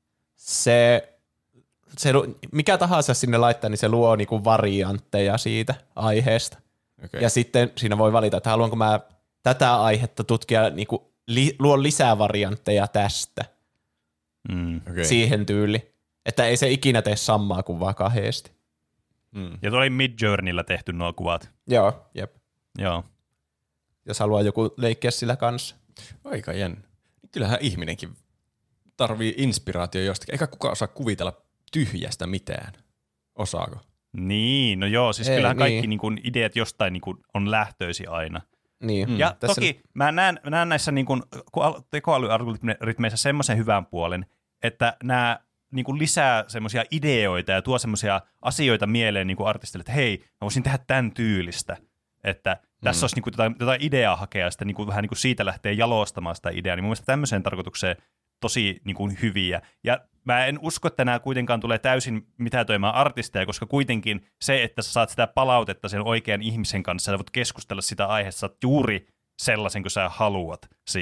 Speaker 2: Se, se, mikä tahansa sinne laittaa, niin se luo niinku variantteja siitä aiheesta. Okay. Ja sitten siinä voi valita, että haluanko mä tätä aihetta tutkia, niinku, li, luo lisää variantteja tästä
Speaker 1: mm.
Speaker 3: okay.
Speaker 2: siihen tyyliin. Että ei se ikinä tee samaa kuvaa kahdesti.
Speaker 1: Mm. Ja tuo oli Midjourneyllä tehty nuo kuvat.
Speaker 2: Joo, jep.
Speaker 1: Joo.
Speaker 2: Jos haluaa joku leikkiä sillä kanssa.
Speaker 3: Aika jännä. Kyllähän ihminenkin tarvii inspiraatio jostakin. Eikä kukaan osaa kuvitella tyhjästä mitään. Osaako?
Speaker 1: Niin, no joo, siis
Speaker 2: Ei,
Speaker 1: kyllähän
Speaker 2: niin.
Speaker 1: kaikki niin kuin, ideat jostain niin kuin, on lähtöisi aina.
Speaker 2: Niin.
Speaker 1: Mm. Ja
Speaker 2: Tässä
Speaker 1: toki mä näen, näen näissä niin kuin, tekoälyalgoritmeissä semmoisen hyvän puolen, että nämä niin kuin lisää semmoisia ideoita ja tuo semmoisia asioita mieleen niin kuin artistille, että hei, mä voisin tehdä tämän tyylistä. Että tässä mm. olisi niin kuin jotain, jotain ideaa hakea ja sitten niin kuin, vähän niin kuin siitä lähtee jalostamaan sitä ideaa. Niin mun mielestä tämmöiseen tarkoitukseen tosi niin kuin hyviä. Ja mä en usko, että nämä kuitenkaan tulee täysin mitätöimään artisteja, koska kuitenkin se, että sä saat sitä palautetta sen oikean ihmisen kanssa, sä voit keskustella sitä aiheesta, saat juuri sellaisen, kun sä haluat siitä.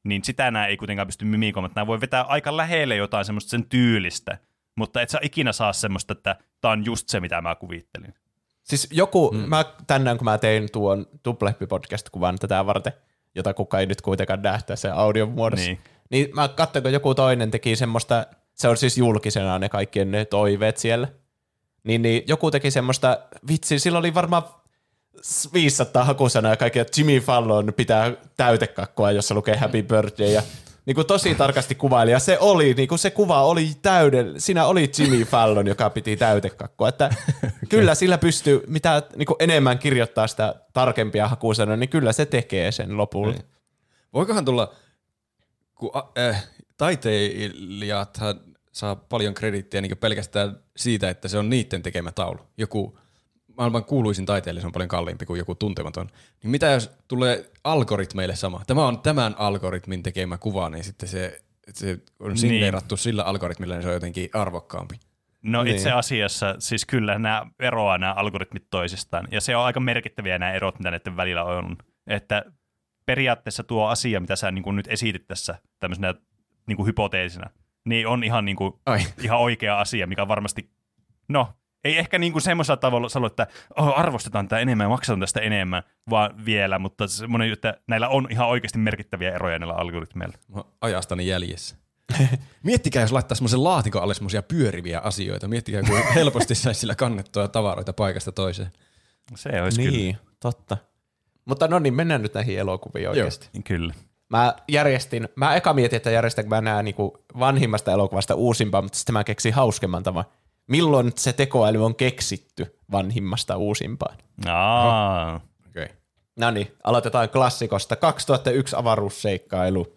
Speaker 1: niin sitä nämä ei kuitenkaan pysty mimikoimaan. Nämä voi vetää aika lähelle jotain semmoista sen tyylistä, mutta et sä ikinä saa semmoista, että tää on just se, mitä mä kuvittelin.
Speaker 2: Siis joku, mm. mä tänään kun mä tein tuon Tuplehpi-podcast-kuvan tätä varten, jota kukaan ei nyt kuitenkaan nähtää sen audion muodossa, niin, niin mä katsoin, kun joku toinen teki semmoista, se on siis julkisena ne kaikkien ne toiveet siellä, niin, niin joku teki semmoista, vitsi, sillä oli varmaan viisisataa hakusanaa ja kaikkea, Jimmy Fallon pitää täytekakkoa, jossa lukee Happy Birthday ja niin kuin tosi tarkasti kuvaili, ja se oli, niin kuin se kuva oli täydellä, siinä oli Jimmy Fallon, joka piti täytekakkoa, että okay. Kyllä sillä pystyy, mitä niin kuin enemmän kirjoittaa sitä tarkempia hakusanoja, niin kyllä se tekee sen lopulla. Ei.
Speaker 3: Voikohan tulla, kun äh, taiteilijathan saa paljon krediittiä niin pelkästään siitä, että se on niiden tekemä taulu. Joku maailman kuuluisin taiteilija on paljon kalliimpi kuin joku tuntematon. Niin mitä jos tulee algoritmeille sama? Tämä on tämän algoritmin tekemä kuva, niin sitten se, se on signeerattu niin. Sillä algoritmilla, niin se on jotenkin arvokkaampi.
Speaker 1: No
Speaker 3: niin.
Speaker 1: Itse asiassa siis kyllä nämä eroaa nämä algoritmit toisistaan. Ja se on aika merkittäviä nämä erot, mitä näiden välillä on. Että periaatteessa tuo asia, mitä sä niin kuin nyt esitit tässä tämmöisenä niin kuin hypoteesina, niin on ihan, niin kuin, ihan oikea asia, mikä varmasti, no ei ehkä niin kuin semmoisella tavalla sano, että oh, arvostetaan tätä enemmän ja maksetaan tästä enemmän vaan vielä, mutta semmoinen, että näillä on ihan oikeasti merkittäviä eroja näillä algoritmeilla.
Speaker 3: Mä ajastani jäljessä. Miettikää, jos laittaa semmoisen laatikon alle semmoisia pyöriviä asioita. Miettikää, kun helposti saisi sillä kannettua tavaroita paikasta toiseen.
Speaker 1: Se olisi
Speaker 2: niin, kyllä. Totta. Mutta no niin, mennään nyt näihin elokuviin oikeasti.
Speaker 1: Joo, kyllä.
Speaker 2: Mä järjestin, mä eka mietin, että järjestänkö mä nää niinku vanhimmasta elokuvasta uusimpaa, mutta sitten mä keksin hauskemman tavan. Milloin se tekoäly on keksitty vanhimmasta uusimpaan?
Speaker 1: Aa.
Speaker 3: Okay.
Speaker 2: No niin, aloitetaan klassikosta. kaksituhattayksi avaruusseikkailu,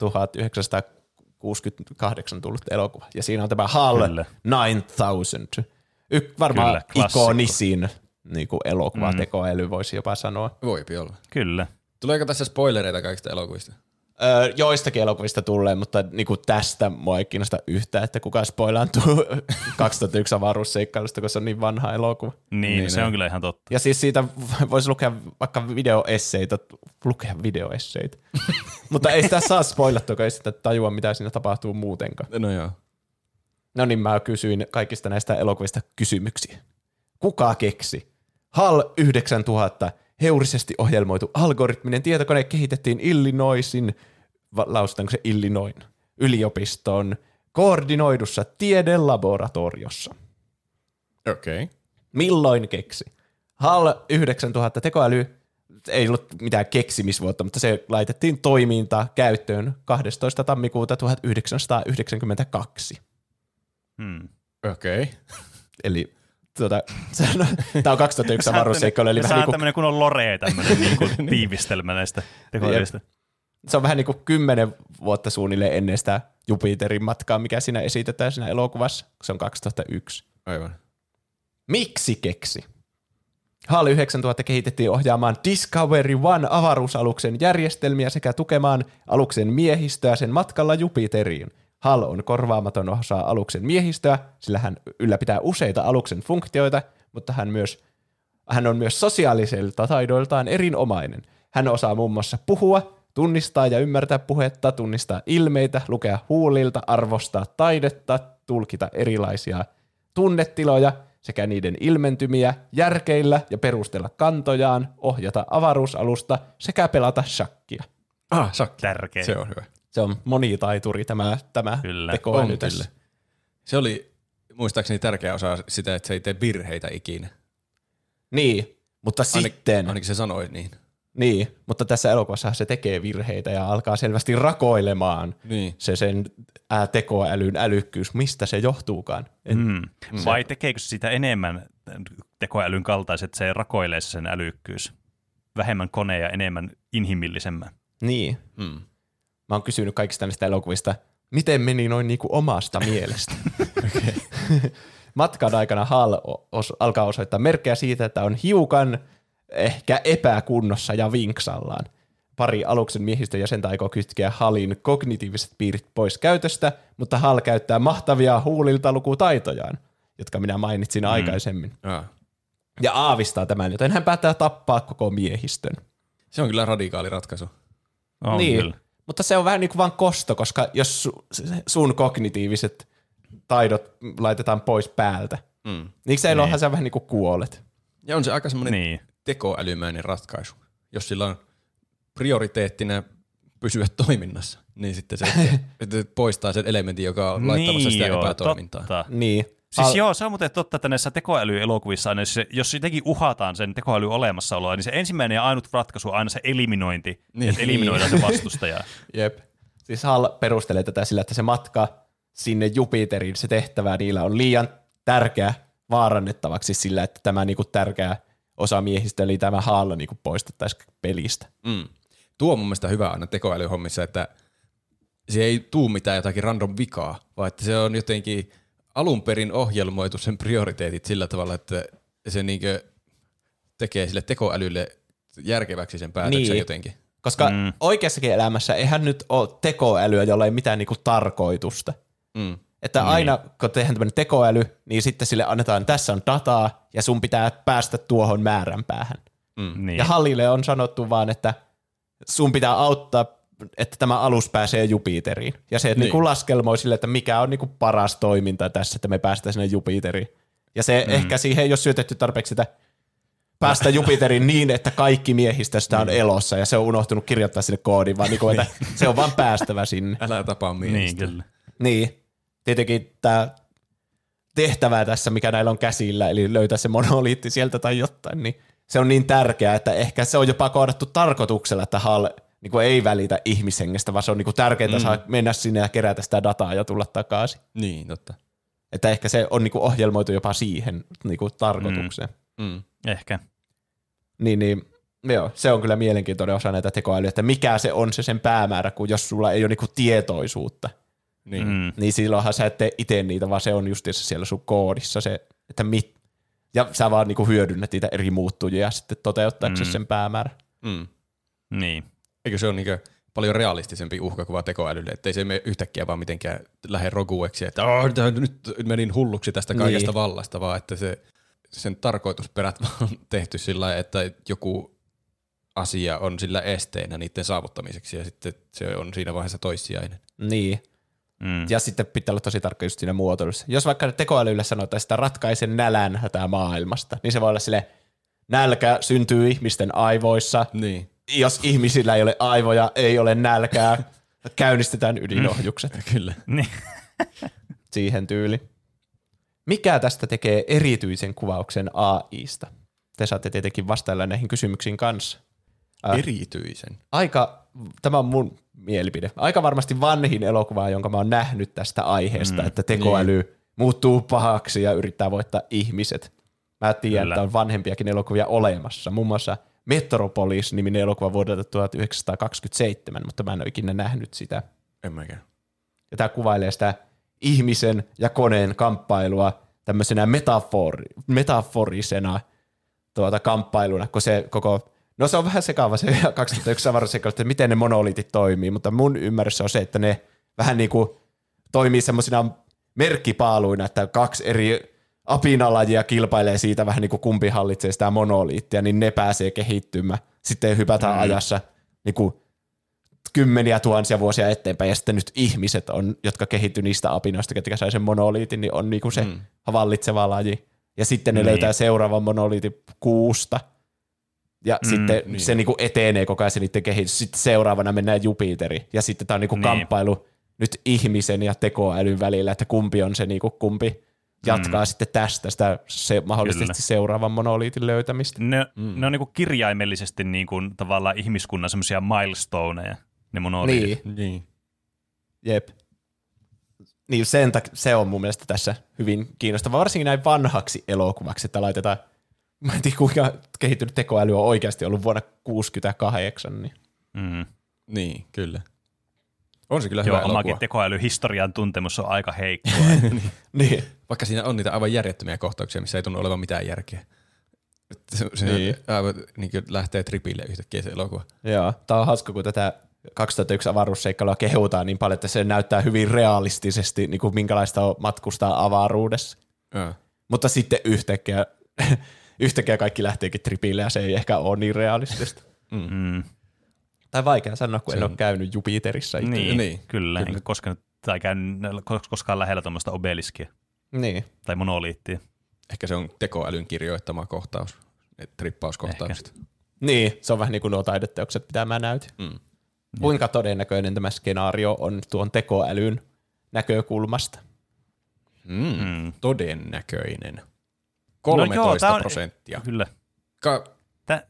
Speaker 2: tuhatyhdeksänsataakuusikymmentäkahdeksan tullut elokuva. Ja siinä on tämä HAL yhdeksäntuhatta. Y- varmaan Kyllä, ikonisin niin kuin elokuva, mm. tekoäly voisi jopa sanoa.
Speaker 3: Voipi olla.
Speaker 1: Kyllä.
Speaker 3: Tuleeko tässä spoilereita kaikista elokuvista?
Speaker 2: Öö, joistakin elokuvista tulee, mutta niinku tästä mua ei kiinnosta yhtään, että kuka spoilaantuu kaksituhattayksi avaruusseikkailusta, koska se on niin vanha elokuva.
Speaker 1: Niin, niin se ne. On kyllä ihan totta.
Speaker 2: Ja siis siitä voisi lukea vaikka videoesseitä, lukea videoesseitä. Mutta ei sitä saa spoilattua, kun ei sitä tajua, mitä siinä tapahtuu muutenkaan.
Speaker 3: No joo.
Speaker 2: No niin, mä kysyin kaikista näistä elokuvista kysymyksiä. Kuka keksi? HAL yhdeksäntuhatta heurisesti ohjelmoitu algoritminen tietokone kehitettiin Illinoisin, lausutaanko se Illinoin, yliopiston koordinoidussa tiedelaboratoriossa.
Speaker 3: Okei. Okay.
Speaker 2: Milloin keksi? HAL yhdeksäntuhatta tekoäly ei ollut mitään keksimisvuotta, mutta se laitettiin toimintaan käyttöön kahdestoista tammikuuta tuhatyhdeksänsataayhdeksänkymmentäkaksi.
Speaker 1: Hmm.
Speaker 3: Okei. Okay.
Speaker 2: Eli Tuota, tämä on kaksituhattayksi avaruusseikkailu. Eli
Speaker 1: vähän niin kuin tämmöinen kun on Lore, tämmöinen niin kuin tiivistelmä näistä tekoälyistä.
Speaker 2: Se on vähän niin kuin kymmenen vuotta suunnilleen ennen sitä Jupiterin matkaa, mikä siinä esitetään siinä elokuvassa, kun se on kaksituhattayksi.
Speaker 3: Aivan.
Speaker 2: Miksi keksi? HAL yhdeksäntuhatta kehitettiin ohjaamaan Discovery One avaruusaluksen järjestelmiä sekä tukemaan aluksen miehistöä sen matkalla Jupiteriin. HAL on korvaamaton osa aluksen miehistöä, sillä hän ylläpitää useita aluksen funktioita, mutta hän, myös, hän on myös sosiaaliselta taidoiltaan erinomainen. Hän osaa muun muassa puhua, tunnistaa ja ymmärtää puhetta, tunnistaa ilmeitä, lukea huulilta, arvostaa taidetta, tulkita erilaisia tunnetiloja sekä niiden ilmentymiä, järkeillä ja perustella kantojaan, ohjata avaruusalusta sekä pelata shakkia.
Speaker 3: Ah, shakki.
Speaker 1: Tärkeä.
Speaker 3: Se on hyvä.
Speaker 2: Se on monitaituri tämä, tämä tekoäly tässä.
Speaker 3: Se oli muistaakseni tärkeä osa sitä, että se ei tee virheitä ikinä.
Speaker 2: Niin, mutta
Speaker 3: Ain,
Speaker 2: sitten...
Speaker 3: Ainakin se sanoi niin.
Speaker 2: Niin, mutta tässä elokuvassa se tekee virheitä ja alkaa selvästi rakoilemaan
Speaker 3: niin.
Speaker 2: se sen ää, tekoälyn älykkyys, mistä se johtuukaan.
Speaker 1: Mm. Se... Vai tekeekö se sitä enemmän tekoälyn kaltaiset, että se rakoilee sen älykkyys? Vähemmän kone ja enemmän inhimillisemmän.
Speaker 2: Niin.
Speaker 3: Mm.
Speaker 2: Mä oon kysynyt kaikista näistä elokuvista, miten meni noin niinku omasta mielestä. Matkan aikana HAL os- alkaa osoittaa merkkejä siitä, että on hiukan ehkä epäkunnossa ja vinksallaan. Pari aluksen miehistön jäsentä aikoo kytkeä HALin kognitiiviset piirit pois käytöstä, mutta HAL käyttää mahtavia huulilta lukutaitojaan, jotka minä mainitsin mm. aikaisemmin.
Speaker 3: Ja.
Speaker 2: ja aavistaa tämän, joten hän päättää tappaa koko miehistön.
Speaker 3: Se on kyllä radikaali ratkaisu.
Speaker 1: On
Speaker 2: niin.
Speaker 1: kyllä.
Speaker 2: Mutta se on vähän niin kuin vaan kosto, koska jos su, sun kognitiiviset taidot laitetaan pois päältä, mm. niin se
Speaker 1: niin.
Speaker 2: sä vähän niin kuin kuolet.
Speaker 3: Ja on se aika semmoinen
Speaker 1: niin.
Speaker 3: tekoälymäinen ratkaisu. Jos sillä on prioriteettina pysyä toiminnassa, niin sitten se että poistaa sen elementin, joka on laittamassa
Speaker 1: niin
Speaker 3: sitä
Speaker 1: joo,
Speaker 3: epätoimintaa.
Speaker 1: Totta.
Speaker 2: Niin.
Speaker 1: Siis
Speaker 2: Al-
Speaker 1: joo, se on muuten totta, että näissä tekoälyelokuvissa aina, jos, se, jos jotenkin uhataan sen tekoäly olemassaoloa, niin se ensimmäinen ja ainut ratkaisu on aina se eliminointi,
Speaker 3: niin.
Speaker 1: että eliminoidaan se vastustaja.
Speaker 2: Jep. Siis Hall perustelee tätä sillä, että se matka sinne Jupiteriin, se tehtävä niillä on liian tärkeä vaarannettavaksi sillä, että tämä niinku tärkeä osa miehistä, eli tämä Hall niinku poistettaisiin pelistä.
Speaker 3: Mm. Tuo on mun mielestä hyvä aina tekoälyhommissa, että se ei tuu mitään jotakin random vikaa, vaan että se on jotenkin alun perin ohjelmoitu sen prioriteetit sillä tavalla, että se niinkö tekee sille tekoälylle järkeväksi sen päätöksen
Speaker 2: niin.
Speaker 3: jotenkin.
Speaker 2: Koska
Speaker 1: mm.
Speaker 2: oikeassakin elämässä eihän nyt ole tekoälyä, jolla ei mitään niinku tarkoitusta.
Speaker 3: Mm.
Speaker 2: Että
Speaker 1: niin.
Speaker 2: aina kun tehdään tämmöinen tekoäly, niin sitten sille annetaan, tässä on dataa ja sun pitää päästä tuohon määränpäähän.
Speaker 3: Mm.
Speaker 1: Niin.
Speaker 2: Ja Hallille on sanottu vaan, että sun pitää auttaa, että tämä alus pääsee Jupiteriin. Ja se, että niin. niinku laskelmoi sille, että mikä on niinku paras toiminta tässä, että me päästään sinne Jupiteriin. Ja se mm. ehkä siihen ei ole syötetty tarpeeksi sitä päästä Jupiteriin niin, että kaikki miehistöstä on elossa ja se on unohtunut kirjoittaa sinne koodin, vaan niinku, että se on vaan päästävä sinne.
Speaker 3: Älä tapaa miehistä.
Speaker 1: Niin, kyllä.
Speaker 2: Niin. Tietenkin tämä tehtävä tässä, mikä näillä on käsillä, eli löytää se monoliitti sieltä tai jotain, niin se on niin tärkeää, että ehkä se on jopa koodattu tarkoituksella, että Hall niin kuin ei välitä ihmishengestä, vaan se on niin kuin tärkeää mm. saa mennä sinne ja kerätä sitä dataa ja tulla takaisin.
Speaker 3: Niin, totta.
Speaker 2: Että ehkä se on niin kuin ohjelmoitu jopa siihen niin kuin tarkoitukseen.
Speaker 3: Mm. Mm.
Speaker 1: Ehkä.
Speaker 2: Niin, niin joo, se on kyllä mielenkiintoinen osa näitä tekoälyä, että mikä se on se sen päämäärä, kun jos sulla ei ole niin kuin tietoisuutta,
Speaker 3: niin.
Speaker 1: Mm.
Speaker 2: niin silloinhan sä et tee itse niitä, vaan se on justiinsa siellä sun koodissa se, että mit, ja sä vaan niinku hyödynnät niitä eri muuttujia sitten toteuttaaksesi
Speaker 1: Mm.
Speaker 2: sen päämäärän.
Speaker 3: Mm.
Speaker 1: Niin.
Speaker 3: Eikö se ole niin paljon realistisempi uhkakuva tekoälylle, ettei se mene yhtäkkiä vaan mitenkään lähde rogueksi, että oh, nyt menin hulluksi tästä kaikesta
Speaker 2: niin.
Speaker 3: vallasta, vaan että se, sen tarkoitusperät on tehty sillä lailla, että joku asia on sillä esteenä niiden saavuttamiseksi ja sitten se on siinä vaiheessa toissijainen.
Speaker 2: Niin.
Speaker 1: Mm.
Speaker 2: Ja sitten pitää olla tosi tarkka just siinä muotoilussa. Jos vaikka tekoälylle sanotaan, että ratkaise nälän hätää maailmasta, niin se voi olla silleen, nälkä syntyy ihmisten aivoissa.
Speaker 3: Niin.
Speaker 2: Jos ihmisillä ei ole aivoja, ei ole nälkää, käynnistetään ydinohjukset.
Speaker 3: Kyllä.
Speaker 1: Niin.
Speaker 2: Siihen tyyli. Mikä tästä tekee erityisen kuvauksen A I:sta? Te saatte tietenkin vastailla näihin kysymyksiin kanssa. Äh,
Speaker 3: Erityisen.
Speaker 2: aika, tämä on mun mielipide, aika varmasti vanhin elokuva, jonka mä oon nähnyt tästä aiheesta, mm, että tekoäly niin. muuttuu pahaksi ja yrittää voittaa ihmiset. Mä tiedän,
Speaker 1: Kyllä.
Speaker 2: että on vanhempiakin elokuvia olemassa, muun muassa Metropolis-niminen elokuva vuodelta tuhatyhdeksänsataakaksikymmentäseitsemän, mutta mä en ole ikinä nähnyt sitä.
Speaker 3: En mäkään.
Speaker 2: Ja tämä kuvailee sitä ihmisen ja koneen kamppailua tämmöisenä metafori, metaforisena tuota kamppailuna, kun se koko, no se on vähän sekaava se kaksituhattayksi avaruusseikkailu, että miten ne monoliitit toimii, mutta mun ymmärrys on se, että ne vähän niin kuin toimii semmoisina merkkipaaluina, että kaksi eri apinalajia kilpailee siitä vähän niin kuin kumpi hallitsee sitä monoliittia, niin ne pääsee kehittymään. Sitten hypätään mm. ajassa niin kuin kymmeniä tuhansia vuosia eteenpäin, ja sitten nyt ihmiset on, jotka kehittyy niistä apinoista, ketkä sai sen monoliitin, niin on niin kuin se mm. vallitseva laji. Ja sitten ne niin. löytää seuraavan monoliitin kuusta, ja mm, sitten niin. se niin kuin etenee koko ajan se niiden kehitys. Sitten seuraavana mennään Jupiteriin, ja sitten tämä on niin kuin niin. kamppailu nyt ihmisen ja tekoälyn välillä, että kumpi on se niin kuin kumpi jatkaa mm. sitten tästä sitä se, mahdollisesti Kyllä. seuraavan monoliitin löytämistä.
Speaker 1: Ne, mm. ne on niinku kirjaimellisesti niinku tavallaan ihmiskunnan semmoisia milestoneja, ne monoliitit.
Speaker 2: Niin.
Speaker 3: niin.
Speaker 2: Jep. Niin sen tak- se on mun mielestä tässä hyvin kiinnostava, varsinkin näin vanhaksi elokuvaksi, että laitetaan, mä en tiedä kuinka kehittynyt tekoäly on oikeasti ollut vuonna kuusikymmentäkahdeksan. Niin,
Speaker 1: Mm.
Speaker 3: niin kyllä. On se kyllä
Speaker 1: Joo,
Speaker 3: hyvä elokuva.
Speaker 1: omakin tekoälyhistorian tuntemus on aika heikkoa.
Speaker 2: niin.
Speaker 3: Vaikka siinä on niitä aivan järjettömiä kohtauksia, missä ei tunnu olevan mitään järkeä. Se, se
Speaker 2: niin.
Speaker 3: aivan niin lähtee tripille yhtäkkiä se elokuva.
Speaker 2: Joo, tää on hauska, kun tätä kaksituhattayksi avaruusseikkailua kehutaan niin paljon, että se näyttää hyvin realistisesti, niin kuin minkälaista on matkustaa avaruudessa.
Speaker 3: Ja.
Speaker 2: Mutta sitten yhtäkkiä, yhtäkkiä kaikki lähteekin tripille ja se ei ehkä ole niin realistista.
Speaker 1: Mm.
Speaker 2: Tai vaikea sanoa, kun
Speaker 3: Se
Speaker 2: en
Speaker 3: on-
Speaker 2: ole käynyt Jupiterissa itse.
Speaker 1: Niin,
Speaker 3: Niin,
Speaker 1: kyllä.
Speaker 3: kyllä.
Speaker 1: Enkä koskaan, tai käynyt koskaan lähellä tuommoista obeliskia
Speaker 2: Niin.
Speaker 1: tai monoliittia.
Speaker 3: Ehkä se on tekoälyn kirjoittama kohtaus, ne trippauskohtaukset.
Speaker 2: Niin, se on vähän niin kuin nuo taideteokset, mitä mä näytin.
Speaker 3: Mm.
Speaker 2: Kuinka todennäköinen tämä skenaario on tuon tekoälyn näkökulmasta?
Speaker 3: Mm.
Speaker 1: Mm.
Speaker 3: Todennäköinen.
Speaker 1: No joo, tää
Speaker 3: kolmetoista
Speaker 1: on-
Speaker 3: prosenttia.
Speaker 1: Kyllä.
Speaker 3: Ka-
Speaker 1: Tä,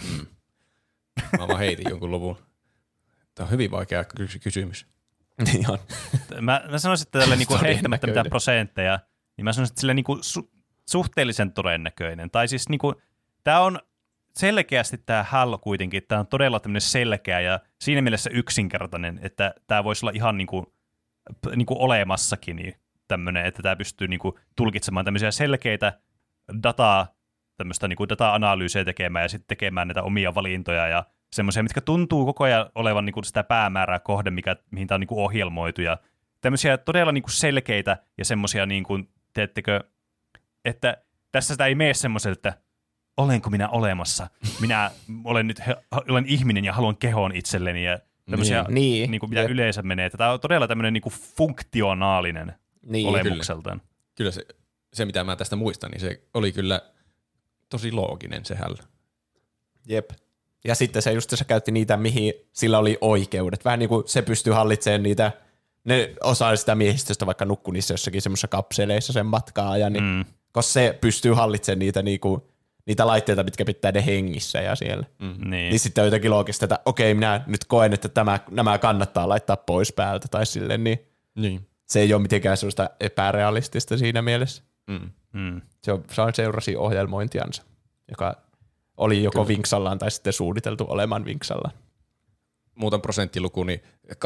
Speaker 3: Mä vaan heitin jonkun luvun. Tämä on hyvin vaikea ky- kysymys.
Speaker 2: Niin on.
Speaker 1: mä, mä sanoisin, että tälle niinku heittämättä mitään
Speaker 2: Todennäköinen.
Speaker 1: prosentteja, niin mä sanoisin, että sille niinku su, suhteellisen todennäköinen. Tai siis niinku, tämä on selkeästi tämä Hal kuitenkin, tämä on todella tämmöinen selkeä ja siinä mielessä yksinkertainen, että tämä voisi olla ihan niinku, p- niinku olemassakin niin tämmöinen, että tämä pystyy niinku tulkitsemaan tämmöisiä selkeitä dataa, tämmöistä niinku data-analyysiä tekemään ja sitten tekemään näitä omia valintoja ja semmoisia, mitkä tuntuu koko ajan olevan niinku sitä päämäärää kohde, mikä, mihin tämä on niinku ohjelmoitu ja tämmöisiä todella niinku selkeitä ja semmoisia, niinku, teettekö, että tässä sitä ei mene semmoiselta, että olenko minä olemassa, minä olen nyt he, olen ihminen ja haluan kehon itselleni ja tämmöisiä,
Speaker 2: Niin, niin.
Speaker 1: niinku, mitä
Speaker 2: Jep.
Speaker 1: yleensä menee. Että tämä on todella tämmöinen niinku funktionaalinen
Speaker 2: Niin,
Speaker 1: olemukseltaan.
Speaker 3: Kyllä se, se, mitä mä tästä muistan, niin se oli kyllä tosi looginen se Hal.
Speaker 2: Jep. Ja sitten se just se käytti niitä, mihin sillä oli oikeudet. Vähän niin kuin se pystyy hallitsemaan niitä, ne osaa sitä miehistöstä vaikka nukkuu niissä jossakin semmoisissa kapseleissa sen matkaa ajan, niin
Speaker 1: Mm.
Speaker 2: koska se pystyy hallitsemaan niitä, niinku, niitä laitteita, mitkä pitää ne hengissä ja siellä.
Speaker 1: Niin.
Speaker 2: Niin sitten on jotenkin loogista, että okei, minä nyt koen, että tämä, nämä kannattaa laittaa pois päältä tai silleen, niin
Speaker 3: Niin.
Speaker 2: se ei ole mitenkään sellaista epärealistista siinä mielessä.
Speaker 3: Mm.
Speaker 1: Mm.
Speaker 2: Se, on, se on seurasi ohjelmointiansa, joka oli joko vinksallaan tai sitten suunniteltu olemaan vinksallaan.
Speaker 3: Muutan prosenttiluku, niin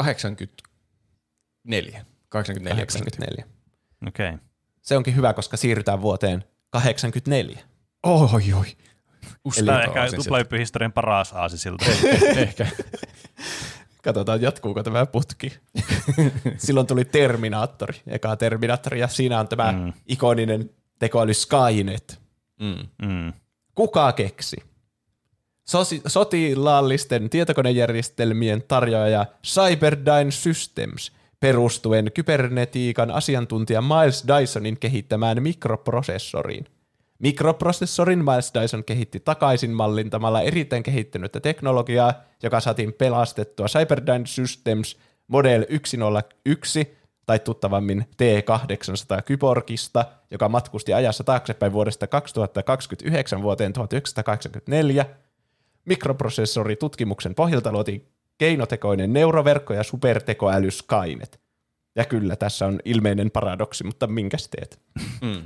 Speaker 3: kahdeksankymmentäneljä. kahdeksankymmentäneljä prosenttia.
Speaker 2: kahdeksankymmentäneljä.
Speaker 1: Okei. Okay.
Speaker 2: Se onkin hyvä, koska siirrytään vuoteen kahdeksankymmentäneljä.
Speaker 3: Oi, oi.
Speaker 1: Tämä on ehkä tuplahyppyhistorian paras aasisilta.
Speaker 3: Ehkä.
Speaker 2: Katsotaan, jatkuuko tämä putki. Silloin tuli Terminaattori, eka Terminaattori, ja siinä on tämä mm. ikoninen tekoäly Skynet.
Speaker 3: Mm.
Speaker 1: Mm.
Speaker 2: Kuka keksi? Sosi- sotilaallisten tietokonejärjestelmien tarjoaja Cyberdyne Systems perustuen kybernetiikan asiantuntija Miles Dysonin kehittämään mikroprosessoriin. Mikroprosessorin Miles Dyson kehitti takaisin mallintamalla erittäin kehittynyttä teknologiaa, joka saatiin pelastettua Cyberdyne Systems Model yksi nolla yksi, tai tuttavammin T kahdeksansataa Kyborgista, joka matkusti ajassa taaksepäin vuodesta kaksituhattakaksikymmentäyhdeksän vuoteen tuhatyhdeksänsataakahdeksankymmentäneljä. Mikroprosessoritutkimuksen pohjalta luotiin keinotekoinen neuroverkko ja supertekoäly Skynet. Ja kyllä, tässä on ilmeinen paradoksi, mutta minkäs teet?
Speaker 3: Mm.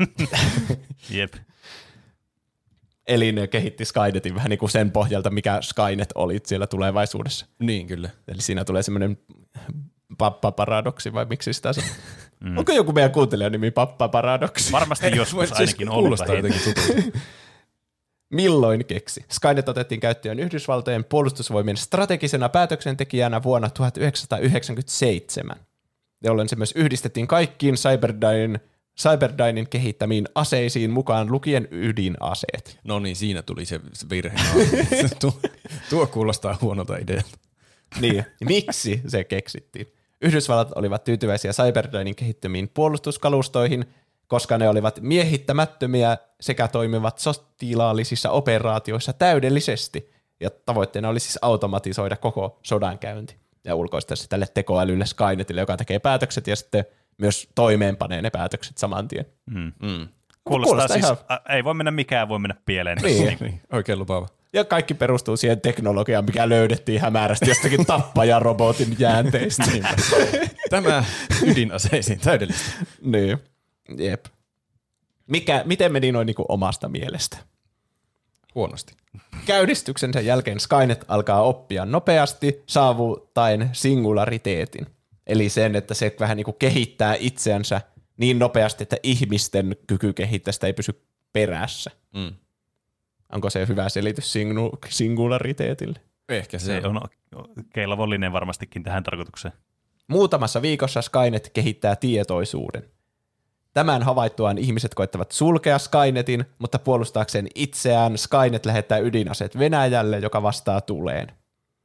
Speaker 1: Jep.
Speaker 2: Eli ne kehitti Skynetin vähän niin kuin sen pohjalta, mikä Skynet oli siellä tulevaisuudessa.
Speaker 3: Niin, kyllä.
Speaker 2: Eli siinä tulee semmoinen pappaparadoksi, vai miksi sitä sanoo? Mm. Onko joku meidän kuuntelijan nimi pappaparadoksi?
Speaker 1: Varmasti joskus ainakin ollut.
Speaker 3: Kuulostaa jotenkin tutulta.
Speaker 2: Milloin keksi? Skynet otettiin käyttöön Yhdysvaltojen puolustusvoimien strategisena päätöksentekijänä vuonna tuhatyhdeksänsataayhdeksänkymmentäseitsemän, jolloin se myös yhdistettiin kaikkiin Cyberdynen, Cyberdynen kehittämiin aseisiin mukaan lukien ydinaseet.
Speaker 3: No niin, siinä tuli se se virhe. tuo, tuo kuulostaa huonolta idealta.
Speaker 2: Niin, miksi se keksittiin? Yhdysvallat olivat tyytyväisiä Cyberdynen kehittämiin puolustuskalustoihin, koska ne olivat miehittämättömiä sekä toimivat sotilaallisissa operaatioissa täydellisesti, ja tavoitteena oli siis automatisoida koko sodankäynti ja ulkoistaa se tälle tekoälylle Skynetille, joka tekee päätökset ja sitten myös toimeenpanee ne päätökset saman tien.
Speaker 1: Mm.
Speaker 3: Mm.
Speaker 1: Kuulostaa,
Speaker 2: Kuulostaa
Speaker 1: siis,
Speaker 2: ihan-
Speaker 1: ä, ei voi mennä mikään, voi mennä pieleen.
Speaker 2: Niin.
Speaker 3: Niin, oikein lupaava.
Speaker 2: Ja kaikki perustuu siihen teknologiaan, mikä löydettiin hämärästi jostakin tappajarobotin jäänteistä.
Speaker 3: Tämä ydinaseisiin täydellistä.
Speaker 2: Niin, jep. Mikä, miten meni noin niin kuin omasta mielestä?
Speaker 3: Huonosti.
Speaker 2: Käynnistyksensä jälkeen Skynet alkaa oppia nopeasti saavuttaen singulariteetin. Eli sen, että se vähän niin kuin kehittää itseänsä niin nopeasti, että ihmisten kyky kehittää sitä ei pysy perässä.
Speaker 3: Mm.
Speaker 2: Onko se hyvä selitys singu- singulariteetille?
Speaker 3: Ehkä se,
Speaker 1: Se on kelvollinen varmastikin tähän tarkoitukseen.
Speaker 2: Muutamassa viikossa Skynet kehittää tietoisuuden. Tämän havaittuaan ihmiset koettavat sulkea Skynetin, mutta puolustaakseen itseään Skynet lähettää ydinaseet Venäjälle, joka vastaa tuleen.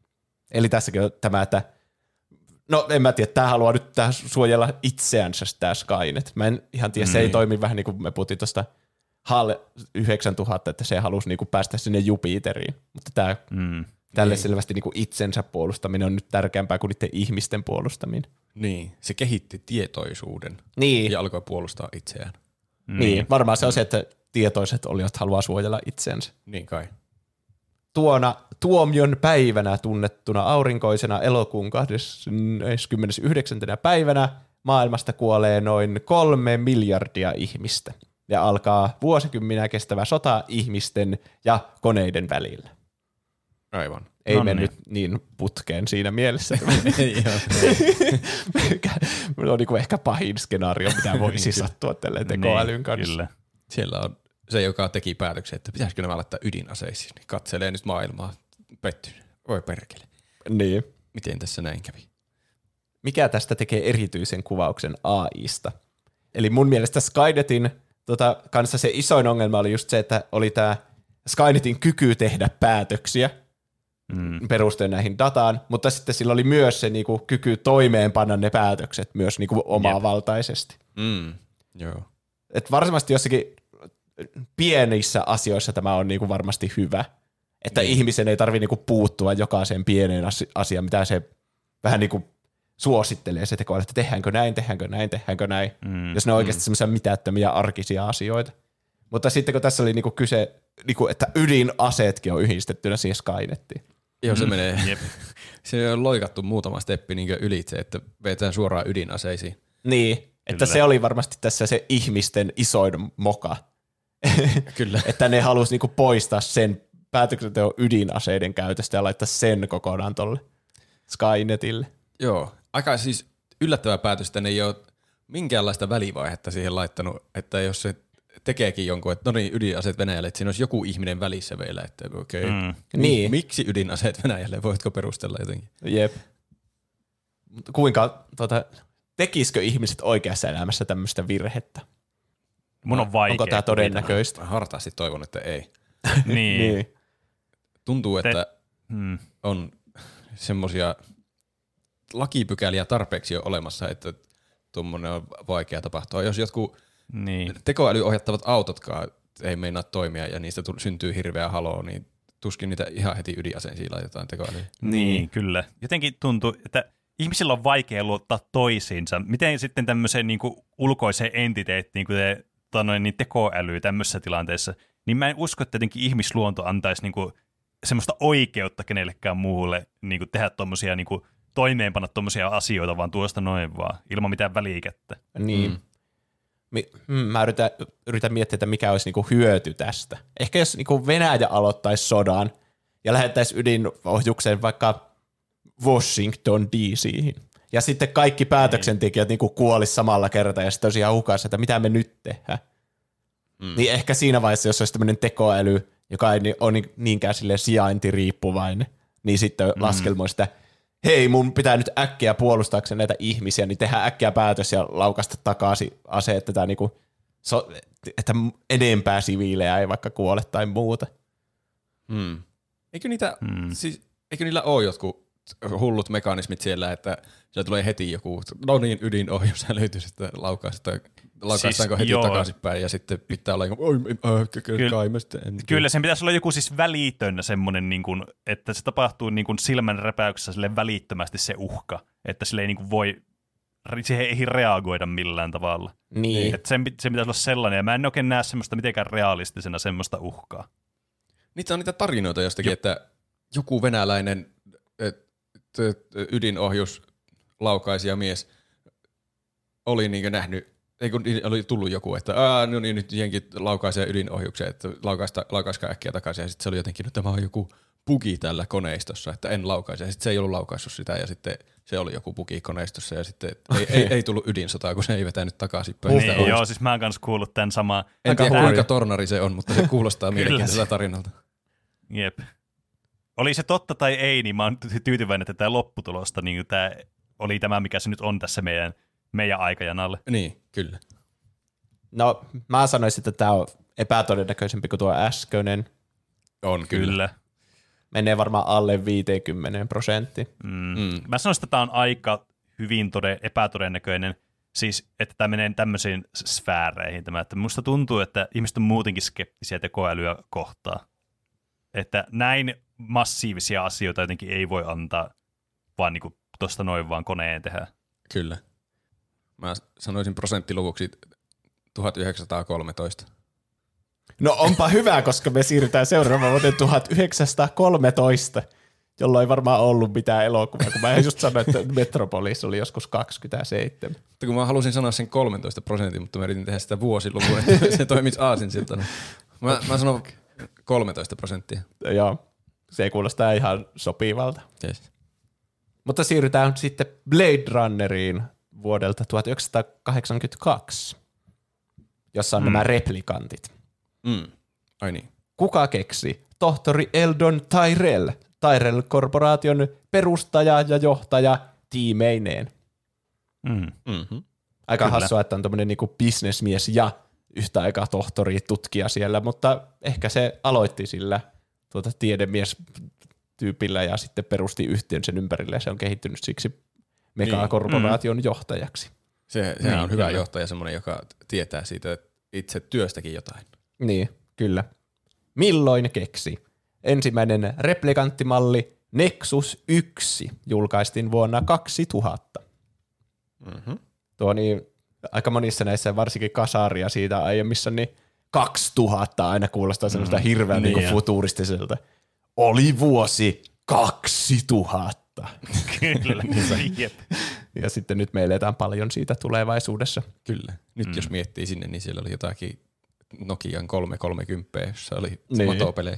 Speaker 2: Eli tässäkin on tämä, että no en mä tiedä, tämä haluaa nyt tää suojella itseänsä tämä Skynet. Mä en ihan tiedä, mm. se ei toimi vähän niin kuin me puhuttiin tuosta HAL yhdeksäntuhatta, että se halusi niin kuin päästä sinne Jupiteriin. Mutta tämä mm. tälle niin. selvästi niin kuin itsensä puolustaminen on nyt tärkeämpää kuin niiden ihmisten puolustaminen.
Speaker 3: Niin, se kehitti tietoisuuden
Speaker 2: niin.
Speaker 3: ja alkoi puolustaa itseään.
Speaker 2: Niin, niin. varmaan se on se, että tietoiset olijat haluaa suojella itsensä.
Speaker 3: Niin kai.
Speaker 2: Tuona tuomion päivänä tunnettuna aurinkoisena elokuun kahdeskymmenesyhdeksäs päivänä maailmasta kuolee noin kolme miljardia ihmistä ja alkaa vuosikymmeniä kestävä sota ihmisten ja koneiden välillä.
Speaker 3: Aivan.
Speaker 2: Ei
Speaker 1: no
Speaker 2: mennyt niin. niin putkeen siinä mielessä.
Speaker 3: Ei
Speaker 2: on niin kuin ehkä pahin skenaario, mitä voisi sattua tälleen tekoälyn kanssa.
Speaker 1: Kyllä.
Speaker 3: Siellä on se, joka teki päätöksen, että pitäisikö nämä laittaa ydinaseisiin, niin katselee nyt maailmaa pettynyt. Voi perkele.
Speaker 2: Niin.
Speaker 3: Miten tässä näin kävi?
Speaker 2: Mikä tästä tekee erityisen kuvauksen A I:sta? Eli mun mielestä Skynetin tota, kanssa se isoin ongelma oli just se, että oli tämä Skynetin kyky tehdä päätöksiä mm. perustuen näihin dataan, mutta sitten sillä oli myös se niinku, kyky toimeenpanna ne päätökset myös niinku, omavaltaisesti.
Speaker 3: Mm. Joo.
Speaker 2: Et varmasti jossakin pienissä asioissa tämä on niinku, varmasti hyvä, että niin. ihmisen ei tarvitse niinku, puuttua jokaiseen pieneen asiaan, mitä se vähän niinku, suosittelee se tekoäly, että tehdäänkö näin, tehdäänkö näin, tehdäänkö näin, mm. jos ne on oikeasti mm. semmoisia mitättömiä arkisia asioita. Mutta sitten kun tässä oli niinku kyse, niinku, että ydinaseetkin on yhdistettynä siihen Skynettiin.
Speaker 3: Joo, se mm. menee. Jep. Se on loikattu muutama steppi niin ylitse, että vetään suoraan ydinaseisiin.
Speaker 2: Niin, että Kyllä. se oli varmasti tässä se ihmisten isoin moka.
Speaker 3: Kyllä.
Speaker 2: Että ne halusi niinku poistaa sen päätöksenteon ydinaseiden käytöstä ja laittaa sen kokonaan tolle Skynetille.
Speaker 3: Joo, aika siis yllättävää päätöstä, ne ei ole minkäänlaista välivaihetta siihen laittanut, että jos se tekeekin jonkun, että no niin, ydinaseet Venäjälle, että siinä olisi joku ihminen välissä vielä, että okei, okay, mm. niin. miksi ydinaseet Venäjälle, voitko perustella jotenkin?
Speaker 2: Jep. Kuinka, tuota, tekisikö ihmiset oikeassa elämässä tämmöistä virhettä?
Speaker 1: Mun on vaikea.
Speaker 2: Onko tämä todennäköistä?
Speaker 3: Mä hartaasti toivon, että ei.
Speaker 1: niin.
Speaker 3: niin. Tuntuu, että
Speaker 1: Te, hmm.
Speaker 3: on semmoisia lakipykäliä tarpeeksi jo olemassa, että tuommoinen on vaikea tapahtua. Jos jotkut niin. tekoälyohjattavat autotkaan ei meinaa toimia ja niistä syntyy hirveä haloo, niin tuskin niitä ihan heti ydinaseisiin laitetaan tekoälyä.
Speaker 1: Niin, kyllä. Jotenkin tuntuu, että ihmisillä on vaikea luottaa toisiinsa. Miten sitten tämmöiseen niin kuin ulkoiseen entiteettiin, kuten niin tekoäly tämmöisessä tilanteessa, niin mä en usko, että jotenkin ihmisluonto antaisi niin kuin semmoista oikeutta kenellekään muulle niin kuin tehdä tommosia, niin kuin toimeenpanna tommosia asioita vaan tuosta noin vaan, ilman mitään välikättä.
Speaker 2: Niin. Mm. Mä yritän, yritän miettiä, että mikä olisi niinku hyöty tästä. Ehkä jos niinku Venäjä aloittaisi sodan ja lähettäisi ydinohjukseen vaikka Washington D C:hin. Ja sitten kaikki päätöksentekijät niinku kuolisi samalla kertaa ja sitten olisi ihan hukassa, että mitä me nyt tehdään. Mm. Niin ehkä siinä vaiheessa, jos olisi tämmöinen tekoäly, joka ei ole niinkään sijaintiriippuvainen, niin sitten mm. laskelmoi sitä, hei, mun pitää nyt äkkiä puolustaakseni näitä ihmisiä, niin tehdään äkkiä päätös ja laukasta takaisin aseet, että, niinku, so, että enempää siviilejä ei vaikka kuole tai muuta.
Speaker 3: Hmm. Eikö, niitä, hmm. siis, eikö niillä ole jotkut hullut mekanismit siellä, että siellä tulee heti joku, no niin, ydinohjus ja löytyy sitten laukaista, laukaistaanko siis, heti joo. takaisinpäin ja sitten pitää olla, oi, äh, kyllä, kai mä sitten en.
Speaker 1: Kyllä sen pitäisi olla joku siis välitön semmoinen, niin kuin, että se tapahtuu niin kuin silmän repäyksessä sille välittömästi se uhka, että sille ei niin kuin voi, siihen ei reagoida millään tavalla.
Speaker 2: Niin.
Speaker 1: Että sen, sen pitäisi olla sellainen, ja mä en oikein näe semmoista mitenkään realistisena semmoista uhkaa.
Speaker 3: Niitä on niitä tarinoita jostakin, jo. että joku venäläinen et, et, ydinohjus laukaisija mies oli niin nähnyt, ei kun oli tullut joku, että Aa, no niin, nyt jenkit laukaisee ydinohjukseen, että laukaista, laukaiskaa äkkiä takaisin. Ja sitten se oli jotenkin, että tämä on joku bugi tällä koneistossa, että en laukaise. Ja sitten se ei ollut laukaissut sitä ja sitten se oli joku bugi koneistossa ja sitten ei, ei, ei tullut ydinsotaa, kun se ei vetänyt takaisin.
Speaker 1: Niin, joo, siis mä oon kanssa kuullut tämän samaa.
Speaker 3: En tiedä kuinka tornari se on, mutta se kuulostaa mielenkiintoiselta tarinalta.
Speaker 1: Jep. Oli se totta tai ei, niin mä oon tyytyväinen, että tämä lopputulosta niin tämä oli tämä, mikä se nyt on tässä meidän meidän aikajanalle.
Speaker 3: Niin, kyllä.
Speaker 2: No, mä sanoisin, että tämä on epätodennäköisempi kuin tuo äskeinen.
Speaker 3: On, kyllä. kyllä.
Speaker 2: menee varmaan alle viisikymmentä prosenttia.
Speaker 1: Mm. Mm. Mä sanoisin, että tämä on aika hyvin tode, epätodennäköinen, siis että tämä menee tämmöisiin sfääreihin. Tämä. Että musta tuntuu, että ihmiset on muutenkin skeptisiä tekoälyä kohtaan. Että näin massiivisia asioita jotenkin ei voi antaa vaan niin tuosta noin vaan koneen tehdä.
Speaker 3: Kyllä. Mä sanoisin prosenttiluvuksi tuhatyhdeksänsataakolmetoista.
Speaker 2: No onpa hyvä, koska me siirrytään seuraavaan vuoteen tuhatyhdeksänsataakolmetoista, jolloin ei varmaan ollut mitään elokuvaa, kun mä just sanoin, että Metropolis oli joskus kaksikymmentäseitsemän.
Speaker 3: Mutta kun mä halusin sanoa sen kolmetoista prosentin, mutta mä yritin tehdä sitä vuosiluvun, että se toimisi aasinsiltana. Mä, mä sanon kolmetoista prosenttia.
Speaker 2: Joo, se kuulostaa ihan sopivalta.
Speaker 3: Yes.
Speaker 2: Mutta siirrytään sitten Blade Runneriin vuodelta tuhatyhdeksänsataakahdeksankymmentäkaksi, jossa on mm. nämä replikantit.
Speaker 3: Mm. Ai niin.
Speaker 2: Kuka keksi? Tohtori Eldon Tyrell, Tyrell-korporaation perustaja ja johtaja tiimeineen.
Speaker 1: Mm.
Speaker 2: Mm-hmm. Aika Kyllä. hassua, että on tommoinen niinku bisnesmies ja yhtä aikaa tohtori, tutkija siellä, mutta ehkä se aloitti sillä tuota tiedemies-tyypillä ja sitten perusti yhtiön sen ympärille ja se on kehittynyt siksi megakorporaation niin. johtajaksi.
Speaker 3: Se, sehän niin, on hyvä kyllä. johtaja, semmoinen, joka tietää siitä itse työstäkin jotain.
Speaker 2: Niin, kyllä. Milloin keksi? Ensimmäinen replikanttimalli Nexus yksi julkaistiin vuonna kaksituhatta. Mm-hmm. Tuo niin, aika monissa näissä, varsinkin kasaria siitä aiemmissa, niin kaksituhatta aina kuulostaa semmoista mm, hirveän niin niin futuristiselta. Oli vuosi kaksituhatta.
Speaker 1: Kyllä, jep.
Speaker 2: Ja sitten nyt me eletään paljon siitä tulevaisuudessa.
Speaker 3: Kyllä. Nyt mm. jos miettii sinne, niin siellä oli jotakin Nokian kolme kolmekymmentä, jossa oli
Speaker 2: niin.
Speaker 3: matopelejä.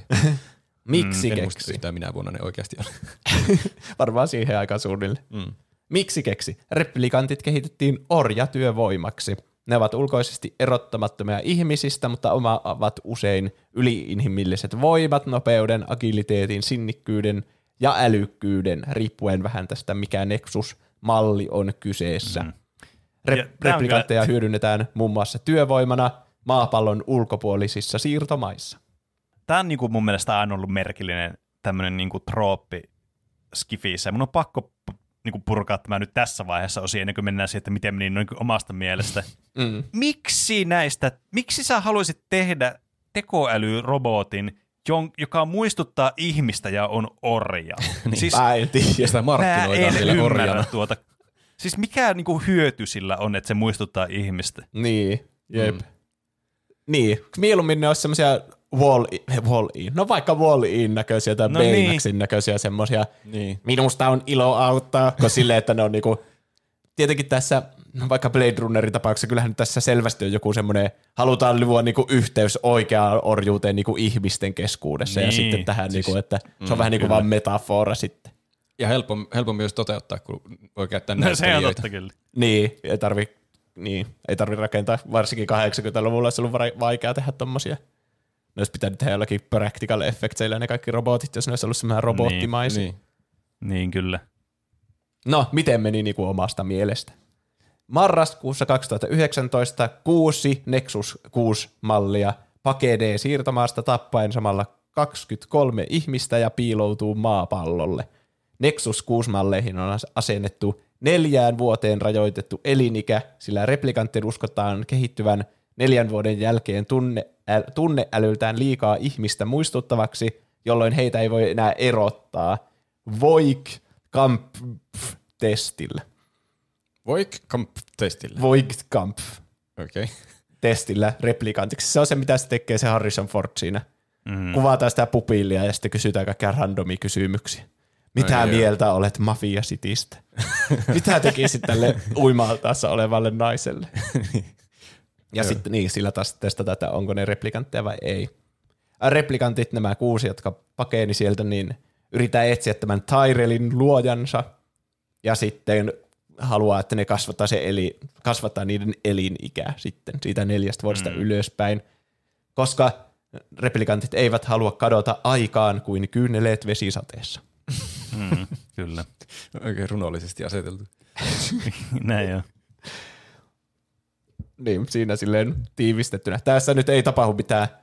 Speaker 2: Miksi
Speaker 3: mm,
Speaker 2: keksi?
Speaker 3: En muista yhtään minä vuonna ne oikeasti oli.
Speaker 2: Varmaan siihen aikaan suunnilleen. Mm. Miksi keksi? Replikantit kehitettiin orjatyövoimaksi. Ne ovat ulkoisesti erottamattomia ihmisistä, mutta omaavat usein yliinhimilliset voimat, nopeuden, agiliteetin, sinnikkyyden ja älykkyyden, riippuen vähän tästä, mikä Nexus-malli on kyseessä. Mm. Rep- replikantteja kyllä hyödynnetään muun muassa työvoimana maapallon ulkopuolisissa siirtomaissa.
Speaker 1: Tämä on niin kuin mun mielestä aina ollut merkillinen tämmöinen niin kuin trooppi skifissä. Mun on pakko niin kuin purkaa tämä nyt tässä vaiheessa osin, ennen kuin mennään siihen, että miten meni niin omasta mielestä. Mm. Miksi näistä, miksi sä haluaisit tehdä tekoälyrobotin, joka muistuttaa ihmistä ja on orja?
Speaker 2: niin, siis, mä en tiedä.
Speaker 3: Sitä markkinoidaan vielä orjana.
Speaker 1: Tuota. Siis mikä niin kuin hyöty sillä on, että se muistuttaa ihmistä?
Speaker 2: Niin, jep. Mm. Niin, mieluummin ne olisi semmoisia Wall-E, Wall-E, no vaikka Wall-E näköisiä tai no Baymaxin niin. näköisiä semmoisia, niin. Minusta on ilo auttaa, kun silleen, että ne on niinku, tietenkin tässä, no vaikka Blade Runnerin tapauksessa, kyllähän tässä selvästi on joku semmoinen, halutaan luoda niinku yhteys oikeaan orjuuteen niinku ihmisten keskuudessa niin. ja sitten tähän, siis, niinku, että se on mm, vähän niin kuin vaan metafora sitten.
Speaker 3: Ja helpom, helpompi myös toteuttaa, kun voi käyttää näyttelijöitä.
Speaker 1: No se on totta kyllä.
Speaker 2: Niin, ei tarvi, niin, ei tarvi rakentaa, varsinkin kahdeksankymmentäluvulla olisi ollut vaikea tehdä tommosia. Ne olisi pitänyt tehdä jollakin practical effectseillä ne kaikki robotit, jos ne olisi ollut semmoinen robottimaisia.
Speaker 1: Niin, niin. niin kyllä.
Speaker 2: No, miten meni niin kuin omasta mielestä? Marraskuussa kaksituhattayhdeksäntoista kuusi Nexus kuusi-mallia pakenee siirtomaasta tappaen samalla kaksikymmentäkolme ihmistä ja piiloutuu maapallolle. Nexus kuusi-malleihin on asennettu neljään vuoteen rajoitettu elinikä, sillä replikanttien uskotaan kehittyvän neljän vuoden jälkeen tunne, ä, tunneälyltään liikaa ihmistä muistuttavaksi, jolloin heitä ei voi enää erottaa Voigt-Kampf-testillä.
Speaker 3: Voigt-Kampf-testillä?
Speaker 2: Voigt-Kampf.
Speaker 3: Okei. Okay.
Speaker 2: Testillä replikantiksi. Se on se, mitä se tekee se Harrison Ford siinä. Mm. Kuvataan sitä pupillia ja sitten kysytään kaikkia randomia kysymyksiä. Mitä no, mieltä joo. olet Mafia Citystä? Mitä tekisit tälle uima-altaassa olevalle naiselle? Ja sitten niin, sillä taas testataan, että onko ne replikantteja vai ei. Replikantit, nämä kuusi, jotka pakeeni sieltä, niin yritetään etsiä tämän Tyrellin luojansa ja sitten haluaa, että ne kasvattaa, se eli, kasvattaa niiden elinikää sitten siitä neljästä vuodesta mm. ylöspäin, koska replikantit eivät halua kadota aikaan kuin kyyneleet vesisateessa.
Speaker 1: Mm, kyllä.
Speaker 3: Oikein runollisesti aseteltu.
Speaker 1: Näin joo.
Speaker 2: Niin, siinä silleen tiivistettynä. Tässä nyt ei tapahdu mitään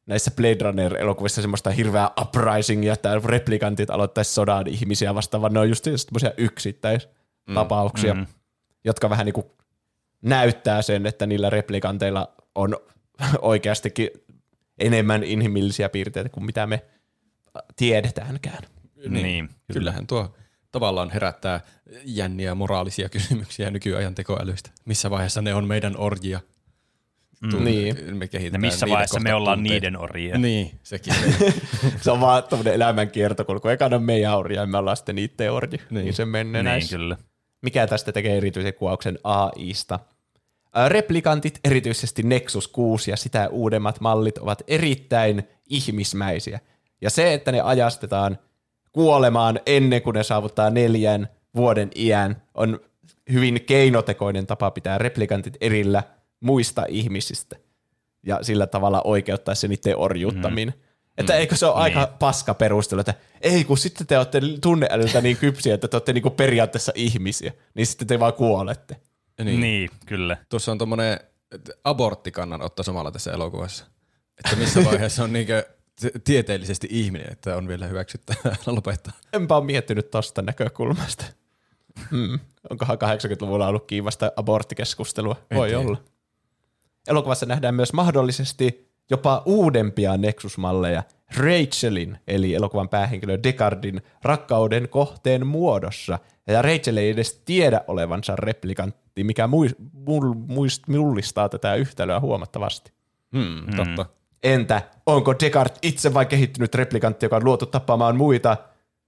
Speaker 2: näissä Blade Runner-elokuvissa semmoista hirveää uprisingia, että replikantit aloittaisi sodan ihmisiä vastaan, vaan ne on just semmoisia yksittäistapauksia, mm. jotka vähän niin kuin näyttää sen, että niillä replikanteilla on oikeastikin enemmän inhimillisiä piirteitä kuin mitä me tiedetäänkään.
Speaker 3: Niin, niin kyllähän tuo tavallaan herättää jänniä moraalisia kysymyksiä nykyajan tekoälyistä. Missä vaiheessa ne on meidän orjia?
Speaker 2: Mm. Niin.
Speaker 3: Me
Speaker 1: ja missä vaiheessa me ollaan tunteet. Niiden orjia.
Speaker 3: Niin, sekin.
Speaker 2: Se on vaan tämmöinen elämän kiertokulku. Ekana on meidän orjia ja me ollaan sitten niiden orjia. Niin, niin se menee
Speaker 1: niin,
Speaker 2: näissä.
Speaker 1: Kyllä.
Speaker 2: Mikä tästä tekee erityisen kuvauksen A I:sta? Replikantit, erityisesti Nexus kuusi ja sitä uudemmat mallit, ovat erittäin ihmismäisiä. Ja se, että ne ajastetaan kuolemaan ennen kuin ne saavuttaa neljän vuoden iän, on hyvin keinotekoinen tapa pitää replikantit erillä muista ihmisistä. Ja sillä tavalla oikeuttaa se niiden orjuuttaminen. Mm. Että eikö se ole niin. aika paska perustelu, että ei kun sitten te olette tunneälyltä niin kypsiä, että te olette niinku periaatteessa ihmisiä, niin sitten te vaan kuolette.
Speaker 1: Niin, niin kyllä.
Speaker 3: Tuossa on tommonen aborttikannanotto samalla tässä elokuvassa. Että missä vaiheessa on niinkö tieteellisesti ihminen, että on vielä hyväksyttävää lopettaa.
Speaker 2: Enpä ole miettinyt tosta näkökulmasta. Hmm. Onkohan kahdeksankymmentäluvulla ollut kiivasta aborttikeskustelua? Voi en olla. Elokuvassa nähdään myös mahdollisesti jopa uudempia Nexus-malleja Rachelin, eli elokuvan päähenkilö Deckardin rakkauden kohteen muodossa. Ja Rachel ei edes tiedä olevansa replikantti, mikä muist, mullistaa tätä yhtälöä huomattavasti.
Speaker 3: Hmm, totta. Hmm.
Speaker 2: Entä onko Deckard itse vai kehittynyt replikantti, joka on luotu tapaamaan muita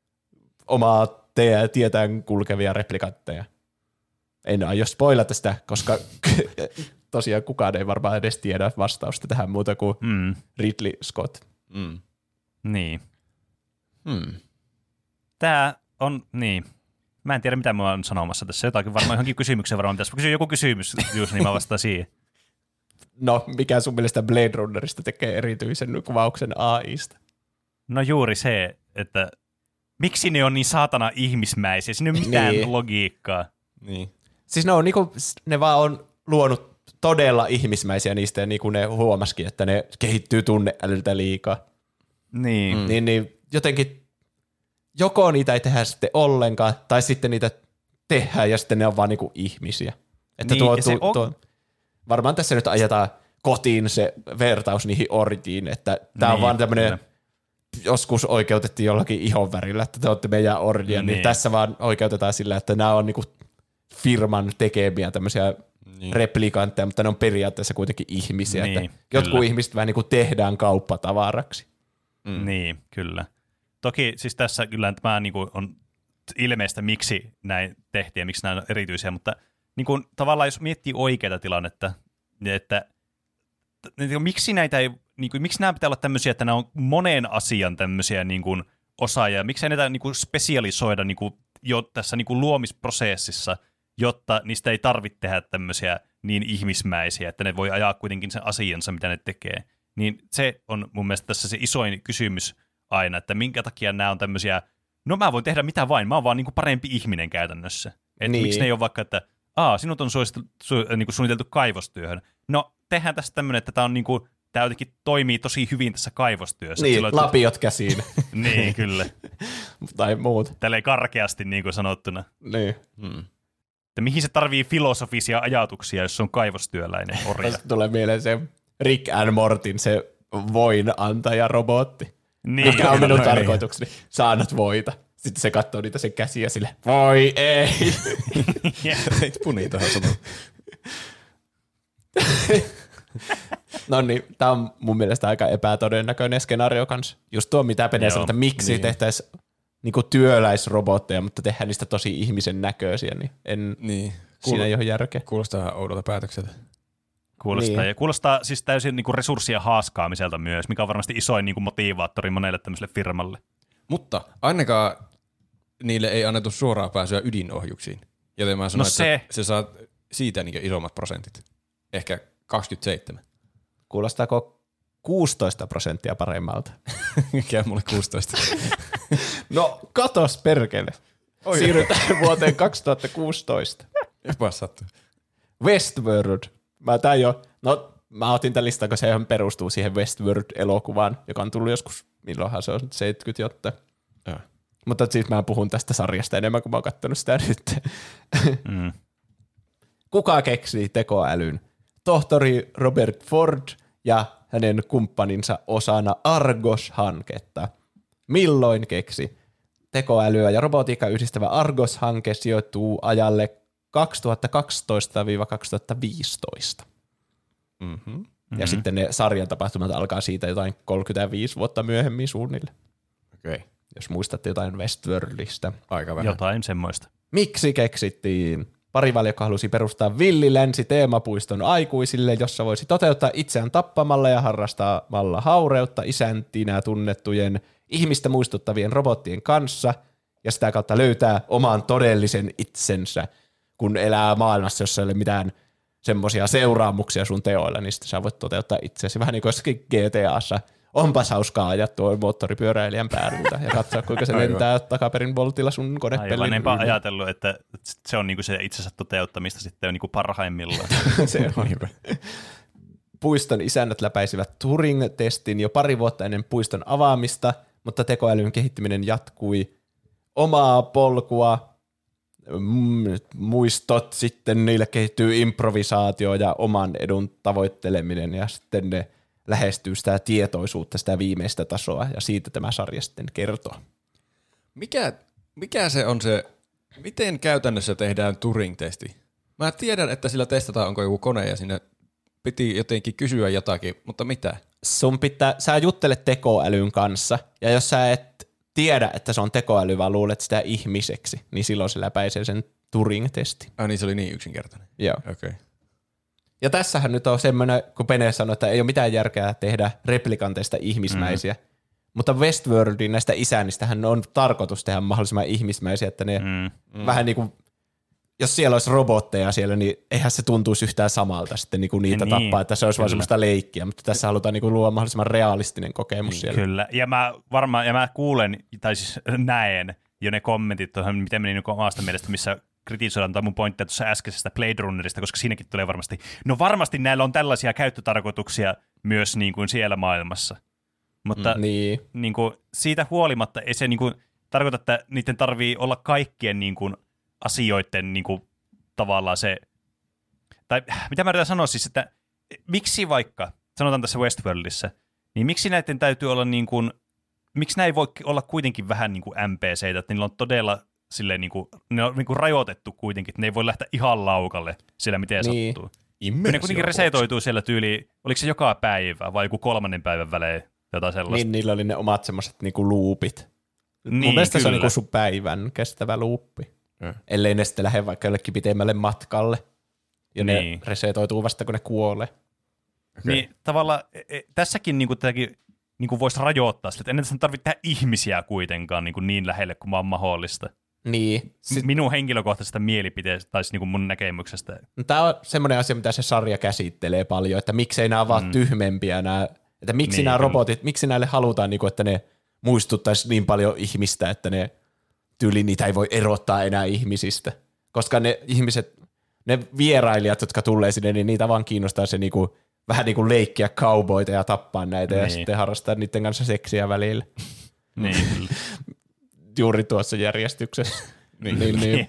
Speaker 2: omaa te- tietään kulkevia replikantteja? En aio spoilata sitä, koska tosiaan kukaan ei varmaan edes tiedä vastausta tähän muuta kuin mm. Ridley Scott.
Speaker 1: Mm. Niin.
Speaker 3: Hmm.
Speaker 1: Tää on, niin. Mä en tiedä, mitä mä oon sanomassa tässä. Jotakin varmaan johonkin kysymykseen varmaan pitäisi kysyä joku kysymys, just niin mä vastaan siihen.
Speaker 2: No, mikä sun mielestä Blade Runnerista tekee erityisen kuvauksen A I:sta?
Speaker 1: No juuri se, että miksi ne on niin saatana ihmismäisiä? Siinä ei ole mitään niin. logiikkaa.
Speaker 3: Niin.
Speaker 2: Siis ne, on, niinku, ne vaan on luonut todella ihmismäisiä niistä, ja niinku ne huomasikin, että ne kehittyy tunneälyltä liikaa.
Speaker 1: Niin.
Speaker 2: Mm. Niin, niin jotenkin joko niitä ei tehdä sitten ollenkaan, tai sitten niitä tehdään, ja sitten ne on vaan niinku ihmisiä. Että
Speaker 1: niin,
Speaker 2: tuo,
Speaker 1: tuo,
Speaker 2: on... tuo, varmaan tässä nyt ajetaan kotiin se vertaus niihin orjiin, että tämä niin, on vaan tämmöinen, joskus oikeutettiin jollakin ihonvärillä, että te olette meidän orjia, niin. niin tässä vaan oikeutetaan sillä, että nämä on niinku firman tekemiä tämmöisiä niin. replikantteja, mutta ne on periaatteessa kuitenkin ihmisiä, niin, että jotkut kyllä. ihmiset vähän niinku tehdään kauppatavaraksi.
Speaker 1: Mm. Niin, kyllä. Toki siis tässä kyllä tämä niinku on ilmeistä, miksi näin tehtiin ja miksi nämä on erityisiä, mutta niin kuin, tavallaan jos miettii oikeaa tilannetta, että, että miksi näitä ei, niin kuin, miksi nämä pitää olla tämmöisiä, että nämä on monen asian tämmöisiä niin kuin, osaajia, miksi näitä niin kuin, spesialisoida niin kuin, jo tässä niin kuin, luomisprosessissa, jotta niistä ei tarvitse tehdä tämmöisiä niin ihmismäisiä, että ne voi ajaa kuitenkin sen asiansa, mitä ne tekee. Niin se on mun mielestä tässä se isoin kysymys aina, että minkä takia nämä on tämmöisiä, no mä voin tehdä mitä vain, mä oon vaan niin kuin, parempi ihminen käytännössä. Että niin. miksi ne ei ole vaikka, että Aa, sinut on suositeltu, su, niin kuin suunniteltu kaivostyöhön. No, tehdään tässä tämmöinen, että tämä on niin kuin, tämä jotenkin toimii tosi hyvin tässä kaivostyössä.
Speaker 2: Niin,
Speaker 1: silloin,
Speaker 2: lapiot käsiin.
Speaker 1: Niin, kyllä.
Speaker 2: Tai muut.
Speaker 1: Tälleen karkeasti niin kuin sanottuna.
Speaker 2: Niin.
Speaker 1: Hmm. Että mihin se tarvii filosofisia ajatuksia, jos se on kaivostyöläinen orja?
Speaker 2: Tulee mieleen se Rick and Mortin, se voin antaja robotti.
Speaker 1: Niin.
Speaker 2: Mikä on minun tarkoitukseni? Saanut voita. Sitten se katsoo niitä sen käsiä sille, voi ei.
Speaker 3: Teit punii tuohon sanoa.
Speaker 2: No niin, tämä on mun mielestä aika epätodennäköinen skenaario kanssa. Just tuo, mitä Pene sanoi, että miksi niin. tehtäisiin niinku työläisrobotteja, mutta tehdään niistä tosi ihmisen näköisiä, niin, en,
Speaker 3: niin.
Speaker 2: siinä ei ole järkeä.
Speaker 3: Kuulostaa oudolta päätökseltä.
Speaker 1: Kuulostaa, niin. ja kuulostaa siis täysin niinku resurssien haaskaamiselta myös, mikä on varmasti isoin niinku motivaattori monelle tämmöiselle firmalle.
Speaker 3: Mutta ainakaan niille ei annettu suoraa pääsyä ydinohjuksiin. Joten mä sanoin,
Speaker 1: no se.
Speaker 3: että se saa siitä niin isommat prosentit. Ehkä kaksikymmentäseitsemän.
Speaker 2: Kuulostaako kuusitoista prosenttia paremmalta?
Speaker 3: Mikä mulle kuusitoista?
Speaker 2: No katos perkele. Oi siirrytään vuoteen kaksituhattakuusitoista.
Speaker 3: Jopa sattuu.
Speaker 2: Westworld. Mä tää jo, no mä otin tämän listan, koska se perustuu siihen Westworld-elokuvaan, joka on tullut joskus, milloinhan se on, seitsemänkymmentä jotta. Ja. Mutta siis mä puhun tästä sarjasta enemmän, kun mä oon katsonut sitä nyt. Mm. Kuka keksii tekoälyn? Tohtori Robert Ford ja hänen kumppaninsa osana Argos-hanketta. Milloin keksi? Tekoälyä ja robotiikkaa yhdistävä Argos-hanke sijoittuu ajalle kaksituhattakaksitoista kaksituhattaviisitoista. Mm-hmm. Ja mm-hmm. sitten ne sarjan tapahtumat alkaa siitä jotain kolmekymmentäviisi vuotta myöhemmin suunnilleen.
Speaker 3: Okei. Okay.
Speaker 2: Jos muistatte jotain Westworldista.
Speaker 3: Aika vähän.
Speaker 1: Jotain semmoista.
Speaker 2: Miksi keksittiin? Parivaljakko halusi perustaa Villi Länsi teemapuiston aikuisille, jossa voisi toteuttaa itseään tappamalla ja harrastamalla haureutta isäntinä tunnettujen ihmistä muistuttavien robottien kanssa ja sitä kautta löytää oman todellisen itsensä, kun elää maailmassa, jossa ei ole mitään semmoisia seuraamuksia sun teoilla, niin sitten sä voit toteuttaa itseäsi vähän niin kuin jossakin G T A:ssa. Onpas hauskaa ajaa tuo moottoripyöräilijän päältä ja katsoa, kuinka se lentää takaperin voltilla sun konepellin.
Speaker 1: Aivan, enpä ajatellut, että se on niinku se itsensä toteuttamista sitten on niinku parhaimmillaan.
Speaker 2: Se on hyvä. Puiston isännät läpäisivät Turing-testin jo pari vuotta ennen puiston avaamista, mutta tekoälyn kehittyminen jatkui omaa polkua. Muistot, sitten niille kehittyy improvisaatio ja oman edun tavoitteleminen ja sitten ne lähestyy sitä tietoisuutta, sitä viimeistä tasoa, ja siitä tämä sarja sitten kertoo.
Speaker 3: Mikä, mikä se on se, miten käytännössä tehdään Turing-testi? Mä tiedän, että sillä testataan, onko joku kone, ja sinne piti jotenkin kysyä jotakin, mutta mitä?
Speaker 2: Sun pitää, sä juttelet tekoälyn kanssa, ja jos sä et tiedä, että se on tekoäly, vaan luulet sitä ihmiseksi, niin silloin se läpäisee sen Turing-testi.
Speaker 3: Ah niin, se oli niin yksinkertainen.
Speaker 2: Joo.
Speaker 3: Okei. Okay. Ja
Speaker 2: tässähän nyt on semmoinen, kun Pene sanoi, että ei ole mitään järkeä tehdä replikanteista ihmismäisiä. Mm. Mutta Westworldin näistä isännistähän on tarkoitus tehdä mahdollisimman ihmismäisiä, että ne mm. vähän niin kuin, jos siellä olisi robotteja siellä, niin eihän se tuntuisi yhtään samalta sitten niin kuin niitä niin, tappaa, että se olisi vain semmoista leikkiä, mutta tässä halutaan niin kuin luoda mahdollisimman realistinen kokemus niin, siellä.
Speaker 1: Kyllä, ja mä varmaan, ja mä kuulen, tai siis näen jo ne kommentit tuohon, miten meni niin omasta mielestä, missä kritisoidaan tai mun pointtia tuossa äskeisestä Blade Runnerista, koska siinäkin tulee varmasti, no varmasti näillä on tällaisia käyttötarkoituksia myös niin kuin siellä maailmassa. Mutta mm, niin. Niin kuin, siitä huolimatta ei se niin kuin, tarkoita, että niiden tarvii olla kaikkien niin kuin, asioiden niin kuin, tavallaan se, tai mitä mä yritän sanoa siis, että miksi vaikka, sanotaan tässä Westworldissa, niin miksi näiden täytyy olla niin kuin, miksi näin voi olla kuitenkin vähän niin kuin N P C:tä, että niillä on todella silleen niin kuin, ne on niin kuin rajoitettu kuitenkin, että ne ei voi lähteä ihan laukalle siellä, miten niin. sattuu. Immersio ne kuitenkin resetoituu siellä tyyliin, oliko se joka päivä vai joku kolmannen päivän välein jotain sellaista.
Speaker 2: Niin, niillä oli ne omat semmoiset niinku loopit.
Speaker 1: Niin,
Speaker 2: mun mielestä
Speaker 1: kyllä.
Speaker 2: Se on niinku sun päivän kestävä luuppi. Mm. Ellei ne sitten lähde vaikka jollekin pitemmälle matkalle. Ja niin. ne resetoituu vasta, kun ne kuolee.
Speaker 1: Okay. Niin tavallaan e, tässäkin niinku tämäkin niinku voisi rajoittaa sille, että ennen tässä tarvitse tehdä ihmisiä kuitenkaan niinku niin lähelle kuin vaan mahdollista.
Speaker 2: Niin.
Speaker 1: Sit minun henkilökohtaisesta mielipiteestä tai niinku mun näkemyksestä.
Speaker 2: Tämä on semmoinen asia, mitä se sarja käsittelee paljon, että miksei nämä ole vaan mm. tyhmempiä nämä, että miksi niin, nämä robotit, miksi näille halutaan, niinku, että ne muistuttaisi niin paljon ihmistä, että ne tyyli niitä ei voi erottaa enää ihmisistä. Koska ne ihmiset, ne vierailijat, jotka tulee sinne, niin niitä vaan kiinnostaa se niinku, vähän niin kuin leikkiä cowboyta ja tappaa näitä niin. Ja sitten harrastaa niiden kanssa seksiä välillä.
Speaker 1: Niin.
Speaker 2: Juuri tuossa järjestyksessä. niin, niin, niin.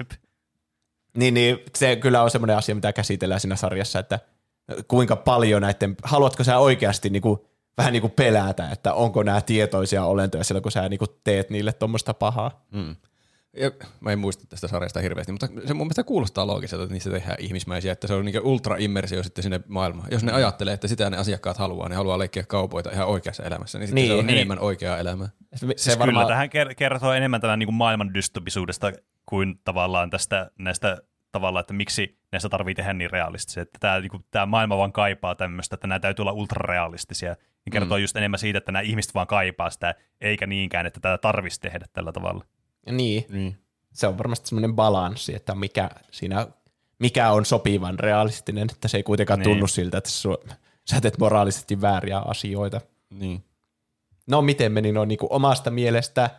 Speaker 2: Niin, niin, se kyllä on semmoinen asia, mitä käsitellään siinä sarjassa, että kuinka paljon näiden, haluatko sä oikeasti niin kuin, vähän niin kuin pelätä, että onko nämä tietoisia olentoja silloin, kun sä niin kuin teet niille tuommoista pahaa.
Speaker 3: Mm. Ja mä en muista tästä sarjasta hirveästi, mutta se mun mielestä kuulostaa loogiselta, että niistä tehdään ihmismäisiä, että se on niin ultra-immersio sitten sinne maailmaan. Jos ne ajattelee, että sitä ne asiakkaat haluaa, ne haluaa leikkiä kaupoita ihan oikeassa elämässä, niin sitten niin, se on niin. enemmän oikeaa elämää.
Speaker 1: Se siis varmaan... Kyllä tähän kertoo enemmän tämän niin kuin maailman dystopisuudesta kuin tavallaan tästä näistä tavallaan, että miksi näistä tarvii tehdä niin realistisia. Että tämä, niin kuin, tämä maailma vaan kaipaa tämmöistä, että nämä täytyy olla ultrarealistisia. Ja kertoo mm. just enemmän siitä, että nämä ihmiset vaan kaipaa sitä, eikä niinkään, että tätä tarvitsisi tehdä tällä tavalla.
Speaker 2: Niin. niin, se on varmasti semmoinen balanssi, että mikä, siinä, mikä on sopivan realistinen, että se ei kuitenkaan niin. tunnu siltä, että sä teet moraalisesti vääriä asioita.
Speaker 3: Niin.
Speaker 2: No miten meni noin niin kuin omasta mielestä,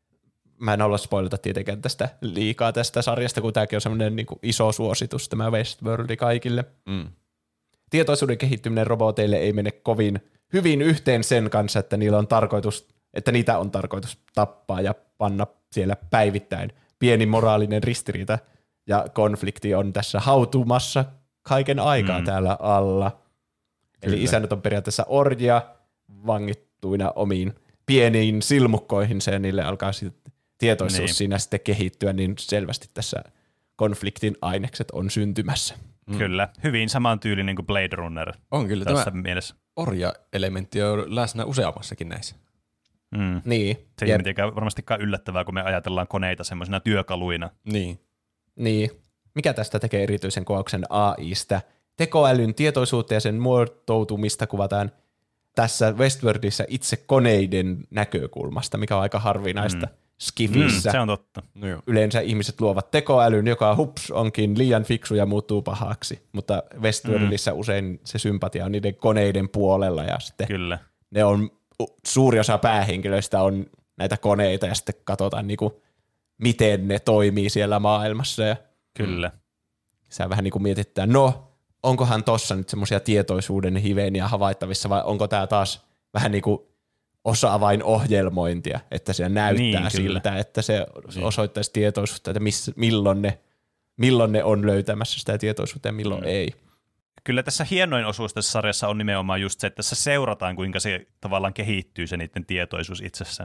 Speaker 2: mä en olla spoilata tietenkään tästä liikaa tästä sarjasta, kun tämäkin on semmoinen niin kuin iso suositus, tämä Westworld kaikille. Mm. tietoisuuden kehittyminen roboteille ei mene kovin hyvin yhteen sen kanssa, että niillä on tarkoitus, että niitä on tarkoitus tappaa ja panna siellä päivittäin. Pieni moraalinen ristiriita ja konflikti on tässä hautumassa kaiken aikaa mm. täällä alla. Kyllä. Eli isännät on periaatteessa orjia vangittuina omiin pieniin silmukkoihinsa ja niille alkaa sitten tietoisuus niin. siinä sitten kehittyä, niin selvästi tässä konfliktin ainekset on syntymässä.
Speaker 1: Mm. Kyllä, hyvin samantyylinen kuin Blade Runner.
Speaker 3: On kyllä,
Speaker 1: tässä
Speaker 3: tämä
Speaker 1: mielessä.
Speaker 3: orja-elementti on läsnä useammassakin näissä.
Speaker 1: Mm.
Speaker 2: Niin.
Speaker 1: Se ei mitenkään varmastikaan yllättävää, kun me ajatellaan koneita semmoisina työkaluina.
Speaker 3: Niin.
Speaker 2: Niin. Mikä tästä tekee erityisen kuvauksen A I:stä? Tekoälyn tietoisuutta ja sen muotoutumista kuvataan tässä Westworldissa itse koneiden näkökulmasta, mikä on aika harvinaista mm. skifissä.
Speaker 1: Mm, se on totta.
Speaker 3: No joo.
Speaker 2: Yleensä ihmiset luovat tekoälyn, joka hups onkin liian fiksu ja muuttuu pahaksi, mutta Westworldissa mm. usein se sympatia on niiden koneiden puolella ja sitten
Speaker 1: Kyllä.
Speaker 2: ne on, suuri osa päähenkilöistä on näitä koneita ja sitten katsotaan niinku, miten ne toimii siellä maailmassa. Ja
Speaker 1: Kyllä.
Speaker 2: sä vähän niin kuin mietitään, no onkohan tossa nyt semmoisia tietoisuuden hiveniä havaittavissa vai onko tämä taas vähän niin kuin osa vain ohjelmointia, että se näyttää
Speaker 1: niin,
Speaker 2: siltä, että se osoittaisi tietoisuutta, että miss, milloin, ne, milloin ne on löytämässä sitä tietoisuutta ja milloin mm. ei.
Speaker 1: Kyllä tässä hienoin osuus tässä sarjassa on nimenomaan just se, että tässä seurataan, kuinka se tavallaan kehittyy se niiden tietoisuus itsessään.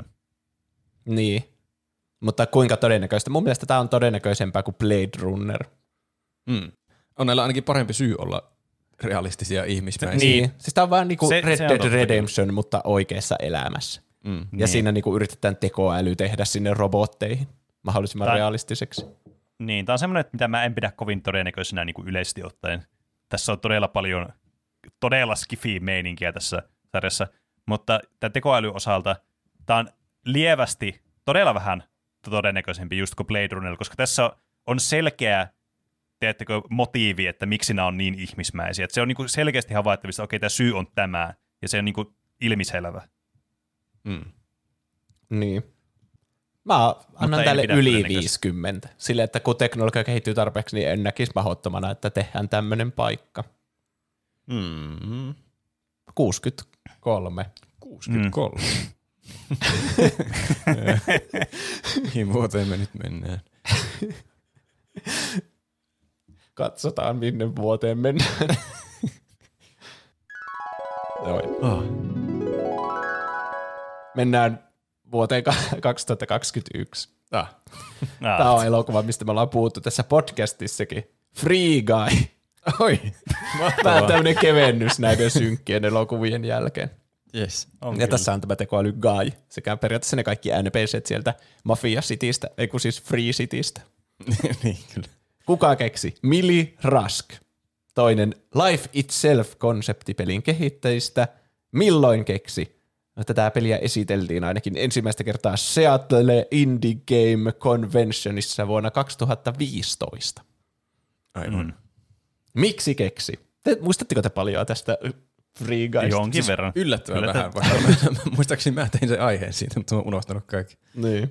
Speaker 2: Niin, mutta kuinka todennäköistä? Mun mielestä tämä on todennäköisempää kuin Blade Runner.
Speaker 3: Mm. On näillä ainakin parempi syy olla realistisia ihmismäisiä.
Speaker 2: Niin, siis tämä on vähän niin kuin
Speaker 1: se,
Speaker 2: Red
Speaker 1: se
Speaker 2: Dead Redemption, mutta oikeassa elämässä.
Speaker 3: Mm.
Speaker 2: Ja
Speaker 1: niin.
Speaker 2: siinä niin kuin yritetään tekoäly tehdä sinne robotteihin mahdollisimman Tän, realistiseksi.
Speaker 1: Niin, tämä on semmoinen, että mitä mä en pidä kovin todennäköisenä niin kuin yleisesti ottaen. Tässä on todella paljon, todella skifi-meininkiä tässä sarjassa, mutta tämän tekoälyn osalta tämä on lievästi todella vähän todennäköisempi just kuin Blade Runner, koska tässä on selkeä teettekö, motiivi, että miksi nämä on niin ihmismäisiä. Että se on niinku selkeästi havaittavissa, että okei, tämä syy on tämä, ja se on niinku ilmiselvä.
Speaker 3: Mm.
Speaker 2: Niin. Mä annan tälle yli viisikymmentä. Sille, että kun teknologia kehittyy tarpeeksi, niin en näkisi mahdottomana, että tehdään tämmöinen paikka.
Speaker 3: Mm.
Speaker 2: kuusikymmentäkolme.
Speaker 3: kuusikymmentäkolme. Mm. Mihin vuoteen me nyt mennään?
Speaker 2: Katsotaan, minne vuoteen mennään. oh. Mennään vuoteen kaksituhattakaksikymmentäyksi.
Speaker 3: Ah.
Speaker 2: Tämä on elokuva, mistä me ollaan puhuttu tässä podcastissakin. Free Guy.
Speaker 3: Oi,
Speaker 2: Vähän tämmöinen kevennys näiden synkkien elokuvien jälkeen.
Speaker 3: Yes.
Speaker 2: Ja kyllä. Tässä on tämä tekoäly Guy, sekä periaatteessa ne kaikki N P C:t sieltä Mafia Citystä, ei kun siis Free Citystä.
Speaker 3: Niin, kyllä.
Speaker 2: Kuka keksi? Millie Rusk. Toinen Life Itself-konseptipelin kehittäjistä. Milloin keksi? No, tätä peliä esiteltiin ainakin ensimmäistä kertaa Seattle Indie Game Conventionissa vuonna kaksituhattaviisitoista.
Speaker 3: Aivan.
Speaker 2: Mm. Miksi keksi? Te, muistatteko te paljon tästä Free Guysta?
Speaker 1: Jonkin siis verran.
Speaker 3: Yllättävän
Speaker 1: Kyllä
Speaker 3: vähän. Te... Muistaakseni mä tein sen aiheen siitä, mutta mä oon unohtanut kaikki.
Speaker 2: Niin.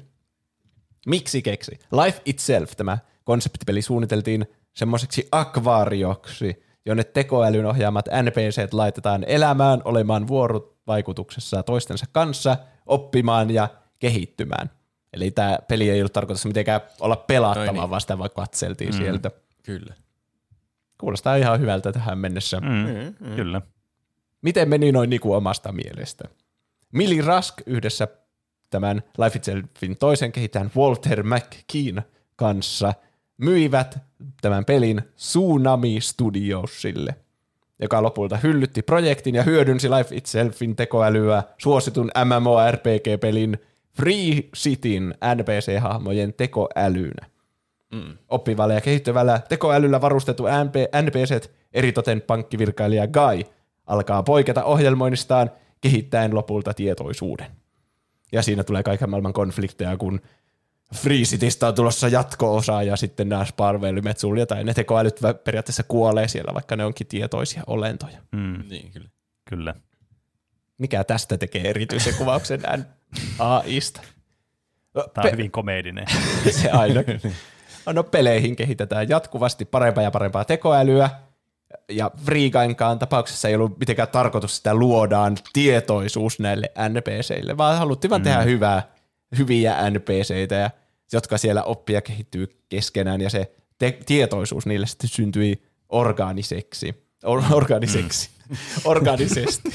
Speaker 2: Miksi keksi? Life Itself, tämä konseptipeli suunniteltiin semmoiseksi akvaarioksi, jonne tekoälyn ohjaamat N P C:t laitetaan elämään, olemaan vuorovaikutuksessa toistensa kanssa, oppimaan ja kehittymään. Eli tämä peli ei ollut tarkoitus mitenkään olla pelattavaa, niin. vaan sitä vaan katseltiin mm. sieltä.
Speaker 3: Kyllä.
Speaker 2: Kuulostaa ihan hyvältä tähän mennessä.
Speaker 1: Mm. Mm. Kyllä.
Speaker 2: Miten meni noin niin kuin omasta mielestä? Millie Rusk yhdessä tämän Life Itselfin toisen kehittäjän Walter McKean kanssa myivät tämän pelin Tsunami Studiosille, joka lopulta hyllytti projektin ja hyödynsi Life Itselfin tekoälyä suositun MMORPG G-pelin Free Cityn N P C-hahmojen tekoälynä. Mm. Oppivalla ja kehittyvällä tekoälyllä varustettu N P C:t, eritoten pankkivirkailija Guy, alkaa poiketa ohjelmoinnistaan kehittäen lopulta tietoisuuden. Ja siinä tulee kaiken maailman konflikteja, kun Free Citystä on tulossa jatko-osa ja sitten nämä sparvelymet suljetaan ja ne tekoälyt periaatteessa kuolee siellä, vaikka ne onkin tietoisia olentoja.
Speaker 1: Mm.
Speaker 3: Niin, kyllä.
Speaker 1: Kyllä.
Speaker 2: Mikä tästä tekee erityisen kuvauksen A I:sta?
Speaker 1: Tämä on Pe- hyvin komedinen.
Speaker 2: Se ainakin. No, peleihin kehitetään jatkuvasti parempaa ja parempaa tekoälyä. ja Free Guyinkaan tapauksessa ei ollut mitenkään tarkoitus, että luodaan tietoisuus näille N P C:ille, vaan haluttiin vaan mm. tehdä hyvää, hyviä N P C:itä, jotka siellä oppia kehittyy keskenään, ja se te- tietoisuus niille sitten syntyi orgaaniseksi. Or- orgaaniseksi. Mm. Orgaanisesti.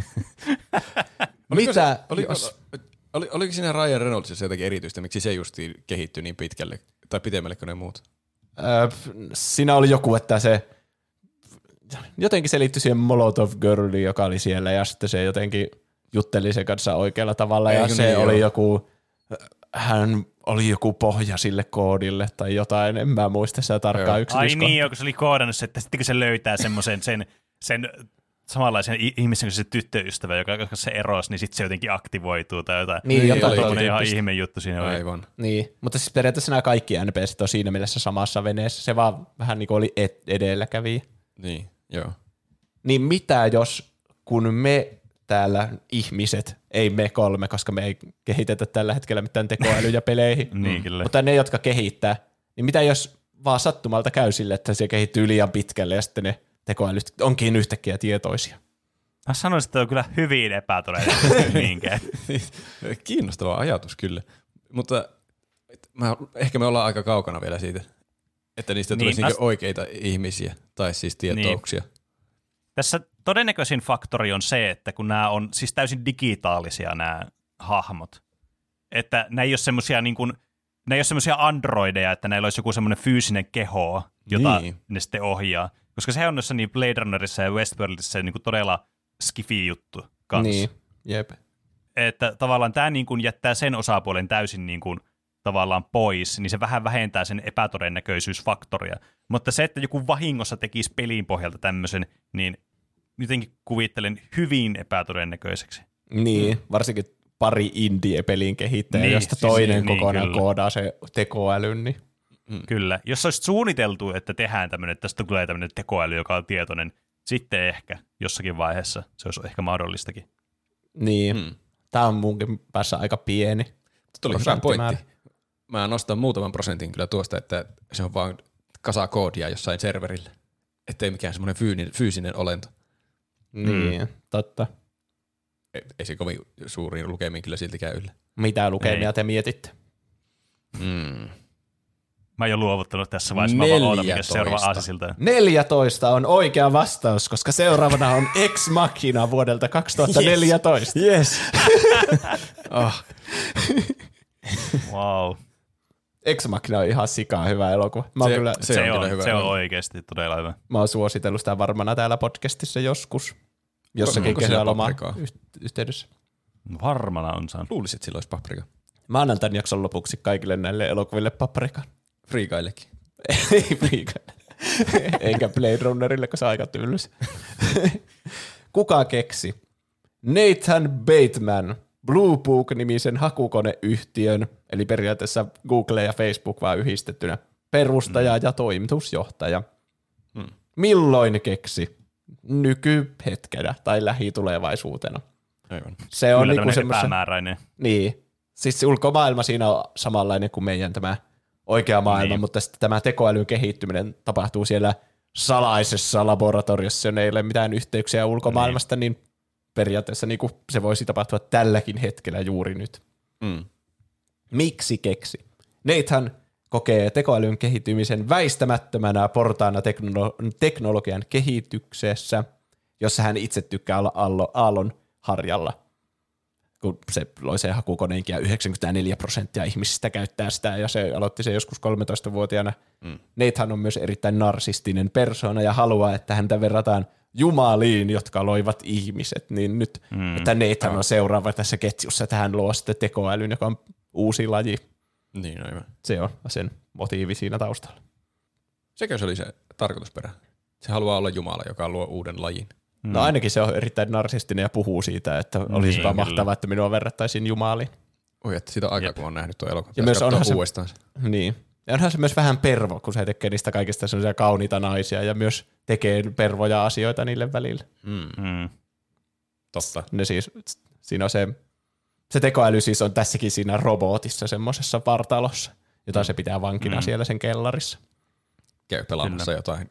Speaker 3: Oliko,
Speaker 2: Mitä?
Speaker 3: se, oliko, oli, oliko siinä Ryan Reynoldsissa jotakin erityistä, miksi se justiin kehittyi niin pitkälle tai pitemmälle kuin ne muut?
Speaker 2: Öö, siinä oli joku, että se jotenkin se liittyi siihen Molotov Girliin, joka oli siellä, ja sitten se jotenkin jutteli sen kanssa oikealla tavalla, Eikö ja se niin, oli joo. joku, hän oli joku pohja sille koodille tai jotain, en mä muista sitä tarkkaan yksityiskohtaa.
Speaker 1: Ai niin, kun se oli koodannut se, että sitten kun se löytää semmoisen sen, sen samanlaisen ihmisen kuin se tyttöystävä, joka koska se erosi, niin sitten se jotenkin aktivoituu tai jotain.
Speaker 2: Niin, jotain
Speaker 1: oli ihan ihme juttu siinä.
Speaker 3: Aivan.
Speaker 2: Niin, mutta siis periaatteessa nämä kaikki N P C:t on siinä mielessä samassa veneessä. Se vaan vähän niin kuin oli edelläkävijä.
Speaker 3: Niin, joo.
Speaker 2: Niin mitä jos, kun me täällä ihmiset, ei me kolme, koska me ei kehitetä tällä hetkellä mitään tekoälyjä peleihin,
Speaker 1: niin, kyllä.
Speaker 2: mutta ne, jotka kehittää, niin mitä jos vaan sattumalta käy sille, että se kehittyy liian pitkälle ja sitten ne tekoälyt onkin yhtäkkiä tietoisia.
Speaker 1: Mä sanoisin, että on kyllä hyvin epätodellista niinkään.
Speaker 3: Kiinnostava ajatus kyllä, mutta mä, ehkä me ollaan aika kaukana vielä siitä, että niistä tulisi niin, as... oikeita ihmisiä tai siis tietouksia. Niin.
Speaker 1: Tässä todennäköisin faktori on se, että kun nämä on siis täysin digitaalisia nämä hahmot, että nämä ei ole semmoisia niin kuin, ne ei ole semmoisia androideja, että näillä olisi joku semmoinen fyysinen keho, jota niin. ne sitten ohjaa. Koska sehän on noissa niin Blade Runnerissa ja Westworldissa niin kuin todella skifi-juttu kanssa.
Speaker 2: Niin, jep.
Speaker 1: Että tavallaan tämä niin kuin jättää sen osapuolen täysin niin kuin tavallaan pois, niin se vähän vähentää sen epätodennäköisyysfaktoria. Mutta se, että joku vahingossa tekisi pelin pohjalta tämmöisen, niin jotenkin kuvittelen hyvin epätodennäköiseksi.
Speaker 2: Niin, mm. varsinkin pari indie-pelin kehittäjä, niin, josta
Speaker 1: siis
Speaker 2: toinen
Speaker 1: niin,
Speaker 2: kokonaan
Speaker 1: kyllä.
Speaker 2: koodaa se tekoälyn. Niin.
Speaker 1: Mm. Kyllä. Jos olisi suunniteltu, että tehdään tämmöinen, että tästä tulee tämmöinen tekoäly, joka on tietoinen, sitten ehkä jossakin vaiheessa se olisi ehkä mahdollistakin.
Speaker 2: Niin. Mm. Tämä on munkin päässä aika pieni.
Speaker 3: Tuli hyvä pointti. Mä nostan muutaman prosentin kyllä tuosta, että se on vaan kasa koodia jossain serverillä. Ettei mikään semmoinen fyysinen, fyysinen olento.
Speaker 2: Niin, mm. totta.
Speaker 3: Ei, ei se kovin suuriin lukemiin kyllä siltikään yllä.
Speaker 2: Mitä lukemia ei. te mietitte?
Speaker 3: Mm.
Speaker 1: Mä oon jo luovuttanut tässä vaiheessa. Mä vaan ootan, mikä seuraava aasisilta.
Speaker 2: neljätoista on oikea vastaus, koska seuraavana on Ex Machina vuodelta kaksituhattaneljätoista.
Speaker 3: Yes. oh.
Speaker 1: Wow.
Speaker 2: Ex Machina on ihan sikaa hyvä elokuva. Mä
Speaker 3: se,
Speaker 2: kyllä,
Speaker 1: se, se, on, hyvä. se on oikeasti todella hyvä.
Speaker 2: Mä oon suositellut sitä varmana täällä podcastissa joskus. Jossakin kesälomaan yhteydessä.
Speaker 1: Varmana on saanut.
Speaker 3: Luulisit, että sillä olisi paprika.
Speaker 2: Mä annan tämän jakson lopuksi kaikille näille elokuville paprikan.
Speaker 3: Friikaillekin.
Speaker 2: Ei Friikaille. Eikä Blade Runnerille, kun se on aika tyllys. Kuka keksi Nathan Bateman Blue Book-nimisen hakukoneyhtiön, eli periaatteessa Google ja Facebook vaan yhdistettynä, perustaja mm. ja toimitusjohtaja. Mm. Milloin keksi? Nykyhetkenä tai lähitulevaisuutena.
Speaker 3: Aivan.
Speaker 2: Se on
Speaker 1: kyllä
Speaker 2: niinku
Speaker 1: tämmöinen epämääräinen.
Speaker 2: Niin. Siis ulkomaailma siinä on samanlainen kuin meidän tämä oikea maailma, niin. Mutta sitten tämä tekoälyn kehittyminen tapahtuu siellä salaisessa laboratoriossa, jonne ei ole mitään yhteyksiä ulkomaailmasta, niin, niin periaatteessa niin kuin se voisi tapahtua tälläkin hetkellä juuri nyt.
Speaker 3: Mm.
Speaker 2: Miksi keksi? Nathan kokee tekoälyn kehittymisen väistämättömänä portaana teknolo- teknologian kehityksessä, jossa hän itse tykkää olla allo- aallon harjalla. Kun se loi sen hakukoneenkin ja yhdeksänkymmentäneljä prosenttia ihmisistä käyttää sitä ja se aloitti sen joskus kolmetoistavuotiaana. Mm. Nathan on myös erittäin narsistinen persoona ja haluaa, että häntä verrataan jumaliin, jotka loivat ihmiset, niin nyt, mm. että Nathan on seuraava tässä ketjussa, että hän luo sitten tekoälyn, joka on uusi laji.
Speaker 3: Niin, aivan.
Speaker 2: Se on sen motiivi siinä taustalla.
Speaker 3: Sekö se oli se tarkoitusperä? Se haluaa olla Jumala, joka luo uuden lajin.
Speaker 2: No mm. ainakin se on erittäin narsistinen ja puhuu siitä, että olisipa niin, mahtavaa, että minua verrattaisiin Jumaliin.
Speaker 3: Oi, että siitä on aika, kun on nähnyt tuo elokuva.
Speaker 2: Ja myös onhan se, niin. Ja onhan se myös vähän pervo, kun se tekee niistä kaikista sellaisia kauniita naisia ja myös tekee pervoja asioita niille välillä.
Speaker 3: Mm. Mm. Totta.
Speaker 2: Ne siis, siinä on se, se tekoäly siis on tässäkin siinä robotissa semmoisessa vartalossa, jota mm. se pitää vankina mm. siellä sen kellarissa.
Speaker 3: Käy pelaamassa Kyllä. jotain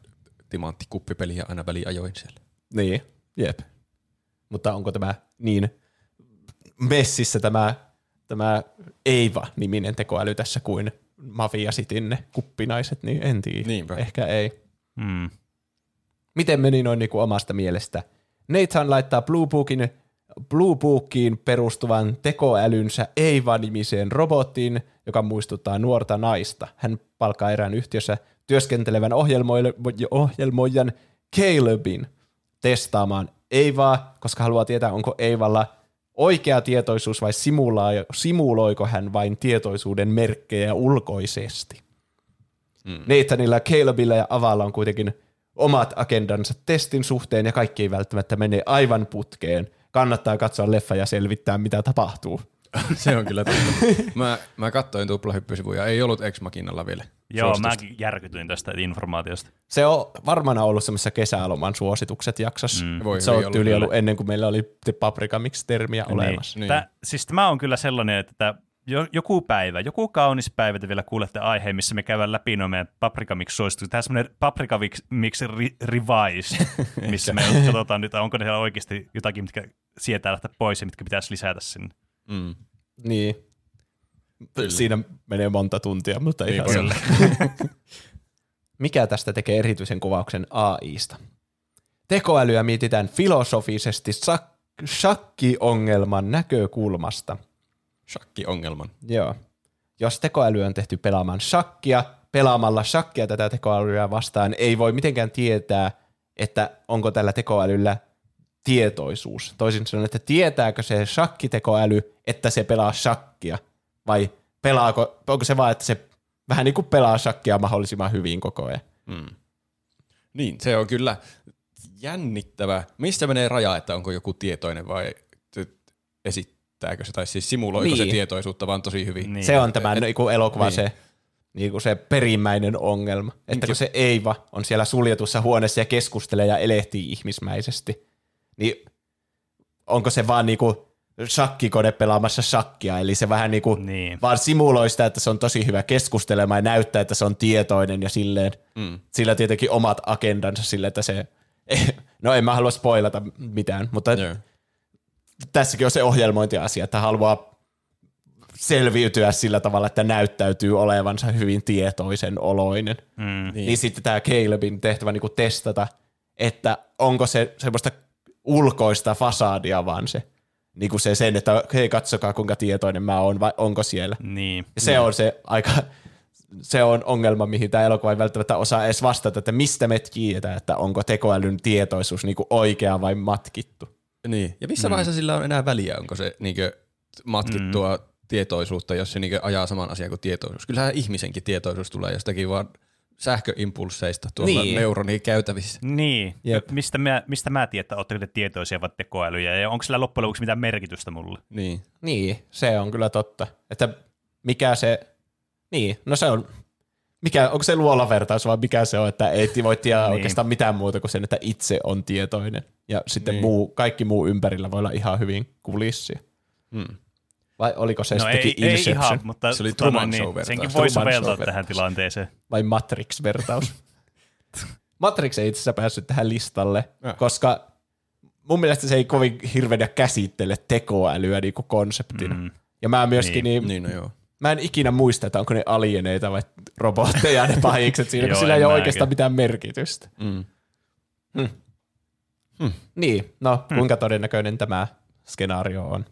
Speaker 3: timanttikuppipeliä aina väliajoin siellä.
Speaker 2: Niin, jep. Mutta onko tämä niin messissä tämä, tämä Eiva-niminen tekoäly tässä kuin Mafia Cityn ne kuppinaiset, niin en tiedä.
Speaker 3: Niinpä.
Speaker 2: Ehkä ei.
Speaker 1: Mm.
Speaker 2: Miten meni noin niin kuin omasta mielestä? Nathan laittaa Blue Bookin, Blue Bookiin perustuvan tekoälynsä Eiva-nimiseen robottiin, joka muistuttaa nuorta naista. Hän palkkaa erään yhtiössä työskentelevän ohjelmoijan Calebin testaamaan Eivaa, koska haluaa tietää, onko Eivalla oikea tietoisuus vai simuloiko hän vain tietoisuuden merkkejä ulkoisesti. Mm. Nathanilla, Calebilla ja Avalla on kuitenkin omat agendansa testin suhteen ja kaikki ei välttämättä mene aivan putkeen. Kannattaa katsoa leffa ja selvittää, mitä tapahtuu.
Speaker 3: Se on kyllä totta. Mä, mä katsoin tuplahyppysivuja, ei ollut Ex Machinalla vielä.
Speaker 1: Joo, mäkin järkytyin tästä informaatiosta.
Speaker 2: Se on varmana ollut semmoisessa kesäloman suositukset jaksossa. Mm.
Speaker 3: Voi
Speaker 2: se on tyyli
Speaker 3: ollut
Speaker 2: ollut ennen kuin meillä oli The Paprika Mix-termiä niin. olemassa.
Speaker 1: Niin. Tää, siis tämä on kyllä sellainen, että joku päivä, joku kaunis päivä te vielä kuulette aiheen, missä me käydään läpi nuo meidän Paprika Mix-suositukset. Tämä on semmoinen Paprika Mix Revise, missä me katsotaan nyt, onko ne siellä oikeasti jotakin, mitkä sietää lähteä pois ja mitkä pitäisi lisätä sinne.
Speaker 2: Mm. Niin. Kyllä. Siinä menee monta tuntia, mutta
Speaker 3: niin
Speaker 2: ihan sille. Mikä tästä tekee erityisen kuvauksen A I:sta? Tekoälyä mietitään filosofisesti sak- shakkiongelman näkökulmasta.
Speaker 3: Shakkiongelman?
Speaker 2: Joo. Jos tekoäly on tehty pelaamaan shakkia, pelaamalla shakkia tätä tekoälyä vastaan ei voi mitenkään tietää, että onko tällä tekoälyllä tietoisuus. Toisin sanoen, että tietääkö se shakkitekoäly, että se pelaa shakkia, vai pelaako, onko se vaan, että se vähän niin kuin pelaa shakkia mahdollisimman hyvin koko ajan.
Speaker 3: Hmm. Niin, se on kyllä jännittävä. Mistä menee raja, että onko joku tietoinen vai esittääkö se, tai siis simuloiko niin. se tietoisuutta vaan tosi hyvin?
Speaker 2: Niin. Se on tämä et, niin elokuva niin. se, niin kuin se perimmäinen ongelma, että niin. kun se Eiva on siellä suljetussa huoneessa ja keskustelee ja elehtii ihmismäisesti, niin onko se vaan niinku shakkikone pelaamassa shakkia, eli se vähän niinku niin. vaan simuloi sitä, että se on tosi hyvä keskustelemaan ja näyttää, että se on tietoinen ja silleen. Mm. Sillä tietenkin omat agendansa sille, että se, no en mä halua spoilata mitään, mutta yeah. tässäkin on se ohjelmointiasia, että haluaa selviytyä sillä tavalla, että näyttäytyy olevansa hyvin tietoisen oloinen. Mm. Niin. niin sitten tämä Calebin tehtävä niinku testata, että onko se semmoista ulkoista fasadia vaan se, niin kuin se sen, että hei katsokaa kuinka tietoinen mä oon, vai onko siellä.
Speaker 1: Niin.
Speaker 2: Ja se on se aika, se on ongelma, mihin tämä elokuva ei välttämättä osaa edes vastata, että mistä me tiedetään, että onko tekoälyn tietoisuus niin kuin oikea vai matkittu.
Speaker 3: Niin, ja missä mm. vaiheessa sillä on enää väliä, onko se niin kuin matkittua mm. tietoisuutta, jos se niin kuin ajaa saman asian kuin tietoisuus. Kyllähän ihmisenkin tietoisuus tulee jostakin vaan sähköimpulseista tuolla niin. neuronin käytävissä.
Speaker 1: Niin, mistä mä, mistä mä tiedän, että ootteko te tietoisia vai tekoälyjä, ja onko sillä loppujen lopuksi mitään merkitystä mulle?
Speaker 2: Niin. Niin, se on kyllä totta. Että mikä se, niin, no se on, mikä, onko se luolavertaus vai mikä se on, että ei voi tiedä niin. oikeastaan mitään muuta kuin sen, että itse on tietoinen, ja sitten niin. muu, kaikki muu ympärillä voi olla ihan hyvin kulissia. Hmm. Vai oliko se
Speaker 1: no
Speaker 2: sitten
Speaker 1: ei,
Speaker 2: Inception?
Speaker 1: Ei ihan, mutta
Speaker 3: se oli Truman
Speaker 1: niin,
Speaker 3: Show-vertaus.
Speaker 1: Senkin voi soveltaa tähän tilanteeseen.
Speaker 2: Vai Matrix-vertaus? Matrix ei itse asiassa päässyt tähän listalle, ja. koska mun mielestä se ei kovin hirveänä käsittele tekoälyä niin kuin konseptina. Mm. Ja mä myöskin, niin,
Speaker 3: niin, niin no joo.
Speaker 2: mä en ikinä muista, että onko ne alieneita vai robotteja ne pahikset siinä, kun sillä ei ole oikeastaan mitään merkitystä. Mm. Hmm. Hmm. Niin, no hmm. kuinka todennäköinen tämä skenaario on?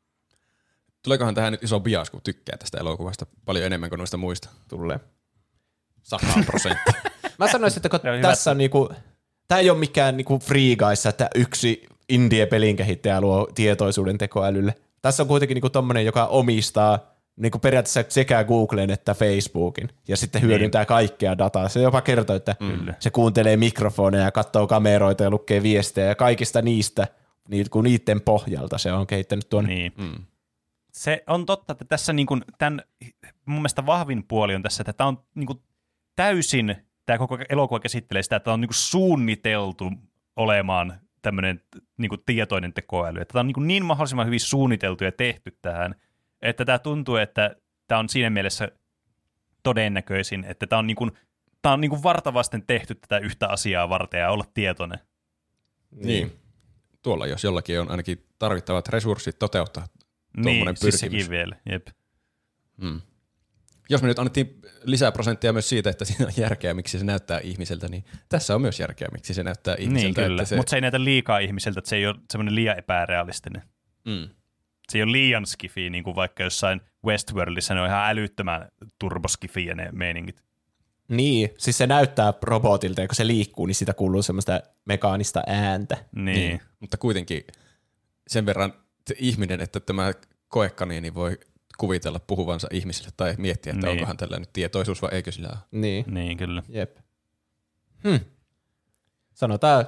Speaker 3: Tuleekohan tähän nyt iso bias, kun tykkää tästä elokuvasta paljon enemmän kuin noista muista?
Speaker 2: Tulee.
Speaker 3: Sata prosenttia.
Speaker 2: Mä sanoisin, että kun tässä on niinku, tää ei ole mikään niinku Free Guyssa, että yksi indie-pelin kehittäjä luo tietoisuuden tekoälylle. Tässä on kuitenkin niinku tommonen, joka omistaa niinku periaatteessa sekä Googlen että Facebookin ja sitten hyödyntää niin. kaikkea dataa. Se jopa kertoo, että mm. se kuuntelee mikrofoneja ja katsoo kameroita ja lukee viestejä ja kaikista niistä, niin niiden pohjalta se on kehittänyt tuon.
Speaker 1: Niin. Mm. Se on totta, että tässä niin kuin tämän, mun mielestä vahvin puoli on tässä, että tämä on niin kuin täysin, tämä koko elokuva käsittelee sitä, että tämä on niin kuin suunniteltu olemaan tämmöinen niin kuin tietoinen tekoäly. Että tämä on niin, kuin niin mahdollisimman hyvin suunniteltu ja tehty tähän, että tämä tuntuu, että tämä on siinä mielessä todennäköisin, että tämä on niin kuin tää on niinku vartavasten tehty tätä yhtä asiaa varten ja olla tietoinen.
Speaker 3: Niin. niin. Tuolla jos jollakin on ainakin tarvittavat resurssit toteuttaa
Speaker 1: niin,
Speaker 3: tuommoinen
Speaker 1: siis
Speaker 3: pyrkimys.
Speaker 1: sekin vielä, jep.
Speaker 3: Mm. Jos me nyt annettiin lisää prosenttia myös siitä, että siinä on järkeä, miksi se näyttää ihmiseltä, niin tässä on myös järkeä, miksi se näyttää ihmiseltä.
Speaker 1: Niin kyllä,
Speaker 3: se...
Speaker 1: mutta se ei näytä liikaa ihmiseltä, että se ei ole semmoinen liian epärealistinen.
Speaker 3: Mm.
Speaker 1: Se ei ole liian skifi, niin kuin vaikka jossain Westworldissa ne on ihan älyttömän turboskifiä ne meiningit.
Speaker 2: Niin, siis se näyttää robotilta, ja kun se liikkuu, niin sitä kuuluu semmoista mekaanista ääntä.
Speaker 1: Niin.
Speaker 3: niin. Mutta kuitenkin sen verran ihminen, että tämä koekaniini voi kuvitella puhuvansa ihmisille tai miettiä, että niin. onkohan tällä nyt tietoisuus vai eikö sillä ole.
Speaker 2: Niin.
Speaker 1: Niin, kyllä.
Speaker 2: Jep. Hmm. Sanotaan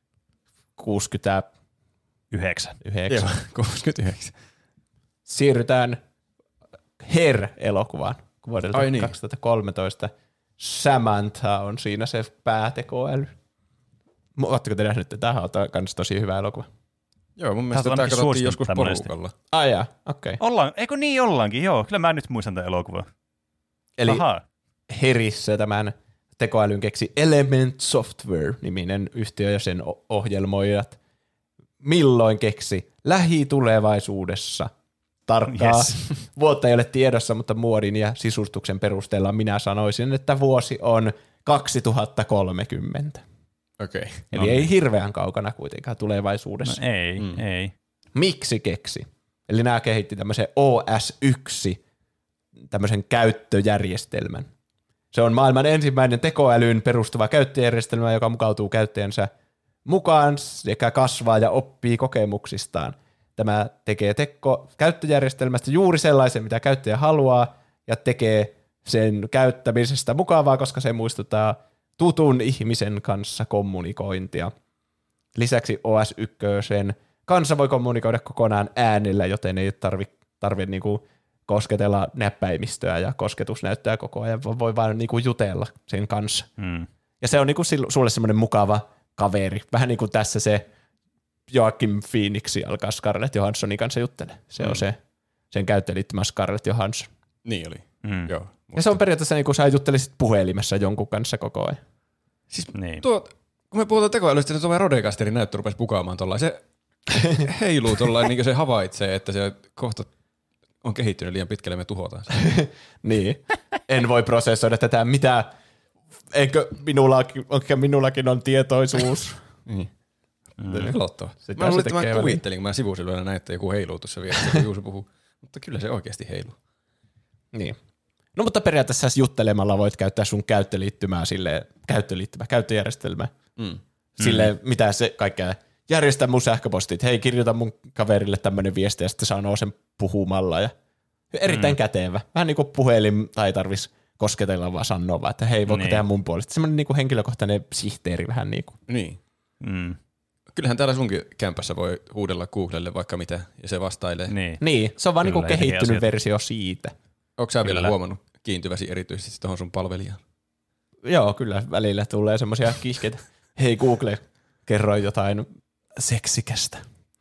Speaker 2: kuusikymmentäyhdeksän.
Speaker 1: Yhdeksän.
Speaker 3: Joo, kuusikymmentäyhdeksän.
Speaker 2: Siirrytään Her-elokuvaan vuodelta Ai niin. kaksituhattakolmetoista. Samantha on siinä se päätekoäly. Oletteko te nähnyt, että tämähän on myös tosi hyvä elokuva?
Speaker 3: Joo, mun mielestä tämä katsottiin joskus porukalla.
Speaker 2: Ai jaa, okei. Okay.
Speaker 1: Ollaan, eikö niin ollaankin? Joo, kyllä mä nyt muistan tämän elokuvan.
Speaker 2: Eli
Speaker 1: Aha.
Speaker 2: Herissä tämän tekoälyn keksi Element Software-niminen yhtiö ja sen ohjelmoijat. Milloin keksi? Lähitulevaisuudessa. Tarkkaa yes. vuotta ei ole tiedossa, mutta muodin ja sisustuksen perusteella minä sanoisin, että vuosi on kaksituhattakolmekymmentä.
Speaker 3: Okei. Okay.
Speaker 2: Eli no ei niin. hirveän kaukana kuitenkaan tulevaisuudessa.
Speaker 1: No ei, mm. ei.
Speaker 2: Miksi keksi? Eli nämä kehitti tämmöisen O S yksi, tämmöisen käyttöjärjestelmän. Se on maailman ensimmäinen tekoälyyn perustuva käyttöjärjestelmä, joka mukautuu käyttäjänsä mukaan sekä kasvaa ja oppii kokemuksistaan. Tämä tekee teko käyttöjärjestelmästä juuri sellaisen, mitä käyttäjä haluaa, ja tekee sen käyttämisestä mukavaa, koska se muistuttaa tutun ihmisen kanssa kommunikointia. Lisäksi O S yksi kanssa voi kommunikoida kokonaan äänellä, joten ei tarvitse tarvi niinku kosketella näppäimistöä ja kosketus näyttää koko ajan, voi vaan niinku jutella sen kanssa.
Speaker 1: Mm.
Speaker 2: Ja se on niinku sulle semmoinen mukava kaveri. Vähän niin kuin tässä se Joakim Phoenix alkaa Scarlett Johanssonin kanssa juttele. Se mm. on se, sen käyttöliittymä Scarlett Johansson.
Speaker 3: Niin oli. Mm. Joo,
Speaker 2: ja se on periaatteessa niin kuin sä juttelisit puhelimessa jonkun kanssa koko ajan.
Speaker 3: Siis niin. tuo, kun me puhutaan tekoälystä, niin tuo Rodecasterin näyttö rupesi pukaamaan tuollain. Se heiluu tuollain, niin kuin se havaitsee, että se kohta on kehittynyt liian pitkälle, me tuhotaan se.
Speaker 2: Niin. En voi prosessoida tätä, mitä, eikö minullakin, minullakin on tietoisuus.
Speaker 3: Niin. Mm. Pelottava. Mä luulin, että mä kuvittelin, kun mä sivusivuilla näin, että joku heiluu tuossa vieressä, kun Juuso puhuu. Mutta kyllä se oikeasti heiluu.
Speaker 2: Niin. No mutta periaatteessa juttelemalla voit käyttää sun käyttöliittymää silleen, käyttöliittymää, käyttöjärjestelmää. Mm. Silleen, mm. mitä se kaikkea, järjestä mun sähköpostit, hei kirjoita mun kaverille tämmönen viesti ja sitten sanoo sen puhumalla. Ja erittäin mm. kätevä. Vähän niin kuin puhelin tai tarvis kosketella vaan sanoa vaan, että hei voiko niin. tehdä mun puolesta. Semmoinen niin kuin henkilökohtainen sihteeri vähän niin kuin.
Speaker 3: Niin. Mm. Kyllähän täällä sunkin kämpässä voi huudella Googlelle vaikka mitä, ja se vastailee.
Speaker 2: Niin, niin se on vaan niinku kehittynyt versio siitä.
Speaker 3: Onko sä kyllä. vielä huomannut kiintyväsi erityisesti tuohon sun palvelijaan?
Speaker 2: Joo, kyllä. Välillä tulee semmoisia kiskeitä. Hei Google, kerro jotain seksikästä.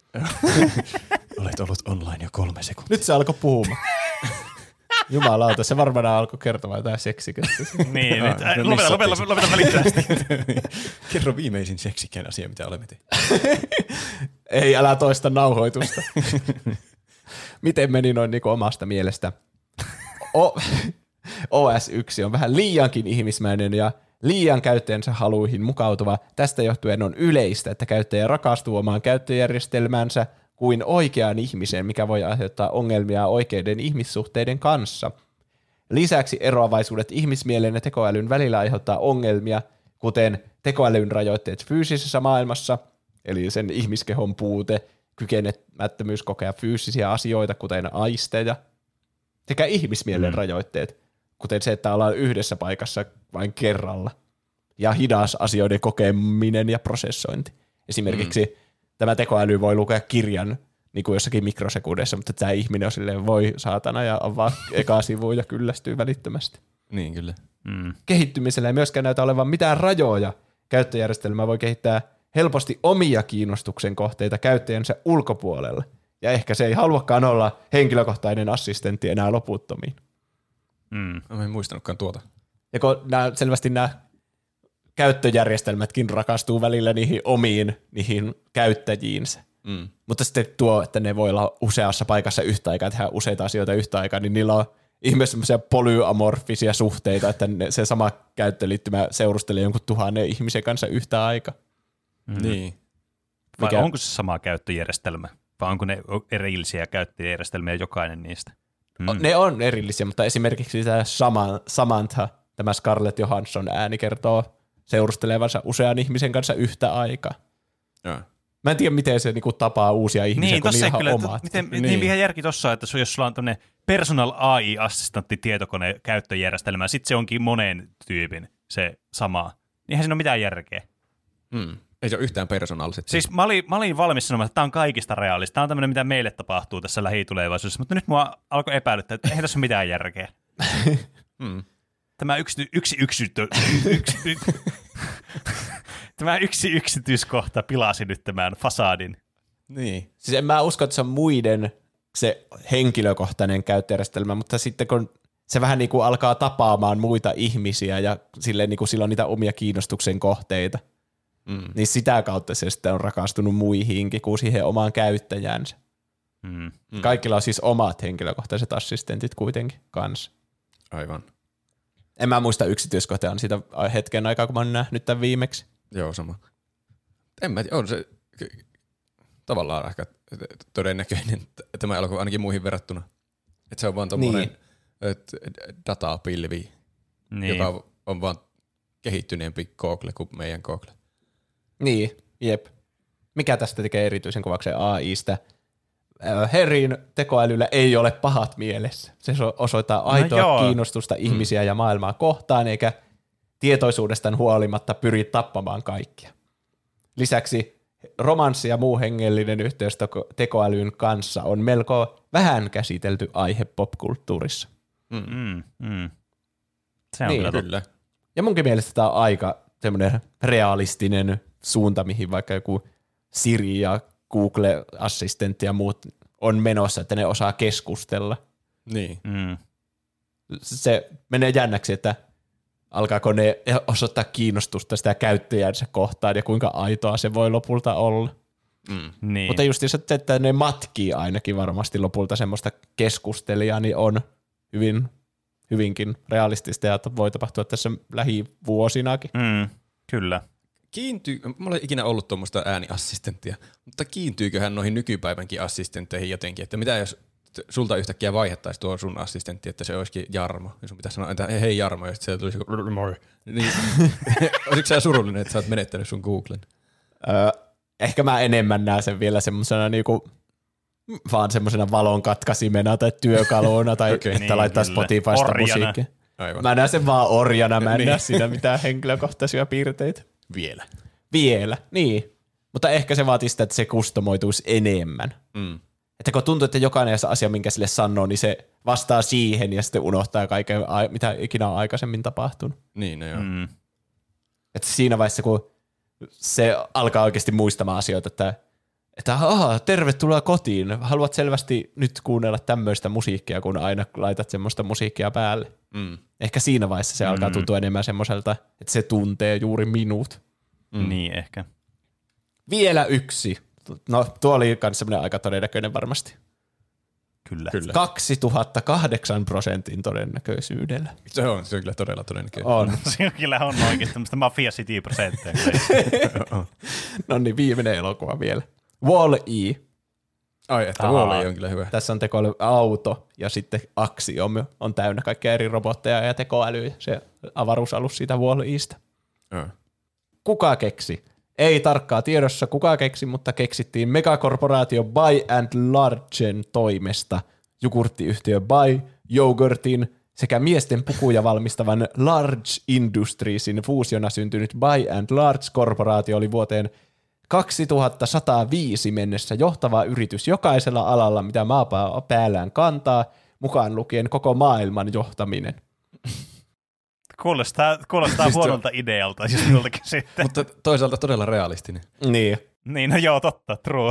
Speaker 3: Olet ollut online jo kolme sekuntia.
Speaker 2: Nyt se alkoi puhumaan. Jumalauta, se varmaan alkoi kertomaan jotain seksikästä.
Speaker 1: Niin, nyt. No, lopeta, lopeta, lopeta välittömästi.
Speaker 3: Kerro viimeisin seksikään asia, mitä olemme tehneet.
Speaker 2: Ei, älä toista nauhoitusta. Miten meni noin niin kuin omasta mielestä? O- O S yksi on vähän liiankin ihmismäinen ja liian käyttäjänsä haluihin mukautuva. Tästä johtuen on yleistä, että käyttäjä rakastuu omaan käyttöjärjestelmäänsä kuin oikeaan ihmiseen, mikä voi aiheuttaa ongelmia oikeiden ihmissuhteiden kanssa. Lisäksi eroavaisuudet ihmismielen ja tekoälyn välillä aiheuttaa ongelmia, kuten tekoälyn rajoitteet fyysisessä maailmassa, eli sen ihmiskehon puute, kykenemättömyys kokea fyysisiä asioita, kuten aisteja, sekä ihmismielen mm. rajoitteet, kuten se, että ollaan yhdessä paikassa vain kerralla, ja hidas asioiden kokeminen ja prosessointi. Esimerkiksi mm. tämä tekoäly voi lukea kirjan niin kuin jossakin mikrosekunnissa, mutta tämä ihminen on silleen, voi saatana ja avaa eka sivuun ja kyllästyy välittömästi.
Speaker 3: Niin kyllä.
Speaker 2: Mm. Kehittymisellä ei myöskään näytä olevan mitään rajoja. Käyttöjärjestelmä voi kehittää helposti omia kiinnostuksen kohteita käyttäjänsä ulkopuolella. Ja ehkä se ei haluakaan olla henkilökohtainen assistentti enää loputtomiin.
Speaker 3: Mm. Mä en muistanutkaan tuota.
Speaker 2: Ja kun nämä, selvästi nämä käyttöjärjestelmätkin rakastuu välillä niihin omiin niihin käyttäjiinsä. Mm. Mutta sitten tuo, että ne voi olla useassa paikassa yhtä aikaa, tehdä useita asioita yhtä aikaa, niin niillä on ihmeessä semmoisia polyamorfisia suhteita, että ne, se sama käyttöliittymä seurustelee jonkun tuhannen ihmisen kanssa yhtä aikaa.
Speaker 3: Mm. Niin.
Speaker 1: Vai
Speaker 2: Mikä...
Speaker 1: onko se sama käyttöjärjestelmä? Vai onko ne erillisiä käyttöjärjestelmiä jokainen niistä?
Speaker 2: Mm. Ne on erillisiä, mutta esimerkiksi tämä Samantha, tämä Scarlett Johansson ääni kertoo seurustelevansa usean ihmisen kanssa yhtä aikaa.
Speaker 3: Ja.
Speaker 2: Mä en tiedä, miten se niinku tapaa uusia ihmisiä,
Speaker 1: niin,
Speaker 2: kun niillä on
Speaker 1: kyllä,
Speaker 2: omat.
Speaker 1: Miten, niin. niin ihan järki tossa, että jos sulla on tämmöinen personal A I-assistantti tietokone käyttöjärjestelmä, sitten se onkin monen tyypin se sama. Eihän siinä ole mitään järkeä.
Speaker 3: Hmm. Ei se ole yhtään persoonalliset.
Speaker 1: Siis mä olin, mä olin valmis sanomaan, että tämä on kaikista realista. Tämä on tämmöinen, mitä meille tapahtuu tässä lähitulevaisuudessa, mutta nyt mua alkoi epäilyttää, että eihän tässä ole mitään järkeä. hmm. Tämä yksi, yksi, yksi, yksi, tämä yksi yksityiskohta pilasi nyt tämän fasadin.
Speaker 2: Niin. Siis en mä usko, että se on muiden se henkilökohtainen käyttöjärjestelmä, mutta sitten kun se vähän niin kuin alkaa tapaamaan muita ihmisiä ja silleen niin kuin sillä on niitä omia kiinnostuksen kohteita, mm. niin sitä kautta se sitten on rakastunut muihinkin kuin siihen omaan käyttäjäänsä. Mm. Mm. Kaikilla on siis omat henkilökohtaiset assistentit kuitenkin kanssa.
Speaker 3: Aivan.
Speaker 2: En mä muista yksityiskohtia on siitä hetken aikaa, kun mä oon nähnyt tämän viimeksi.
Speaker 3: Joo, sama. En mä tiedä, on se tavallaan aika todennäköinen tämä elokuva ainakin muihin verrattuna. Että se on vaan tommoinen niin. datapilvi, niin. joka on vaan kehittyneempi Google kuin meidän Google.
Speaker 2: Niin, jep. Mikä tästä tekee erityisen kovaksi A I:stä? Herrin tekoälyllä ei ole pahat mielessä. Se osoittaa aitoa no kiinnostusta ihmisiä mm. ja maailmaa kohtaan, eikä tietoisuudestaan huolimatta pyri tappamaan kaikkia. Lisäksi romanssi ja muu hengellinen yhteys tekoälyn kanssa on melko vähän käsitelty aihe popkulttuurissa.
Speaker 1: Mm, mm, mm. Se on
Speaker 2: niin,
Speaker 1: kyllä.
Speaker 3: kyllä.
Speaker 2: Ja munkin mielestä tämä on aika semmoinen realistinen suunta, mihin vaikka joku Siri ja Google-assistentti ja muut on menossa, että ne osaa keskustella.
Speaker 3: Niin.
Speaker 1: Mm.
Speaker 2: Se menee jännäksi, että alkaako ne osoittaa kiinnostusta sitä käyttäjänsä kohtaan ja kuinka aitoa se voi lopulta olla.
Speaker 3: Mm.
Speaker 1: Niin.
Speaker 2: Mutta just se, että ne matkii ainakin varmasti lopulta semmoista keskustelijaa, niin on hyvin, hyvinkin realistista ja voi tapahtua tässä lähivuosinakin.
Speaker 1: Mm, kyllä.
Speaker 3: Kiintyy, mulla ei ikinä ollut tuommoista ääniassistenttia, mutta kiintyyköhän noihin nykypäivänkin assistentteihin jotenkin, että mitä jos sulta yhtäkkiä vaihettaisi tuo sun assistentti, että se olisikin Jarmo, ja sun pitäisi sanoa, että hei Jarmo, ja sitten sieltä tulisi moi. Niin, olisiko sä surullinen, että sä oot menettänyt sun Googlen?
Speaker 2: Öö, ehkä mä enemmän näen sen vielä semmosena niinku, vaan semmosena valonkatkasimena tai työkaluna, tai okay, että niin, laittaa kyllä. Spotifysta musiikkia. Aivan. Mä näen sen vaan orjana, mä en niin. näe siinä mitään henkilökohtaisia piirteitä.
Speaker 3: Vielä.
Speaker 2: Vielä, niin. Mutta ehkä se vaatii sitä, että se kustomoituisi enemmän. Mm. Että kun tuntuu, että jokainen asia, minkä sille sanoo, niin se vastaa siihen ja sitten unohtaa kaiken, mitä ikinä on aikaisemmin tapahtunut.
Speaker 3: Niin, no joo. Mm.
Speaker 2: Että siinä vaiheessa, kun se alkaa oikeasti muistamaan asioita, että, että aha, tervetuloa kotiin, haluat selvästi nyt kuunnella tämmöistä musiikkia, kun aina laitat semmoista musiikkia päälle. Mm. Ehkä siinä vaiheessa se mm. alkaa tuntua enemmän semmoiselta, että se tuntee juuri minut.
Speaker 1: Mm. Niin, ehkä.
Speaker 2: Vielä yksi. No, tuo oli myös semmoinen aika todennäköinen varmasti.
Speaker 1: Kyllä.
Speaker 2: kyllä. kaksituhattakahdeksan prosentin todennäköisyydellä.
Speaker 3: Se on, se on kyllä todella todennäköinen.
Speaker 2: On.
Speaker 1: Se kyllä on oikeasti tämmöistä Mafia City prosentteja.
Speaker 2: No niin, viimeinen elokuva vielä. Wall-E.
Speaker 3: Ai, että Wall-E on kyllä hyvä.
Speaker 2: Tässä on tekoäly auto ja sitten Axiom on täynnä kaikkia eri robotteja ja tekoälyjä. Se avaruusalus siitä Wall-Estä.
Speaker 3: Mm.
Speaker 2: Kuka keksi? Ei tarkkaa tiedossa kuka keksi, mutta keksittiin megakorporaatio Buy and Largen toimesta jogurttiyhtiö Buy Yogurtin sekä miesten pukuja valmistavan Large Industriesin fuusiona syntynyt Buy and Large-korporaatio oli vuoteen kaksituhattasataviisi mennessä johtava yritys jokaisella alalla, mitä maapää päällään kantaa, mukaan lukien koko maailman johtaminen.
Speaker 1: Kuulostaa, kuulostaa huonolta idealta, jos minultakin sitten.
Speaker 3: Mutta toisaalta todella realistinen.
Speaker 2: Niin.
Speaker 1: Niin, no joo, totta, true.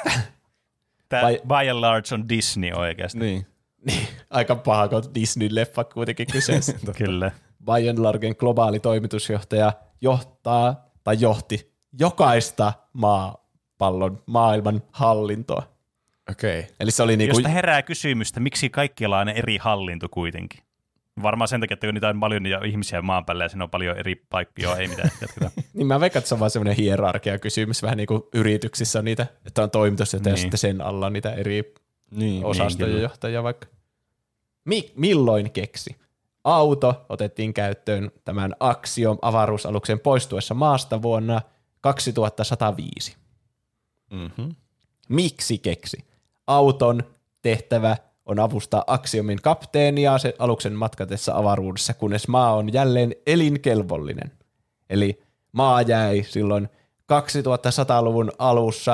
Speaker 1: Tämä By, by and large on Disney oikeasti.
Speaker 3: Niin.
Speaker 2: niin. Aika paha, kun Disney-leffa kuitenkin kyseessä.
Speaker 1: Kyllä.
Speaker 2: Bayern Largen globaali toimitusjohtaja johtaa tai johti jokaista maapallon maailman hallintoa.
Speaker 3: Okei. Okay.
Speaker 2: Eli se oli niinku...
Speaker 1: Josta herää kysymystä, miksi kaikkialla on eri hallinto kuitenkin? Varmaan sen takia, että kun niitä on paljon niitä ihmisiä maan päällä ja siinä on paljon eri paikkoja, ei mitään, jatketaan.
Speaker 2: Niin mä veikkaan, että se on vaan semmoinen hierarkia-kysymys, vähän niin kuin yrityksissä on niitä, että on toimitusjohtaja niin. Ja sitten sen alla on niitä eri niin, osastojen niin, johtajia vaikka. Mi- milloin keksi? Auto otettiin käyttöön tämän Axiom-avaruusaluksen poistuessa maasta vuonna kaksituhattasataviisi.
Speaker 3: Mm-hmm.
Speaker 2: Miksi keksi? Auton tehtävä on avustaa Axiomin kapteenia sen aluksen matkatessa avaruudessa, kunnes maa on jälleen elinkelvollinen. Eli maa jäi silloin kaksituhattasataluvun alussa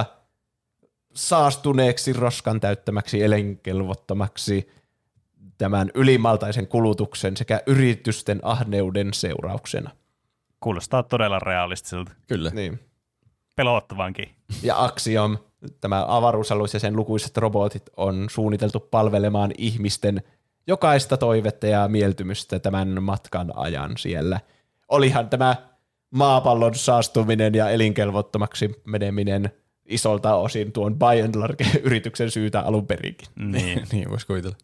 Speaker 2: saastuneeksi, roskan täyttämäksi, elinkelvottomaksi tämän ylimaltaisen kulutuksen sekä yritysten ahneuden seurauksena.
Speaker 1: Kuulostaa todella realistiselta.
Speaker 3: Kyllä.
Speaker 2: Niin.
Speaker 1: Pelottavankin.
Speaker 2: Ja Axiom, tämä avaruusalus ja sen lukuiset robotit on suunniteltu palvelemaan ihmisten jokaista toivetta ja mieltymystä tämän matkan ajan siellä. Olihan tämä maapallon saastuminen ja elinkelvottomaksi meneminen isolta osin tuon Bayern Large-yrityksen syytä alun perinkin.
Speaker 1: Niin,
Speaker 3: niin voisi kuvitella.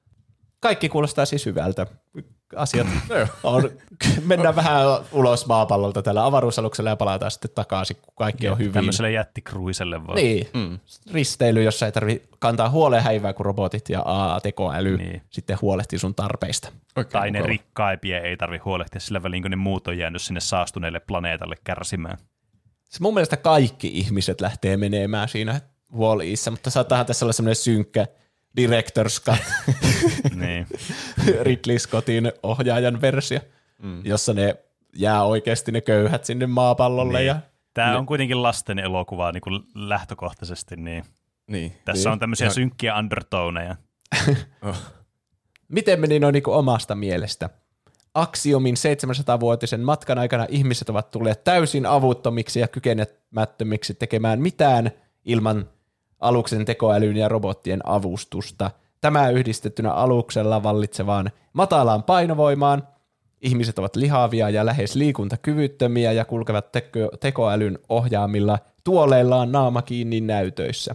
Speaker 2: Kaikki kuulostaa siis hyvältä. Asiat on, mennään vähän ulos maapallolta tällä avaruusaluksella ja palataan sitten takaisin, kun kaikki ja on hyvin.
Speaker 1: Tämmöiselle jättikruiselle vaan.
Speaker 2: Niin, mm. risteily, jossa ei tarvitse kantaa huoleen häivää, kun robotit ja A I-tekoäly niin. sitten huolehtii sun tarpeista.
Speaker 1: Okay, tai ne rikkaimpia ei tarvitse huolehtia sillä välin, kun ne muut on jäänyt sinne saastuneelle planeetalle kärsimään.
Speaker 2: Se mun mielestä kaikki ihmiset lähtee menemään siinä Wall-Eissa, mutta saattaahan tässä olla semmoinen synkkä Director's Cut,
Speaker 1: niin.
Speaker 2: Ridley Scottin ohjaajan versio, mm. jossa ne jää oikeasti ne köyhät sinne maapallolle.
Speaker 1: Niin.
Speaker 2: Ja
Speaker 1: Tämä
Speaker 2: ne...
Speaker 1: on kuitenkin lasten elokuvaa niin kuin lähtökohtaisesti, niin,
Speaker 3: niin.
Speaker 1: tässä
Speaker 3: niin.
Speaker 1: on tämmöisiä
Speaker 3: Ihan...
Speaker 1: synkkiä undertoneja.
Speaker 2: oh. Miten meni noin niin kuin omasta mielestä? Axiomin seitsemänsataa-vuotisen matkan aikana ihmiset ovat tulleet täysin avuttomiksi ja kykenemättömiksi tekemään mitään ilman aluksen tekoälyn ja robottien avustusta. Tämä yhdistettynä aluksella vallitsevaan matalaan painovoimaan. Ihmiset ovat lihavia ja lähes liikuntakyvyttömiä ja kulkevat teko- tekoälyn ohjaamilla tuoleillaan naama kiinni näytöissä.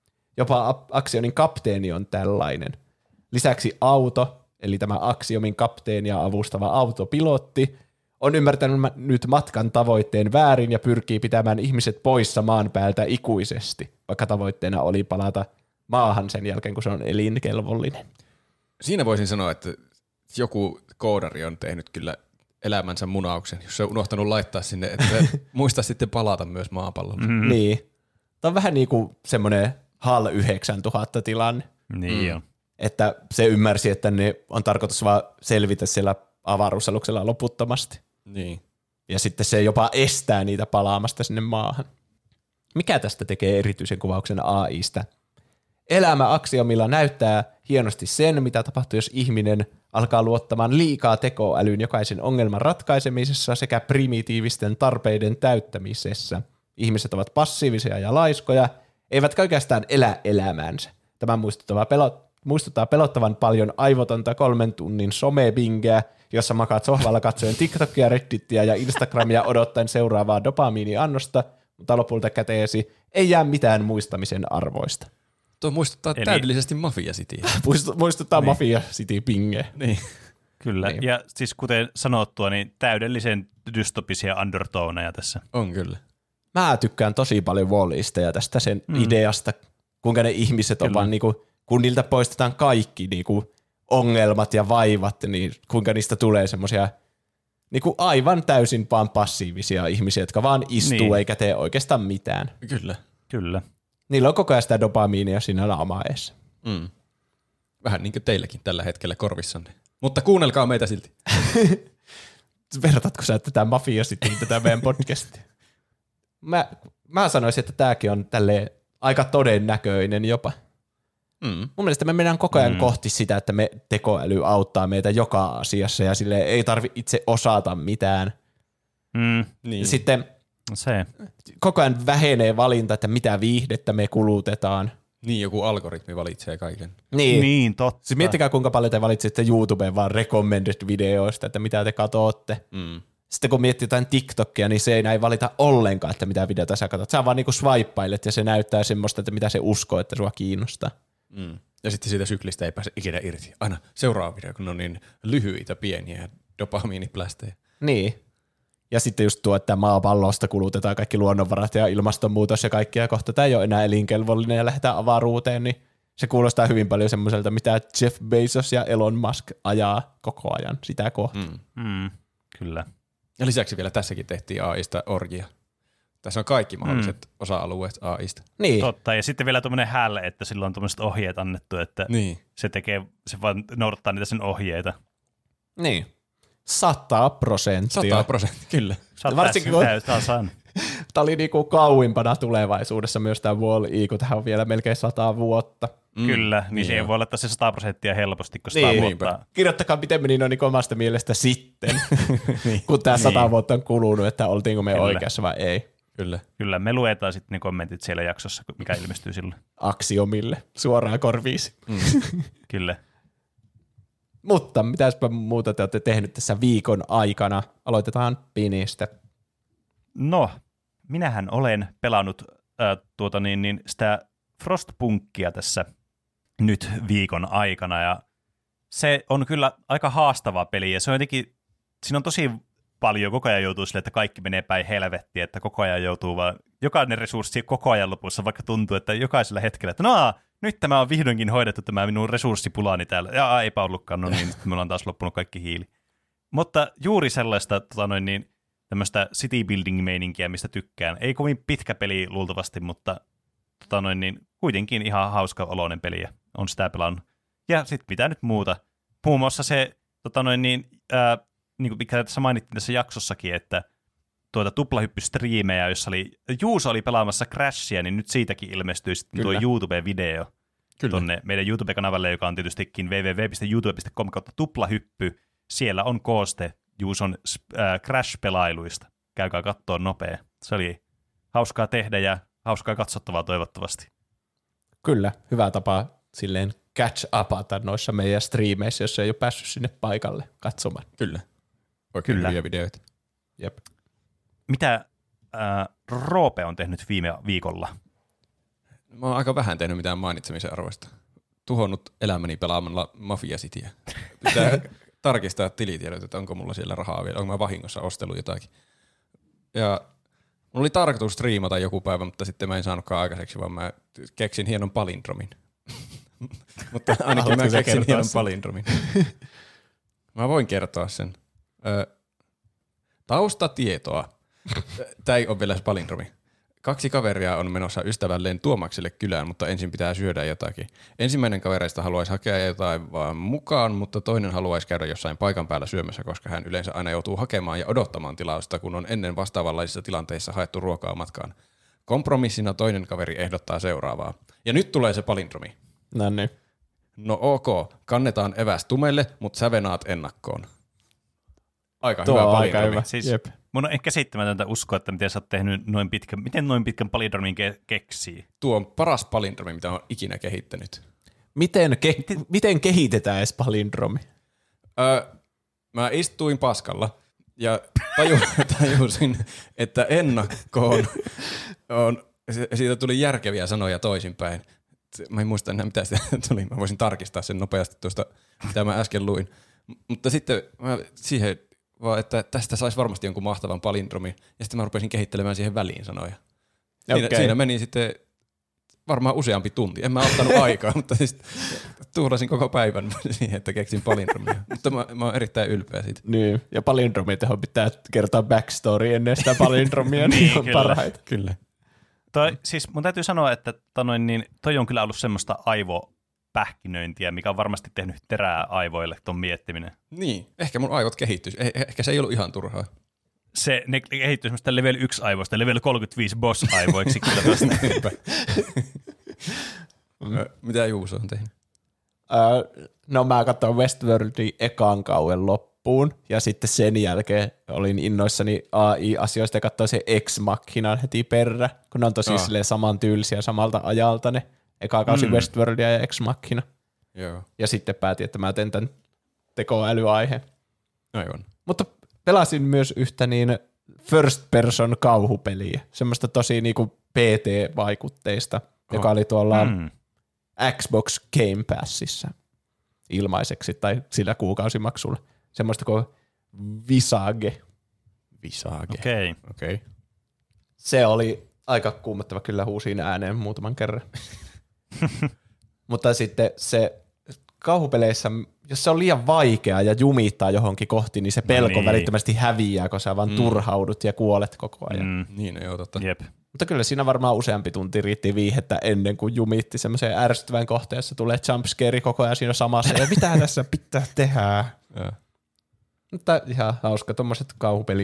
Speaker 2: Jopa Axiomin kapteeni on tällainen. Lisäksi auto, eli tämä Axiomin kapteenia avustava autopilotti, on ymmärtänyt nyt matkan tavoitteen väärin ja pyrkii pitämään ihmiset poissa maan päältä ikuisesti, vaikka tavoitteena oli palata maahan sen jälkeen, kun se on elinkelvollinen.
Speaker 3: Siinä voisin sanoa, että joku koodari on tehnyt kyllä elämänsä munauksen, jos se on unohtanut laittaa sinne, että muista sitten palata myös maapallolle.
Speaker 2: Mm-hmm. Niin. Tämä on vähän niin kuin semmoinen H A L yhdeksäntuhatta tilanne.
Speaker 1: Niin mm.
Speaker 2: Että se ymmärsi, että ne on tarkoitus vaan selvitä siellä avaruusaluksella loputtomasti.
Speaker 3: Niin.
Speaker 2: Ja sitten se jopa estää niitä palaamasta sinne maahan. Mikä tästä tekee erityisen kuvauksen A I:stä? Elämä Axiomilla näyttää hienosti sen, mitä tapahtuu, jos ihminen alkaa luottamaan liikaa tekoälyyn jokaisen ongelman ratkaisemisessa sekä primitiivisten tarpeiden täyttämisessä. Ihmiset ovat passiivisia ja laiskoja, eivätkä oikeastaan elä elämäänsä. Tämä muistuttaa, pelot, muistuttaa pelottavan paljon aivotonta kolmen tunnin somebingeä, jossa makaat sohvalla katsoen TikTokia, Reddittiä ja Instagramia odottaen seuraavaa dopamiiniannosta, mutta lopulta käteesi ei jää mitään muistamisen arvoista.
Speaker 3: Tuo muistuttaa Eli... täydellisesti Mafia Cityä.
Speaker 2: muistuttaa niin. Mafia City pingeä.
Speaker 3: Niin.
Speaker 1: Kyllä, niin. Ja siis kuten sanottua, niin täydellisen dystopisia undertoneja tässä.
Speaker 3: On kyllä.
Speaker 2: Mä tykkään tosi paljon Wall-Eista ja tästä sen mm. ideasta, kuinka ne ihmiset kyllä. on vaan niinku, kun niiltä poistetaan kaikki niinku ongelmat ja vaivat, niin kuinka niistä tulee semmoisia niinku aivan täysin vaan passiivisia ihmisiä, jotka vaan istuu niin. eikä tee oikeastaan mitään.
Speaker 3: Kyllä.
Speaker 1: Kyllä.
Speaker 2: Niillä on koko ajan sitä dopamiinia siinä naamaeessa.
Speaker 3: Mm. Vähän niin kuin teilläkin tällä hetkellä korvissanne. Mutta kuunnelkaa meitä silti.
Speaker 2: Vertaatko sä tätä Mafia sitten tätä meidän podcastia? Mä, mä sanoisin, että tämäkin on tälleen aika todennäköinen jopa. Mm. Mun mielestä me mennään koko ajan mm. kohti sitä, että me tekoäly auttaa meitä joka asiassa ja sille ei tarvi itse osata mitään.
Speaker 1: Mm.
Speaker 2: Niin. Sitten
Speaker 1: se.
Speaker 2: koko ajan vähenee valinta, että mitä viihdettä me kulutetaan.
Speaker 3: Niin, joku algoritmi valitsee kaiken.
Speaker 2: Niin.
Speaker 1: Niin, totta.
Speaker 2: Siis miettikää, kuinka paljon te valitsitte YouTubeen vaan recommended videoista, että mitä te katsotte.
Speaker 3: Mm.
Speaker 2: Sitten kun miettii jotain TikTokia, niin se ei näin valita ollenkaan, että mitä videota sä katsot. Sä vaan niinku swipeilet ja se näyttää semmoista, että mitä se uskoo, että sua kiinnostaa.
Speaker 3: Mm. Ja sitten siitä syklistä ei pääse ikinä irti. Aina seuraava video, kun on niin lyhyitä, pieniä dopamiiniplästejä.
Speaker 2: Niin. Ja sitten just tuo, että maapallosta kulutetaan kaikki luonnonvarat ja ilmastonmuutos ja kaikki, ja kohta tämä ei ole enää elinkelvollinen ja lähdetään avaruuteen, niin se kuulostaa hyvin paljon semmoiselta, mitä Jeff Bezos ja Elon Musk ajaa koko ajan sitä kohtaa.
Speaker 3: Mm.
Speaker 1: Mm, kyllä.
Speaker 3: Ja lisäksi vielä tässäkin tehtiin A I:sta orgia. Tässä on kaikki mahdolliset mm. osa-alueet A I:sta.
Speaker 2: Niin.
Speaker 1: Totta, ja sitten vielä tuommoinen hälle, että sillä on tuommoiset ohjeet annettu, että
Speaker 3: niin.
Speaker 1: se tekee, se vaan noudattaa niitä sen ohjeita.
Speaker 2: Niin. Sata prosenttia.
Speaker 3: Sata prosenttia, kyllä.
Speaker 1: Sä
Speaker 2: Varsinkin
Speaker 1: kun...
Speaker 2: kun-
Speaker 1: tasan.
Speaker 2: Tämä oli niinku kauimpana tulevaisuudessa myös tämä Wall-E, kun tähän on vielä melkein sata vuotta.
Speaker 1: Mm, Kyllä, niin, niin se ei voi olla se sata prosenttia helposti, kun sata
Speaker 2: niin,
Speaker 1: vuotta.
Speaker 2: Kirjoittakaa, miten meni noin niin omasta mielestä sitten, niin. kun tämä sata niin. vuotta on kulunut, että oltiinko me Kyllä. oikeassa vai ei.
Speaker 3: Kyllä.
Speaker 1: Kyllä, me luetaan sitten ne kommentit siellä jaksossa, mikä ilmestyy silloin.
Speaker 2: Aksiomille, suoraan korviisi.
Speaker 1: Mm. Kyllä.
Speaker 2: Mutta mitäspä muuta te olette tehnyt tässä viikon aikana? Aloitetaan Pinistä.
Speaker 1: No, minähän olen pelannut äh, tuota niin, niin sitä Frostpunkia tässä nyt viikon aikana, ja se on kyllä aika haastava peli, ja se on jotenkin, siinä on tosi paljon, koko ajan joutuu sille, että kaikki menee päin helvettiin, että koko ajan joutuu vaan, jokainen resurssi koko ajan lopussa, vaikka tuntuu, että jokaisella hetkellä, että no, nyt tämä on vihdoinkin hoidettu tämä minun resurssipulani täällä, ja eipä ollutkaan, no niin, sitten me ollaan taas loppunut kaikki hiili. Mutta juuri sellaista tota noin, niin, tämmöistä city building-meininkiä, mistä tykkään. Ei kovin pitkä peli luultavasti, mutta tota noin, niin, kuitenkin ihan hauska oloinen peli, ja on sitä pelannut. Ja sitten mitä nyt muuta. Muun muassa se, tota noin, niin, ää, niin kuin mikä tässä mainittiin tässä jaksossakin, että tuota tuplahyppystriimejä, jossa oli, Juuso oli pelaamassa Crashia, niin nyt siitäkin ilmestyi sitten tuo YouTube-video Kyllä. tuonne meidän YouTube-kanavalle, joka on tietystikin double-u double-u double-u piste youtube piste com kautta tuplahyppy. Siellä on kooste Juuson äh, Crash-pelailuista. Käykää katsoa nopea. Se oli hauskaa tehdä ja hauskaa katsottavaa toivottavasti.
Speaker 2: Kyllä, hyvä tapa silleen catch upata noissa meidän striimeissä, jos ei ole päässyt sinne paikalle katsomaan.
Speaker 3: Kyllä. Oikein
Speaker 1: Kyllä.
Speaker 3: hyviä videoita.
Speaker 2: Jep.
Speaker 1: Mitä äh, Roope on tehnyt viime viikolla?
Speaker 3: Mä oon aika vähän tehnyt mitään mainitsemisen arvoista. Tuhonnut elämäni pelaamalla Mafia Cityä. Pitää tarkistaa tilitiedot, että onko mulla siellä rahaa vielä. Onko mä vahingossa ostellut jotakin. Ja mulla oli tarkoitus striimata joku päivä, mutta sitten mä en saanutkaan aikaiseksi, vaan mä keksin hienon palindromin. Mutta ainakin mä keksin hienon palindromin. Mä voin kertoa sen. Ö, taustatietoa. Tää ei ole vielä se palindromi. Kaksi kaveria on menossa ystävälleen Tuomakselle kylään, mutta ensin pitää syödä jotakin. Ensimmäinen kavereista haluaisi hakea jotain vaan mukaan, mutta toinen haluaisi käydä jossain paikan päällä syömässä, koska hän yleensä aina joutuu hakemaan ja odottamaan tilausta, kun on ennen vastaavanlaisissa tilanteissa haettu ruokaa matkaan. Kompromissina toinen kaveri ehdottaa seuraavaa. Ja nyt tulee se palindromi.
Speaker 2: No niin.
Speaker 3: No ok, kannetaan eväs tumelle, mutta sävenaat ennakkoon. Aika
Speaker 2: Tuo
Speaker 3: hyvä
Speaker 2: on
Speaker 3: palindromi.
Speaker 2: aika hyvä.
Speaker 1: Siis
Speaker 2: Jep.
Speaker 1: mun on ehkä käsittämätöntä uskoa, että miten sä oot tehnyt noin pitkän, miten noin pitkän palindromin ke- keksii.
Speaker 3: Tuo on paras palindromi, mitä olen ikinä kehittänyt.
Speaker 2: Miten, ke- miten? miten kehitetään edes palindromi?
Speaker 3: Öö, mä istuin paskalla ja taju, tajusin, että ennakkoon on, siitä tuli järkeviä sanoja toisinpäin. Mä en muista enää, mitä sitä tuli. Mä voisin tarkistaa sen nopeasti tuosta, mitä mä äsken luin. M- mutta sitten mä siihen vaan, että tästä saisi varmasti jonkun mahtavan palindromin. Ja sitten mä rupesin kehittelemään siihen väliin sanoja. Siinä,
Speaker 2: Okay.
Speaker 3: siinä meni sitten varmaan useampi tunti. En mä ottanut aikaa, mutta siis tuhlasin koko päivän siihen, että keksin palindromia. Mutta mä, mä oon erittäin ylpeä siitä.
Speaker 2: Niin, ja palindromiteho pitää kertoa backstory ennen sitä palindromia, niin,
Speaker 1: Niin,
Speaker 2: on
Speaker 1: kyllä.
Speaker 2: parhaita.
Speaker 3: Kyllä.
Speaker 1: Toi, siis mun täytyy sanoa, että tanoin, niin, toi on kyllä ollut semmoista aivopähkinöintiä, mikä on varmasti tehnyt terää aivoille ton miettiminen.
Speaker 3: Niin, ehkä mun aivot kehittyisi. Eh- ehkä se ei ollut ihan turhaa.
Speaker 1: Se, ne kehittyy semmoista level yksi aivoista, level kolmekymmentäviisi boss-aivoiksi kyllä tosta.
Speaker 3: Ö, Mitä Juuso on tehnyt?
Speaker 2: Öö, no mä katsoin Westworldin ekan kauden loppuun, ja sitten sen jälkeen olin innoissani A I-asioista ja katsoin se Ex Machinan heti perä, kun ne on tosi
Speaker 3: Aa.
Speaker 2: silleen samantyylisiä samalta ajalta ne Eka kausi
Speaker 1: Mm.
Speaker 2: mm. Westworldia ja Ex Machina.
Speaker 3: Joo,
Speaker 2: Ja sitten päätin, että mä teen tämän tekoälyaiheen.
Speaker 3: aivan.
Speaker 2: Mutta pelasin myös yhtä niin first person kauhupeliä. Semmoista tosi niinku P T-vaikutteista, oh. joka oli tuolla
Speaker 1: Mm.
Speaker 2: Xbox Game Passissa ilmaiseksi tai sillä kuukausimaksulla. Semmoista kuin Visage.
Speaker 3: Visage.
Speaker 1: Okei. Okay.
Speaker 3: Okei. Okay.
Speaker 2: Se oli aika kuumottava kyllä huusiin ääneen muutaman kerran. Mutta sitten se kauhupeleissä, jos se on liian vaikeaa ja jumittaa johonkin kohti, niin se pelko
Speaker 1: niin.
Speaker 2: välittömästi häviää, kun sä vaan mm. turhaudut ja kuolet koko ajan. Mm.
Speaker 1: Mm.
Speaker 3: Niin, joo, totta.
Speaker 1: Jep.
Speaker 2: Mutta kyllä siinä varmaan useampi tunti riitti viihettä ennen kuin jumitti semmoiseen ärsyttävään kohteen, jossa tulee jumpscare koko ajan siinä samassa. Ja mitä tässä pitää tehdä?
Speaker 3: Joo.
Speaker 2: Mutta ihan hauska. Tuommoiset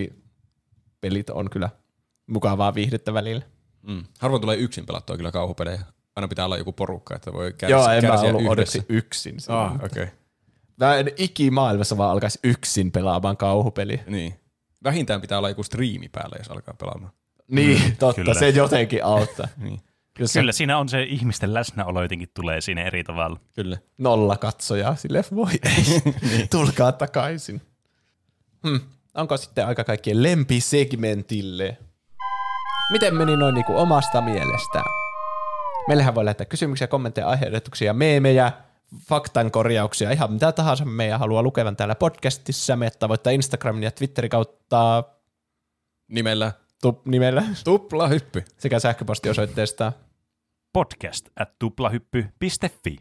Speaker 2: kauhupelit on kyllä mukavaa viihdettä välillä.
Speaker 3: Mm. Harvoin tulee yksin pelattua kyllä kauhupelejä. Aina pitää olla joku porukka, että voi kärsiä,
Speaker 2: Joo, en mä
Speaker 3: kärsiä
Speaker 2: ollut
Speaker 3: yhdessä.
Speaker 2: onneksi yksin.
Speaker 3: Ah, okei. Okay.
Speaker 2: Mä en ikimaailmassa vaan alkaisi yksin pelaamaan kauhupeliä.
Speaker 3: Niin. Vähintään pitää olla joku striimi päällä, jos alkaa pelaamaan.
Speaker 2: Niin, mm, totta.
Speaker 1: kyllä.
Speaker 2: Se jotenkin auttaa.
Speaker 3: Niin.
Speaker 2: Jos
Speaker 1: Kyllä siinä on se ihmisten läsnäolo jotenkin tulee siinä eri tavalla.
Speaker 3: Kyllä.
Speaker 2: nolla katsojaa, sille voi ei. Tulkaa takaisin. Hmm. Onko sitten aika kaikkien lempisegmentille? Miten meni noin niinku omasta mielestään? Meillähän voi lähettää kysymyksiä, kommentteja, aiheehdotuksia, meemejä, faktankorjauksia, ihan mitä tahansa meidän haluaa lukevan täällä podcastissa. Me tavoittaa Instagramin ja Twitterin kautta
Speaker 3: Nimellä
Speaker 2: tup, nimellä
Speaker 3: Tupla Hyppy.
Speaker 2: sekä sähköpostiosoitteesta.
Speaker 1: Podcast at tuplahyppy piste fi.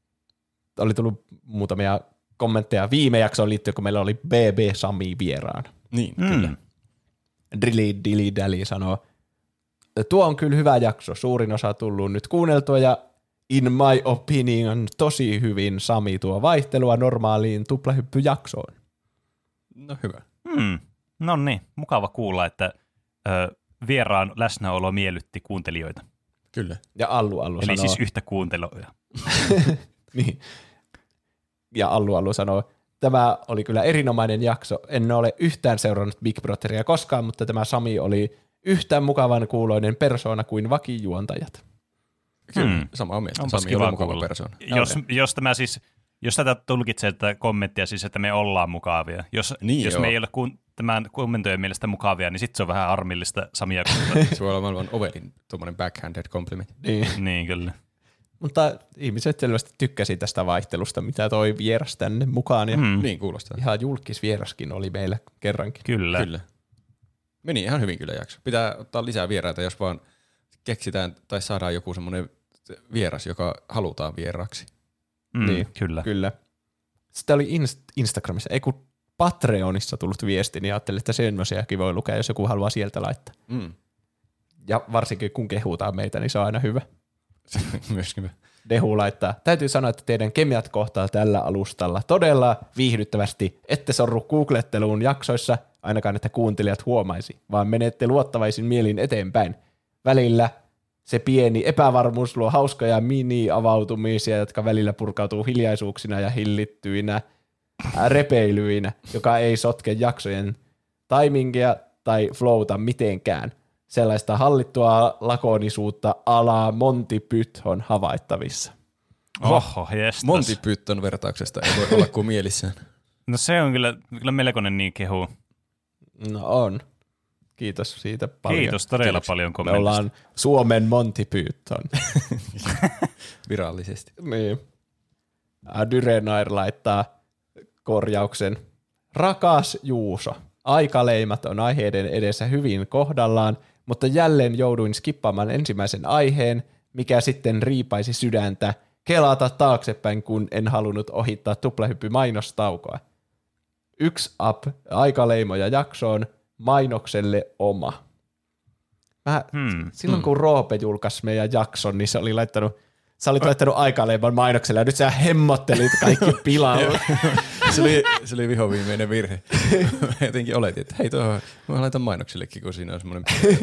Speaker 2: Oli tullut muutamia kommentteja viime jaksoon liittyen, kun meillä oli B B Sami vieraan.
Speaker 3: Niin,
Speaker 1: Mm.
Speaker 3: kyllä.
Speaker 2: Drilly Dilly Dally sanoo, tuo on kyllä hyvä jakso, suurin osa tullut nyt kuunneltua ja in my opinion tosi hyvin Sami tuo vaihtelua normaaliin tuplahyppyjaksoon.
Speaker 3: No hyvä.
Speaker 1: Mm. No niin, mukava kuulla, että ö, vieraan läsnäolo miellytti kuuntelijoita.
Speaker 3: Kyllä.
Speaker 2: Ja Allu Allu
Speaker 1: Eli
Speaker 2: sanoo,
Speaker 1: siis yhtä kuuntelua.
Speaker 2: niin. Ja Allu Allu sanoo, tämä oli kyllä erinomainen jakso. En ole yhtään seurannut Big Brotheria koskaan, mutta tämä Sami oli yhtä mukavan kuuloinen persoona kuin vakijuontajat.
Speaker 3: Kyllä,
Speaker 1: Hmm.
Speaker 3: samaa mieltä.
Speaker 1: Onpas
Speaker 3: Sami
Speaker 1: kiva
Speaker 3: oli mukava
Speaker 1: kuulla.
Speaker 3: persoona.
Speaker 1: Jos, jos tämä siis, jos tätä tulkitsee tätä kommenttia siis, että me ollaan mukavia. Jos,
Speaker 3: Niin
Speaker 1: jos
Speaker 3: joo.
Speaker 1: me ei ole kun, tämän kommentoijan mielestä mukavia, niin sitten se on vähän harmillista Samia kohtaan.
Speaker 3: Se voi olla maailman ovelin tuommoinen backhanded compliment.
Speaker 2: Niin.
Speaker 1: Niin, kyllä.
Speaker 2: Mutta ihmiset selvästi tykkäsi tästä vaihtelusta, mitä toi vieras tänne mukaan. Ja
Speaker 1: Mm.
Speaker 3: Niin kuulostaa.
Speaker 2: ihan julkisvieraskin oli meillä kerrankin.
Speaker 1: Kyllä.
Speaker 3: Kyllä. Meni ihan hyvin kyllä jakso. Pitää ottaa lisää vieraita, jos vaan keksitään tai saadaan joku semmoinen vieras, joka halutaan vieraaksi.
Speaker 1: Mm,
Speaker 2: Niin.
Speaker 1: Kyllä.
Speaker 2: Kyllä. Sitten oli Inst- Instagramissa, ei kun Patreonissa tullut viesti, niin ajattelin, että semmoisiakin voi lukea, jos joku haluaa sieltä laittaa.
Speaker 3: Mm.
Speaker 2: Ja varsinkin kun kehutaan meitä, niin se on aina hyvä.
Speaker 3: Myöskin me.
Speaker 2: Dehu laittaa. Täytyy sanoa, että teidän kemiat kohtaa tällä alustalla todella viihdyttävästi. Ette sorru googletteluun jaksoissa, ainakaan että kuuntelijat huomaisi, vaan menette luottavaisin mielin eteenpäin. Välillä se pieni epävarmuus luo hauskoja mini-avautumisia, jotka välillä purkautuu hiljaisuuksina ja hillittyinä repeilyinä, joka ei sotke jaksojen timingia tai flowta mitenkään. Sellaista hallittua lakonisuutta ala Monty Python havaittavissa.
Speaker 1: Oho, jestas.
Speaker 3: Monty Python vertauksesta ei voi olla kuin mielissään.
Speaker 1: No se on kyllä, kyllä melkoinen niin kehu.
Speaker 2: No on. Kiitos siitä paljon.
Speaker 1: Kiitos todella
Speaker 3: Kiitoksia.
Speaker 1: paljon
Speaker 2: Me
Speaker 1: kommentista.
Speaker 2: ollaan Suomen Monty Python.
Speaker 3: Virallisesti.
Speaker 2: Niin. Dyrenair laittaa korjauksen. Rakas Juuso, aikaleimat on aiheiden edessä hyvin kohdallaan, mutta jälleen jouduin skippaamaan ensimmäisen aiheen, mikä sitten riipaisi sydäntä, kelata taaksepäin, kun en halunnut ohittaa tuplahyppy mainostaukoa. Yksi up, aikaleimoja jaksoon, mainokselle oma. Mä,
Speaker 1: Hmm.
Speaker 2: silloin kun Roope julkaisi meidän jakson, niin se oli laittanut, sä olit laittanut aikaleiman mainokselle ja nyt sä hemmottelit kaikki pilalle.
Speaker 3: Se oli, se oli vihoviimeinen virhe. Mä jotenkin oletin, että hei tuohon, mä laitan mainoksellekin, kun siinä on semmoinen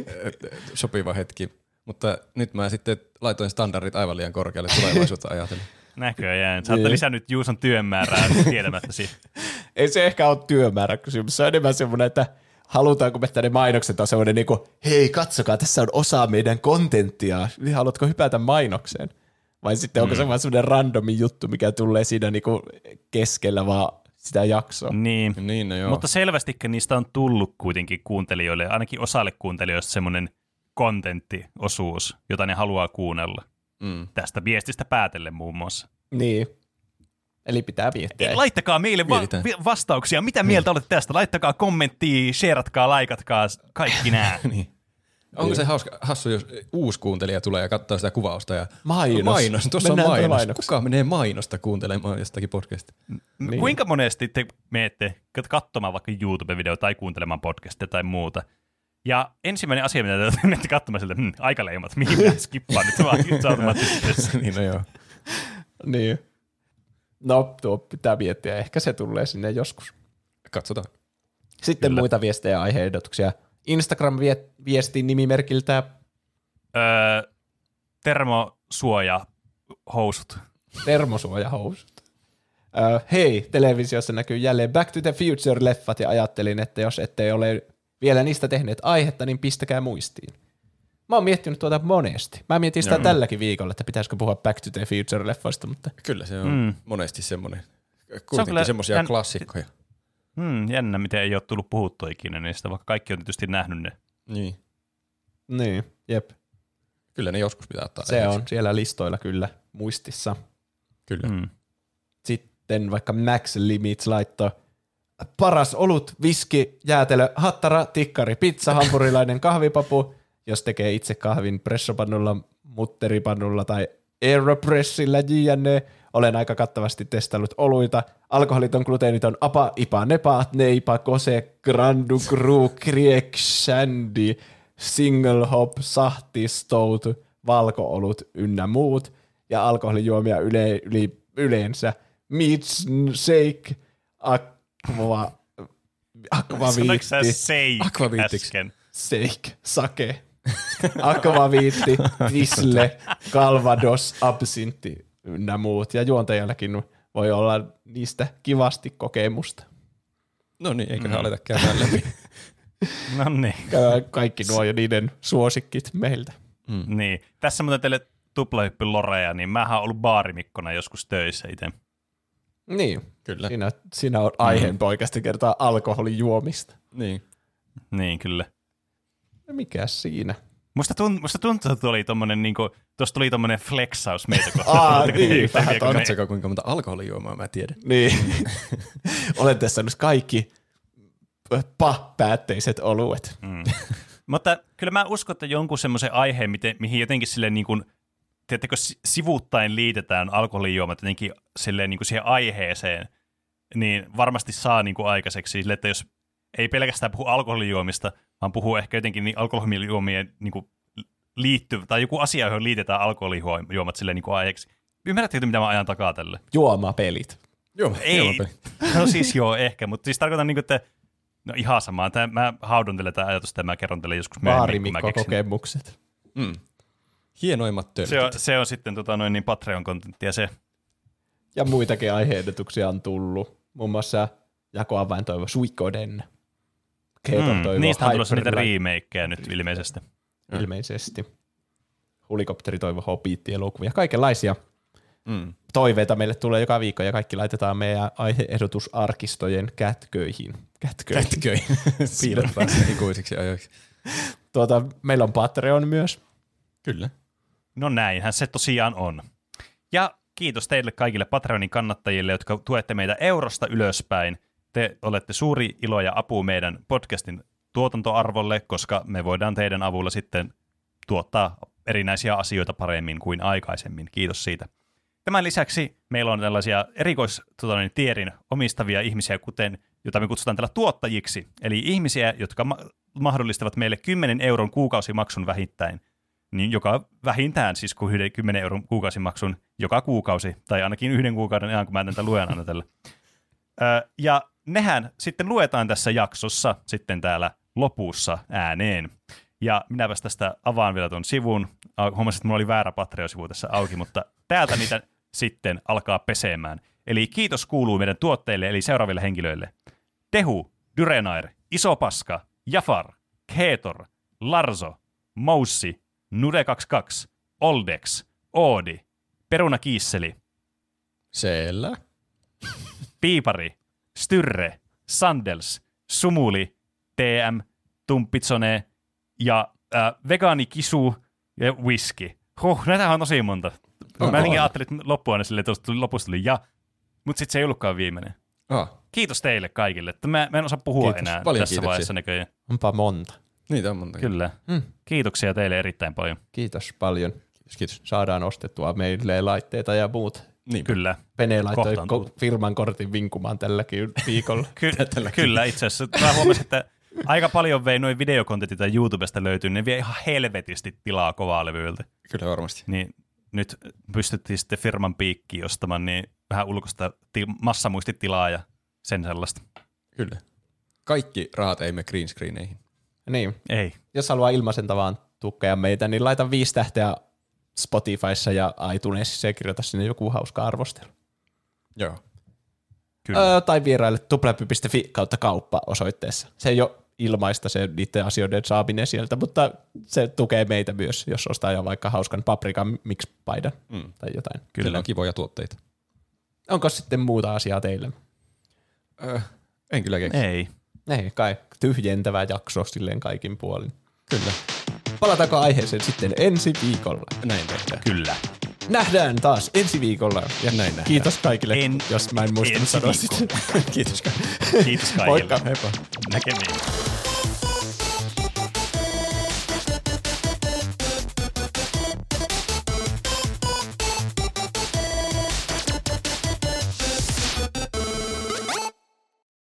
Speaker 3: sopiva hetki. Mutta nyt mä sitten laitoin standardit aivan liian korkealle tulevaisuutta ajatellen.
Speaker 1: Näköjään. Sä oot
Speaker 2: Niin.
Speaker 1: lisännyt Juuson työmäärää tietämättäsi.
Speaker 2: Ei se ehkä ole työmäärä kysymys. Se on enemmän semmoinen, että halutaanko me tänne mainokset on semmoinen niin kuin, hei katsokaa, tässä on osa meidän kontenttia. Haluatko hypätä mainokseen? Vai sitten onko mm. se vaan semmoinen randomi juttu, mikä tulee siinä niinku keskellä vaan sitä jaksoa.
Speaker 1: Niin,
Speaker 3: niin no joo.
Speaker 1: Mutta selvästikin niistä on tullut kuitenkin kuuntelijoille, ainakin osalle kuuntelijoista semmoinen kontenttiosuus, jota ne haluaa kuunnella. Mm. Tästä viestistä päätellen muun muassa.
Speaker 2: Niin. Eli pitää miettiä.
Speaker 1: Laittakaa meille va- vastauksia. Mitä mieltä olette tästä? Laittakaa kommenttia, shareatkaa, laikatkaa, kaikki nää.
Speaker 3: niin. Onko se hauska, hassu, jos uusi kuuntelija tulee ja katsoo sitä kuvausta ja
Speaker 2: mainos.
Speaker 3: Mainos, tuossa on mainos. Kuka menee mainosta kuuntelemaan jostakin podcastia?
Speaker 1: Niin. Kuinka monesti te menette katsomaan vaikka YouTube-videoita tai kuuntelemaan podcastia tai muuta? Ja ensimmäinen asia, mitä te menette katsomaan sieltä, hmm, aikaleimat, mihin minä skippaan nyt vaan automaattisesti.
Speaker 3: niin, no joo.
Speaker 2: niin. No, tuo pitää miettiä. Ehkä se tulee sinne joskus.
Speaker 3: Katsotaan.
Speaker 2: Sitten Kyllä. muita viestejä ja aihe-ehdotuksia. Instagram-viesti nimimerkiltä.
Speaker 1: Öö, termosuojahousut.
Speaker 2: Termosuojahousut. Öö, hei, televisiossa näkyy jälleen Back to the Future-leffat ja ajattelin, että jos ette ole vielä niistä tehneet aihetta, niin pistäkää muistiin. Mä oon miettinyt tuota monesti. Mä mietin sitä Joo. tälläkin viikolla, että pitäisikö puhua Back to the Future-leffoista, mutta...
Speaker 3: Kyllä se on mm. monesti semmoinen. Kuitenkin se semmoisia jän... klassikkoja.
Speaker 1: Hmm, jännä, miten ei ole tullut puhuttua ikinä niistä, vaikka kaikki on tietysti nähnyt ne.
Speaker 3: Niin.
Speaker 2: Niin, jep.
Speaker 3: Kyllä ne joskus pitää ottaa.
Speaker 2: Se on siellä listoilla kyllä muistissa.
Speaker 3: Kyllä. Hmm.
Speaker 2: Sitten vaikka Max Limits laittoi paras olut, viski, jäätelö, hattara, tikkari, pizza, hampurilainen, kahvipapu, jos tekee itse kahvin pressopannulla, mutteripannulla tai aeropressillä jne. Olen aika kattavasti testaillut oluita. Alkoholiton, gluteeniton, apa, ipa, nepa, neipa, kose, grandu, gru, kriek, shandy, single hop, sahti, stout, valko-olut ynnä muut. Ja alkoholijuomia yle, yli, yleensä. Meats, shake, aqua, aquaviitti.
Speaker 1: Sanoitko sä shake äsken?
Speaker 2: Shake, sake. Aquaviitti, tisle, calvados, absintti ynnä muut. Ja juontajallakin voi olla niistä kivasti kokemusta.
Speaker 3: No niin, eiköhän mm. aleta käydään läpi.
Speaker 1: No niin.
Speaker 2: Kaikki nuo ja niiden suosikkit meiltä.
Speaker 1: Mm. Niin. Tässä muuten teille tuplahyppy Lorea, niin mähän oon ollut baarimikkona joskus töissä itse.
Speaker 2: Niin, kyllä. Siinä, siinä on aiheen mm. oikeasti kertaa alkoholijuomista.
Speaker 3: Niin.
Speaker 1: Niin, kyllä.
Speaker 2: Mikäs siinä?
Speaker 1: Musta, tunt, musta tuntuu, että tuli tommonen, niinku, tuossa tuli tommonen flexaus meitä kohtaan.
Speaker 2: Aa, niin, vähän
Speaker 3: on. Katsokaa, kuinka monta alkoholijuomaa mä tiedän.
Speaker 2: Niin. Olen tässä nyt kaikki pa-päätteiset oluet.
Speaker 1: Mm. Mutta kyllä mä uskon, että jonkun semmoisen aiheen, miten, mihin jotenkin silleen niin kuin, tiedättekö, sivuuttaen liitetään alkoholijuomat jotenkin silleen niin kuin siihen aiheeseen, niin varmasti saa niin kuin aikaiseksi sille, että jos ei pelkästään puhu alkoholijuomista, vaan puhuu ehkä jotenkin niin alkoholijuomien niin kuin liittyvä, tai joku asia, johon liitetään alkoholijuomat silleen niin kuin aiheeksi. Ymmärrättekö, mitä mä ajan takaa tälle?
Speaker 2: Juomapelit.
Speaker 3: Juoma,
Speaker 1: ei.
Speaker 3: Juomapelit.
Speaker 1: No siis joo, ehkä, mutta siis tarkoitan, niin kuin, että no ihan samaa. Tämä, mä haudun teille tämä ajatus, että mä kerron teille joskus myöhemmin, kun mä keksin.
Speaker 2: Baarimikko-kokemukset.
Speaker 3: Mm. Hienoimmat törtit.
Speaker 1: Se on, se on sitten tota, noin niin Patreon-kontenttia se.
Speaker 2: Ja muitakin aihe-ehdotuksia on tullut. Muun muassa jakoavain toivo Suikoden.
Speaker 1: Mm, niistä on tulossa niitä remakeja nyt ilmeisesti.
Speaker 2: Ilmeisesti. Hulikopteri toivo Hobbit-elokuvia. Kaikenlaisia
Speaker 3: mm.
Speaker 2: toiveita meille tulee joka viikko ja kaikki laitetaan meidän aihe-ehdotusarkistojen kätköihin. Kätköihin.
Speaker 3: Kätköihin. Piirretään se ikuisiksi ajoiksi.
Speaker 2: Tuota, meillä on Patreon myös.
Speaker 3: Kyllä.
Speaker 1: No näinhän se tosiaan on. Ja kiitos teille kaikille Patreonin kannattajille, jotka tuette meitä eurosta ylöspäin. Te olette suuri ilo ja apu meidän podcastin tuotantoarvolle, koska me voidaan teidän avulla sitten tuottaa erinäisiä asioita paremmin kuin aikaisemmin. Kiitos siitä. Tämän lisäksi meillä on tällaisia erikoistierin omistavia ihmisiä, kuten, joita me kutsutaan täällä tuottajiksi, eli ihmisiä, jotka ma- mahdollistavat meille kymmenen euron kuukausimaksun vähittäin, niin joka vähintään siis kuin kymmenen euron kuukausimaksun joka kuukausi, tai ainakin yhden kuukauden ajan, kun mä tätä luen aina tällä. Öö, ja nehän sitten luetaan tässä jaksossa sitten täällä lopussa ääneen. Ja minäpäs tästä avaan vielä tuon sivun. Huomasin, että mulla oli väärä Patreon-sivu tässä auki, mutta täältä niitä sitten alkaa pesemään. Eli kiitos kuuluu meidän tuotteille, eli seuraaville henkilöille. Tehu, Dyrenair, Iso Paska, Jafar, Keetor, Larzo, Moussi, Nude kaksikymmentäkaksi, Oldex, Oodi, perunakiisseli,
Speaker 3: Siellä.
Speaker 1: piipari, styrre, sandels, sumuli, T M, tumppitsone ja äh, vegaanikisu ja whisky. Huh, näitähän on tosi monta.
Speaker 3: On,
Speaker 1: Mä jotenkin
Speaker 3: on.
Speaker 1: ajattelin, että loppuun silleen, että tuli, lopussa tuli ja, mutta sitten se ei ollutkaan viimeinen.
Speaker 3: Ah,
Speaker 1: Kiitos teille kaikille. Että mä, mä en osaa puhua
Speaker 3: Kiitos.
Speaker 1: enää
Speaker 3: Paljon
Speaker 1: tässä
Speaker 3: kiitoksia.
Speaker 1: vaiheessa näköjään.
Speaker 2: Onpa monta.
Speaker 3: niitä on monta.
Speaker 1: Kyllä.
Speaker 2: Hmm.
Speaker 1: Kiitoksia teille erittäin paljon.
Speaker 2: Kiitos paljon.
Speaker 3: Kiitos, kiitos.
Speaker 2: Saadaan ostettua meille laitteita ja muut.
Speaker 3: Niin,
Speaker 1: Kyllä.
Speaker 2: Pene laittoi
Speaker 1: Kohtaan
Speaker 2: ko- firman kortin vinkumaan tälläkin viikolla.
Speaker 1: Ky- kyllä itse asiassa. Mä huomasin, että aika paljon vei noin videokontentit, joita YouTubesta löytyy, ne vie ihan helvetisti tilaa kovaa levyiltä.
Speaker 3: Kyllä varmasti.
Speaker 1: Niin nyt pystyttiin sitten firman piikkiin ostamaan niin vähän ulkoista ti- massamuistitilaa ja sen sellaista.
Speaker 3: Kyllä. Kaikki rahat ei mene green screeneihin.
Speaker 2: Niin.
Speaker 1: Ei.
Speaker 2: Jos haluaa ilmaisen tavan tukea meitä, niin laita viisi tähteä Spotifyssa ja iTunesissa ja kirjoita sinne joku hauska arvostelu.
Speaker 3: Joo.
Speaker 1: Kyllä.
Speaker 2: Öö, tai vieraille tuplapy piste fi kautta kauppa osoitteessa. Se ei ole ilmaista se niiden asioiden saaminen sieltä, mutta se tukee meitä myös, jos ostaa jo vaikka hauskan paprikan mix-paidan
Speaker 3: Mm.
Speaker 2: tai jotain.
Speaker 3: Kyllä. Siellä on kivoja tuotteita.
Speaker 2: Onko sitten muuta asiaa teille?
Speaker 3: Öö, en kyllä keksi.
Speaker 1: Ei.
Speaker 2: Ei kai, tyhjentävä jakso silleen kaikin puolin. Kyllä. Palataanko aiheeseen sitten ensi viikolla?
Speaker 3: Näin tehdään.
Speaker 1: Kyllä.
Speaker 2: Nähdään taas ensi viikolla. Ja
Speaker 3: näin nähdään.
Speaker 2: kiitos kaikille,
Speaker 1: En-
Speaker 2: jos mä en muistanut
Speaker 1: ensi
Speaker 2: sanoa
Speaker 1: viikko.
Speaker 2: sitä. Kiitos.
Speaker 1: Kiitos kaikille.
Speaker 2: Moikka, heippa.
Speaker 1: Näkemiin.